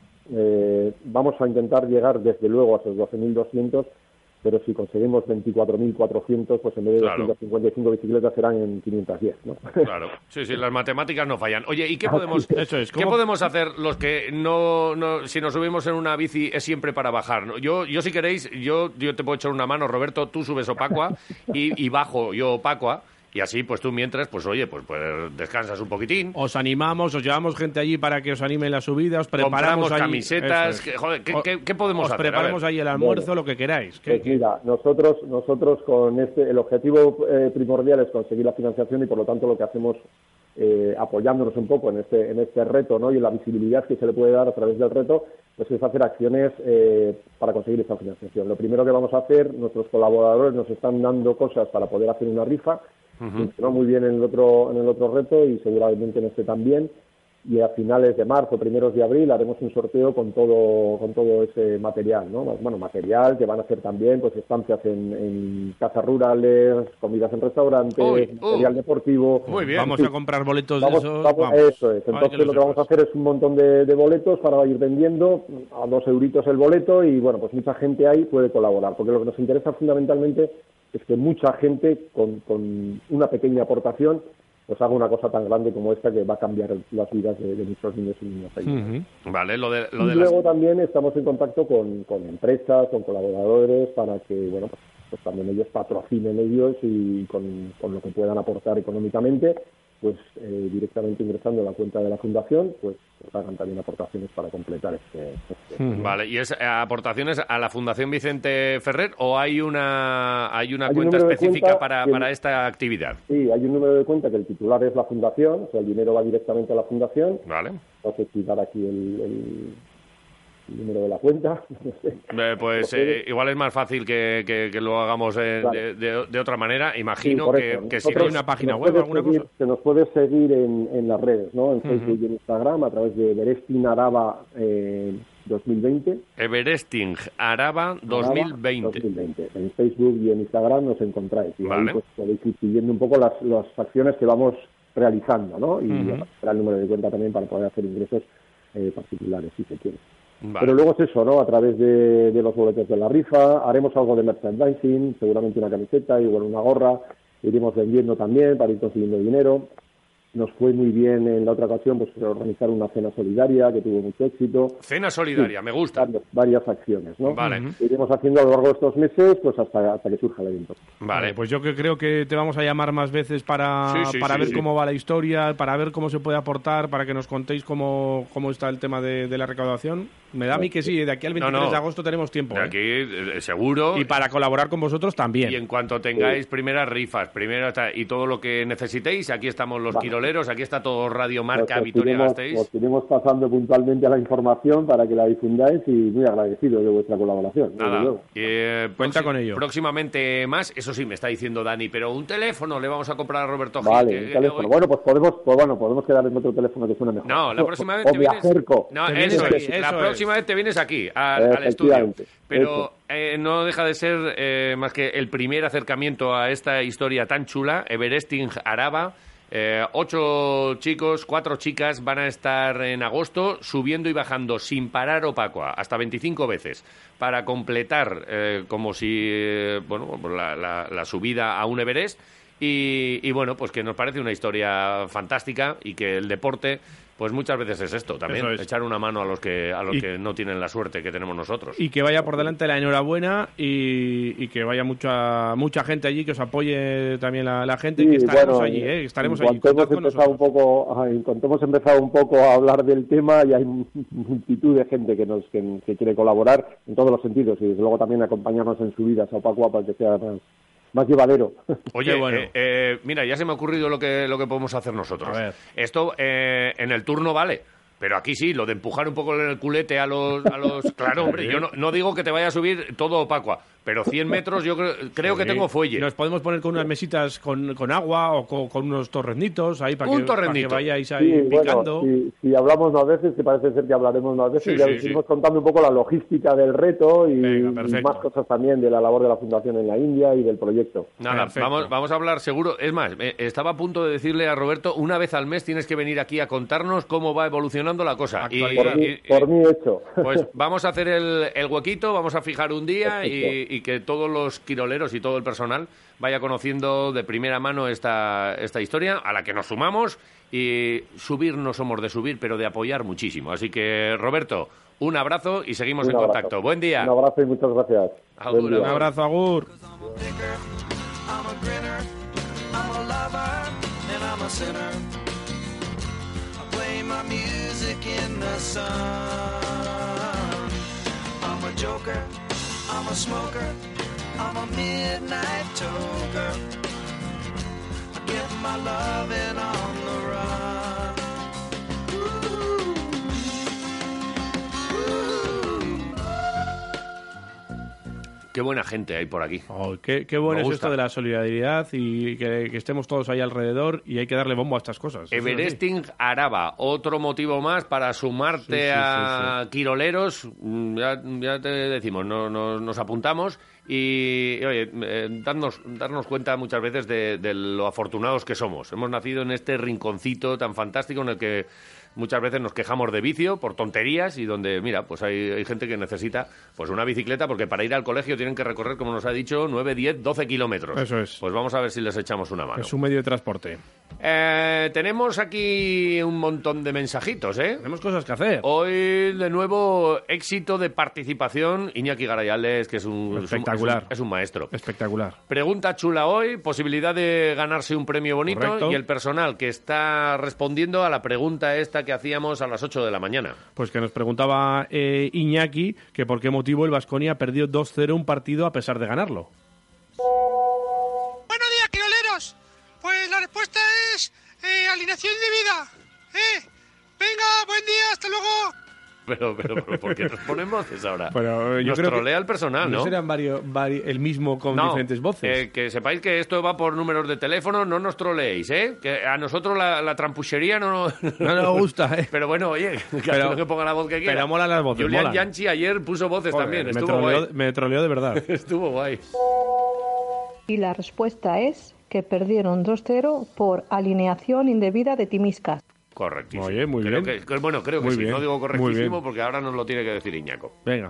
Vamos a intentar llegar, desde luego, a esos 12.200, pero si conseguimos 24.400, pues en vez de 255 bicicletas serán en 510, ¿no? Claro, sí, las matemáticas no fallan. Oye, ¿y qué podemos, ¿qué podemos hacer los que no, si nos subimos en una bici es siempre para bajar, ¿no? Yo si queréis, yo te puedo echar una mano, Roberto, tú subes Opacua y bajo yo Opacua. Y así, pues tú mientras, pues oye, pues descansas un poquitín. Os animamos, os llevamos gente allí para que os anime en la subida, os preparamos allí camisetas, ¿qué podemos hacer? Os preparamos ahí el almuerzo, lo que queráis. Pues mira, nosotros con el objetivo primordial es conseguir la financiación y por lo tanto lo que hacemos, apoyándonos un poco en este reto, ¿no? Y en la visibilidad que se le puede dar a través del reto, pues es hacer acciones para conseguir esta financiación. Lo primero que vamos a hacer, nuestros colaboradores nos están dando cosas para poder hacer una rifa. Funcionó muy bien en el otro reto y seguramente en este también, y a finales de marzo, primeros de abril haremos un sorteo con todo ese material, ¿no? Bueno, material que van a hacer también, pues estancias en casas rurales, comidas en restaurantes, material deportivo. Muy bien. Vamos a comprar boletos de esos. Eso es. Entonces lo que vamos a hacer es un montón de boletos para ir vendiendo a 2 euritos el boleto y bueno, pues mucha gente ahí puede colaborar, porque lo que nos interesa fundamentalmente es que mucha gente con una pequeña aportación pues haga una cosa tan grande como esta que va a cambiar las vidas de nuestros niños y niñas ahí. Vale, y luego también estamos en contacto con empresas, con colaboradores para que, bueno, pues también ellos patrocinen ellos y con lo que puedan aportar económicamente, pues directamente ingresando a la cuenta de la fundación, pues hagan también aportaciones para completar este. Vale, ¿y es aportaciones a la Fundación Vicente Ferrer o hay una cuenta específica para esta actividad? Sí, hay un número de cuenta que el titular es la fundación, o sea, el dinero va directamente a la fundación. Vale. No sé si dar aquí el número de la cuenta. No sé. Pues igual es más fácil que lo hagamos de otra manera. Imagino que si hay una página web o alguna cosa. Se nos puede seguir en las redes, ¿no? En Facebook y en Instagram a través de Everesting Araba 2020. Everesting Araba 2020. En Facebook y en Instagram nos encontráis. Y ahí pues podéis ir siguiendo un poco las acciones que vamos realizando, ¿no? Y el número de cuenta también para poder hacer ingresos particulares, si se quiere. Vale. Pero luego es eso, ¿no? A través de los boletos de la rifa, haremos algo de merchandising, seguramente una camiseta, igual una gorra, iremos vendiendo también para ir consiguiendo dinero. Nos fue muy bien en la otra ocasión pues organizar una cena solidaria que tuvo mucho éxito. Cena solidaria, me gusta. Varias acciones, ¿no? Vale. Iremos haciendo a lo largo de estos meses pues hasta que surja el evento. Vale, pues yo creo que te vamos a llamar más veces para ver cómo va la historia, para ver cómo se puede aportar, para que nos contéis cómo está el tema de la recaudación. Me da a mí que sí, de aquí al 23 de agosto tenemos tiempo. De aquí, seguro. Y para colaborar con vosotros también. Y en cuanto tengáis primeras rifas, y todo lo que necesitéis, aquí estamos los quiroleros, aquí está todo Radio Marca Vitoria-Gasteiz. Os iremos pasando puntualmente a la información para que la difundáis y muy agradecido de vuestra colaboración. Nada, cuenta con ello. Próximamente más, eso sí, me está diciendo Dani, pero un teléfono le vamos a comprar a Roberto Gil. Vale, un teléfono. Bueno, pues podemos quedar en otro teléfono que suene mejor. No, la próxima vez te vienes... No, eso es. La próxima vez te vienes aquí, al estudio. Pero no deja de ser más que el primer acercamiento a esta historia tan chula, Everesting Araba. 8 chicos, 4 chicas van a estar en agosto subiendo y bajando sin parar Opacua, hasta 25 veces, para completar como si la subida a un Everest. Y bueno, pues que nos parece una historia fantástica y que el deporte pues muchas veces es esto también, echar una mano a los que no tienen la suerte que tenemos nosotros. Y que vaya por delante la enhorabuena y que vaya mucha gente allí, que os apoye también la gente, y que estaremos allí, estaremos allí. En cuanto hemos empezado un poco a hablar del tema, y hay multitud de gente que quiere colaborar en todos los sentidos, y desde luego también acompañarnos en subidas a Opacua para que sea más llevadero. Oye, bueno. Mira, ya se me ha ocurrido lo que podemos hacer nosotros. A ver. Esto en el turno vale, pero aquí sí, lo de empujar un poco el culete a los claro, hombre, yo no digo que te vaya a subir todo Opacua, pero 100 metros yo creo que tengo fuelle. Nos podemos poner con unas mesitas con agua o con unos torrenitos ahí para que vayáis ahí picando. Bueno, si hablamos más veces, que parece ser que hablaremos más veces, ya seguimos contando un poco la logística del reto y más cosas también de la labor de la Fundación en la India y del proyecto. Nada, vamos a hablar seguro. Es más, estaba a punto de decirle a Roberto, una vez al mes tienes que venir aquí a contarnos cómo va evolucionando la cosa. Por mí hecho. Pues vamos a hacer el huequito, vamos a fijar un día y que todos los quiroleros y todo el personal vaya conociendo de primera mano esta historia, a la que nos sumamos, y subir no somos de subir, pero de apoyar muchísimo. Así que, Roberto, un abrazo y seguimos en contacto. Buen día. Un abrazo y muchas gracias. Agur, un abrazo, agur. I'm a smoker, I'm a midnight toker. I get my loving on the run. Qué buena gente hay por aquí. Qué bueno es esto de la solidaridad y que estemos todos ahí alrededor, y hay que darle bombo a estas cosas. Everesting Araba, otro motivo más para sumarte a Quiroleros. Ya te decimos, nos apuntamos y oye, darnos cuenta muchas veces de lo afortunados que somos. Hemos nacido en este rinconcito tan fantástico en el que muchas veces nos quejamos de vicio por tonterías, y donde, mira, pues hay gente que necesita pues una bicicleta, porque para ir al colegio tienen que recorrer, como nos ha dicho, 9, 10, 12 kilómetros. Eso es. Pues vamos a ver si les echamos una mano. Es un medio de transporte. Tenemos aquí un montón de mensajitos, ¿eh? Tenemos cosas que hacer. Hoy, de nuevo, éxito de participación. Iñaki Garayales, que es un espectacular. Es un maestro. Espectacular. Pregunta chula hoy, posibilidad de ganarse un premio bonito. Correcto. Y el personal que está respondiendo a la pregunta esta que hacíamos a las 8 de la mañana. Pues que nos preguntaba Iñaki que por qué motivo el Baskonia perdió 2-0 un partido a pesar de ganarlo. Buenos días, quiroleros. Pues la respuesta es alineación indebida. Venga, buen día, hasta luego. Pero ¿por qué nos ponen voces ahora? Pero yo nos creo trolea que el personal, ¿no? ¿No serán el mismo con diferentes voces? Que sepáis que esto va por números de teléfono, no nos troleéis, ¿eh? Que a nosotros la trampuchería no nos gusta, ¿eh? Pero bueno, oye, que ponga la voz que quiera. Pero molan las voces, Julián molan. Yanchi ayer puso voces. Joder, también, estuvo guay. Me troleó de verdad. Estuvo guay. Y la respuesta es que perdieron 2-0 por alineación indebida de Timiscas. Correctísimo. Oye, muy bien. Creo que muy sí. Bien. No digo correctísimo porque ahora nos lo tiene que decir Iñaco. Venga.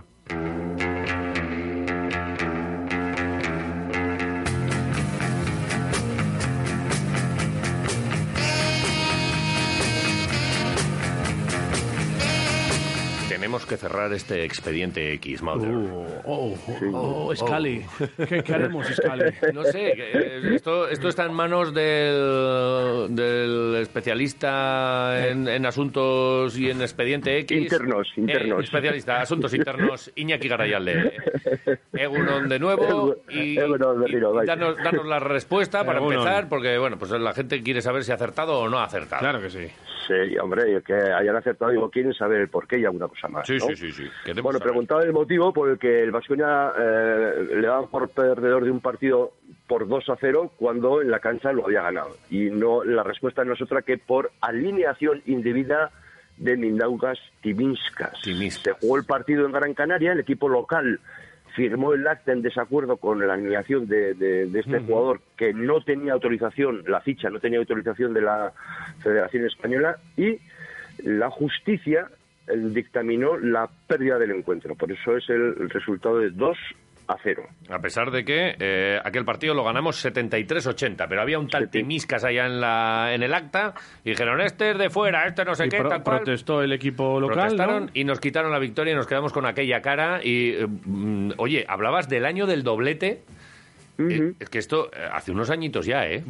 Tenemos que cerrar este expediente X, Mulder. Scully. ¿Qué haremos, Scully? No sé, esto está en manos del especialista en asuntos y en expediente X. Internos. Especialista, asuntos internos, Iñaki Garayalde. Egunon de nuevo y danos la respuesta para empezar, porque bueno, pues la gente quiere saber si ha acertado o no ha acertado. Claro que sí. Sí, hombre, que hayan acertado, digo, quieren saber el porqué y alguna cosa más, Sí, ¿no? sí. Bueno, preguntaba el motivo por el que el Baskonia le daban por perdedor de un partido por 2-0 cuando en la cancha lo había ganado. Y no, la respuesta no es otra que por alineación indebida de Mindaugas Timinskas. Se jugó el partido en Gran Canaria, el equipo local firmó el acta en desacuerdo con la alineación de este jugador que no tenía autorización, la ficha no tenía autorización de la Federación Española, y la justicia dictaminó la pérdida del encuentro. Por eso es el resultado de 2-0. A pesar de que aquel partido lo ganamos 73-80, pero había un tal Timiskas allá en el acta y dijeron, este es de fuera, este no sé qué, tal cual. Protestó el equipo local, protestaron, ¿no? Y nos quitaron la victoria y nos quedamos con aquella cara. Y, oye, hablabas del año del doblete. Es que esto hace unos añitos ya, ¿eh?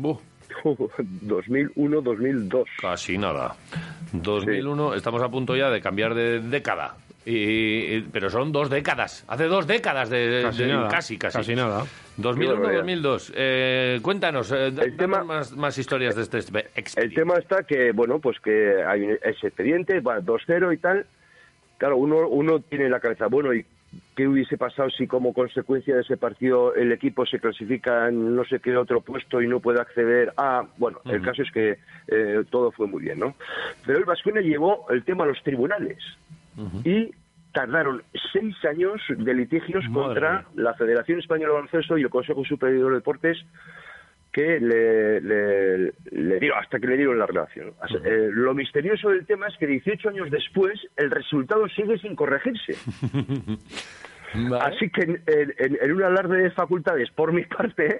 2001-2002. Casi nada. 2001, sí. Estamos a punto ya de cambiar de década. Pero son 2 décadas. Hace 2 décadas casi. Casi nada. 2001-2002. Cuéntanos, más historias de este expediente. El tema está que, bueno, pues que hay ese expediente, va 2-0 y tal. Claro, uno tiene en la cabeza, bueno, ¿y qué hubiese pasado si como consecuencia de ese partido el equipo se clasifica en no sé qué otro puesto y no puede acceder a... Bueno, el caso es que todo fue muy bien, ¿no? Pero el Baskonia llevó el tema a los tribunales y tardaron 6 años de litigios contra la Federación Española de Baloncesto y el Consejo Superior de Deportes, que le dieron, hasta que le dieron la relación. Lo misterioso del tema es que 18 años después el resultado sigue sin corregirse. Vale. Así que en un alarde de facultades por mi parte,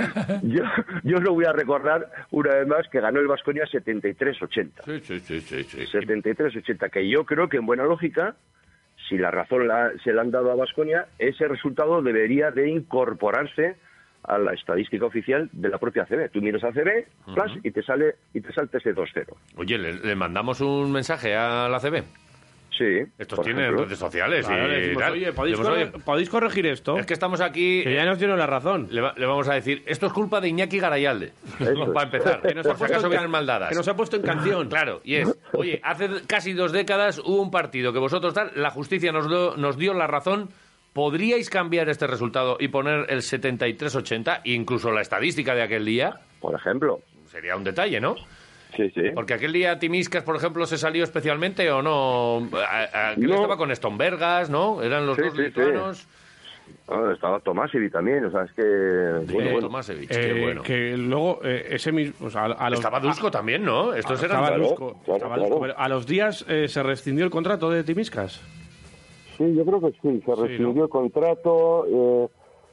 yo lo voy a recordar una vez más, que ganó el Baskonia 73-80. Sí. 73-80, que yo creo que en buena lógica, si la razón se la han dado a Baskonia, ese resultado debería de incorporarse a la estadística oficial de la propia ACB. Tú miras ACB, y te salta ese 2-0. Oye, ¿le mandamos un mensaje a la ACB? Sí. Estos tienen redes sociales. Claro, oye, ¿podéis corregir esto? Es que estamos aquí... Que ya nos dieron la razón. Le vamos a decir, esto es culpa de Iñaki Garayalde. Para empezar. Que nos por si acaso vienen maldadas. Que nos ha puesto en canción. Claro, y es... Oye, hace casi 2 décadas hubo un partido que vosotros la justicia nos dio la razón. ¿Podríais cambiar este resultado y poner el 73-80, incluso la estadística de aquel día? Por ejemplo. Sería un detalle, ¿no? Sí. Porque aquel día Timiscas, por ejemplo, se salió especialmente, ¿o no? Aquel estaba con Stonbergas, ¿no? Eran los dos lituanos. Sí. Bueno, estaba Tomasevic también, o sea, es que... Tomasevic, qué bueno. Que luego, ese mismo... O sea, estaba Dusko también, ¿no? Estos eran... Estaba Dusko. Pero a los días se rescindió el contrato de Timiscas. Sí, yo creo que sí, se rescindió el contrato.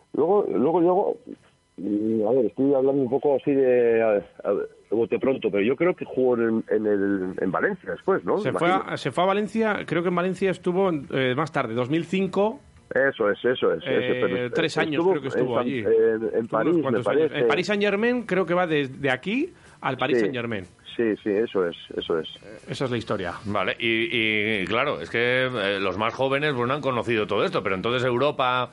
Luego, a ver, estoy hablando un poco así de bote pronto, pero yo creo que jugó en Valencia después, ¿no? Se fue a Valencia, creo que en Valencia estuvo más tarde, 2005. Eso es. Pero 3 años creo que estuvo allí. En París, me parece. En París Saint-Germain creo que va desde aquí al París Saint-Germain. Sí, eso es. Esa es la historia. Vale, y claro, es que los más jóvenes no han conocido todo esto, pero entonces Europa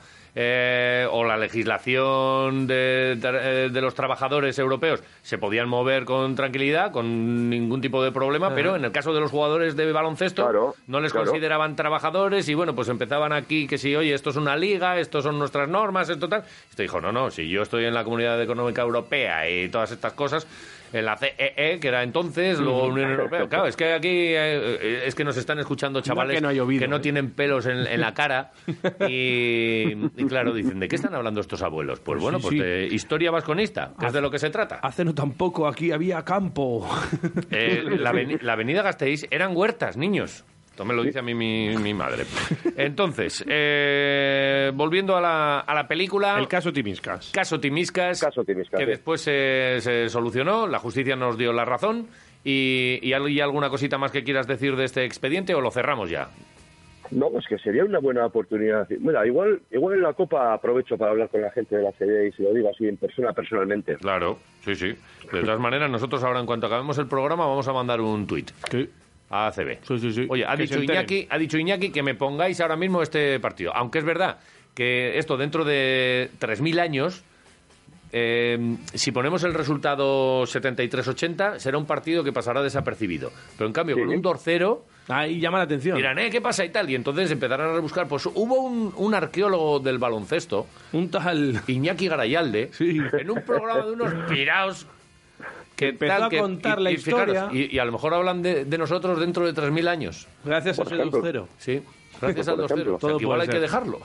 o la legislación de los trabajadores europeos se podían mover con tranquilidad, con ningún tipo de problema, pero en el caso de los jugadores de baloncesto no les consideraban trabajadores y bueno, pues empezaban aquí que si, oye, esto es una liga, esto son nuestras normas, esto tal. Esto dijo, no, si yo estoy en la Comunidad Económica Europea y todas estas cosas, en la CEE, que era entonces, luego Unión Europea. Claro, es que aquí es que nos están escuchando chavales que no tienen pelos en la cara y claro, dicen, ¿de qué están hablando estos abuelos? Pues bueno, pues de historia vasconista, que es de lo que se trata. Hace no tampoco aquí había campo. La avenida Gasteiz eran huertas, niños. Esto me lo dice a mí mi madre. Entonces, volviendo a la película... El caso Timiscas. Caso Timiscas, que después se solucionó, la justicia nos dio la razón. ¿Y hay alguna cosita más que quieras decir de este expediente o lo cerramos ya? No, pues que sería una buena oportunidad. Mira, igual en la Copa aprovecho para hablar con la gente de la CB y se lo digo así en persona, personalmente. Claro, sí. De todas maneras, nosotros ahora, en cuanto acabemos el programa, vamos a mandar un tuit. ¿Qué? A ACB. Sí. Oye, ha dicho Iñaki que me pongáis ahora mismo este partido. Aunque es verdad que esto dentro de 3.000 años, si ponemos el resultado 73-80, será un partido que pasará desapercibido. Pero en cambio, con un 2-0... Ahí llama la atención. Dirán, ¿qué pasa y tal? Y entonces empezarán a rebuscar. Pues hubo un arqueólogo del baloncesto, un tal Iñaki Garayalde, en un programa de unos piraos... que empezó a contar la historia. Y a lo mejor hablan de nosotros dentro de 3.000 años. Gracias a ese 2-0. Sí, gracias al 2-0. O sea, que igual hay que dejarlo.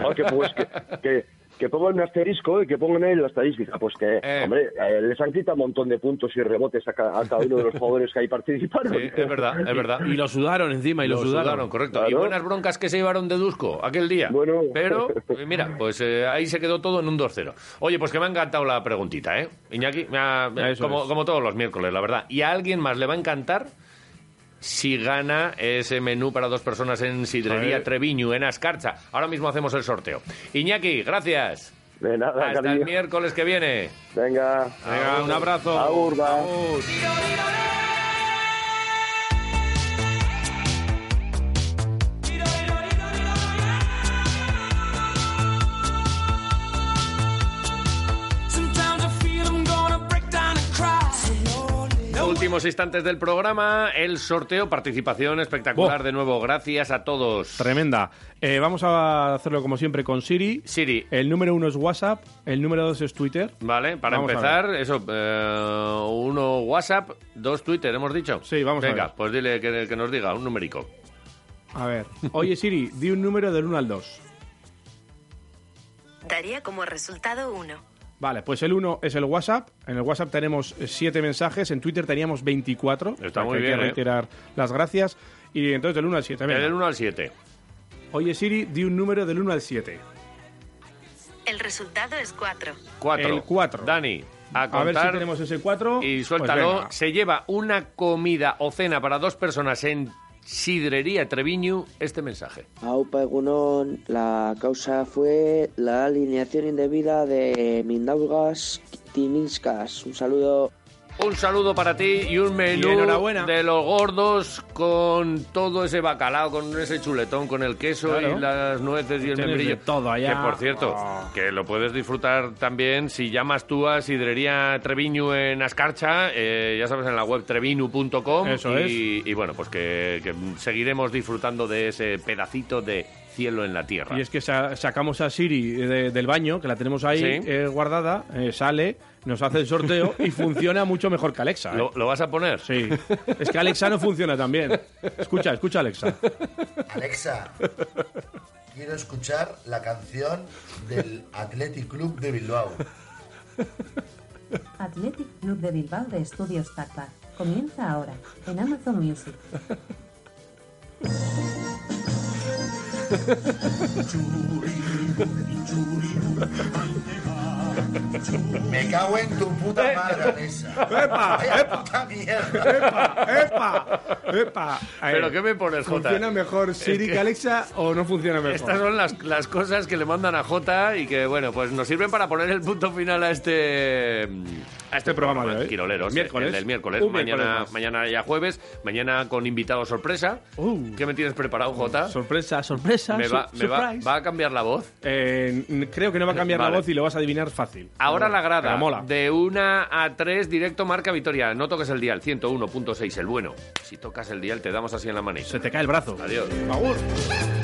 Que pongan un asterisco y que pongan ahí la estadística. Pues que, hombre, les han quitado un montón de puntos y rebotes a cada uno de los jugadores que ahí participaron. Sí, es verdad. Y lo sudaron encima, lo sudaron. Correcto. Claro. Y buenas broncas que se llevaron de Dusko aquel día. Bueno. Pero, mira, pues ahí se quedó todo en un 2-0. Oye, pues que me ha encantado la preguntita, Iñaki, como todos los miércoles, la verdad. Y a alguien más le va a encantar si gana ese menú para 2 personas en Sidrería Treviño, en Ascarcha. Ahora mismo hacemos el sorteo. Iñaki, gracias. De nada, hasta cariño. El miércoles que viene. Venga, un abrazo. Agur. Últimos instantes del programa, el sorteo, participación espectacular de nuevo, gracias a todos. Tremenda. Vamos a hacerlo como siempre con Siri. Siri. El número 1 es WhatsApp, el número 2 es Twitter. Vale, para empezar, eso, 1 WhatsApp, 2 Twitter, ¿hemos dicho? Sí, vamos a ver. Venga, pues dile que nos diga un numérico. A ver, oye Siri, di un número del 1 al 2. Daría como resultado 1. Vale, pues el 1 es el WhatsApp. En el WhatsApp tenemos 7 mensajes, en Twitter teníamos 24. Está muy bien, hay que retirar las gracias. Y entonces del 1 al 7. Del 1 al 7. Oye Siri, di un número del 1 al 7. El resultado es 4. 4. El 4. Dani, a contar. A ver si tenemos ese 4. Y suéltalo. Pues se lleva una comida o cena para 2 personas en Sidrería Treviño. Este mensaje. Aupa Egunon, la causa fue la alineación indebida de Mindaugas Timinskas. Un saludo. Un saludo para ti y un menú de los gordos con todo ese bacalao, con ese chuletón, con el queso, claro, y las nueces y el membrillo. Todo allá. Que por cierto, que lo puedes disfrutar también si llamas tú a Sidrería Treviño en Ascarcha, ya sabes, en la web trevinu.com. Eso es. Y bueno, pues que seguiremos disfrutando de ese pedacito de cielo en la tierra. Y es que sacamos a Siri del baño, que la tenemos ahí guardada, sale, nos hace el sorteo y funciona mucho mejor que Alexa. ¿Lo vas a poner? Sí. Es que Alexa no funciona tan bien. Escucha, Alexa. Alexa, quiero escuchar la canción del Athletic Club de Bilbao. Athletic Club de Bilbao de Estudios Tacpac. Comienza ahora, en Amazon Music. Me cago en tu puta madre, Alexa. ¡Epa! ¡Puta mierda! ¡Epa! ¿Pero qué me pones, Jota? ¿Funciona mejor Siri que Alexa o no funciona mejor? Estas son las cosas que le mandan a Jota y que, bueno, pues nos sirven para poner el punto final a este programa de hoy. Quiroleros, el del miércoles. Mañana ya jueves, mañana con invitado sorpresa. ¿Qué me tienes preparado, Jota? Sorpresa. ¿Va a cambiar la voz? Creo que no va a cambiar la voz y lo vas a adivinar fácil. Ahora la grada, mola. de 1 a 3, directo Marca Vitoria. No toques el dial, 101.6, el bueno. Si tocas el dial te damos así en la manita. Se te cae el brazo. Adiós. ¡Agur!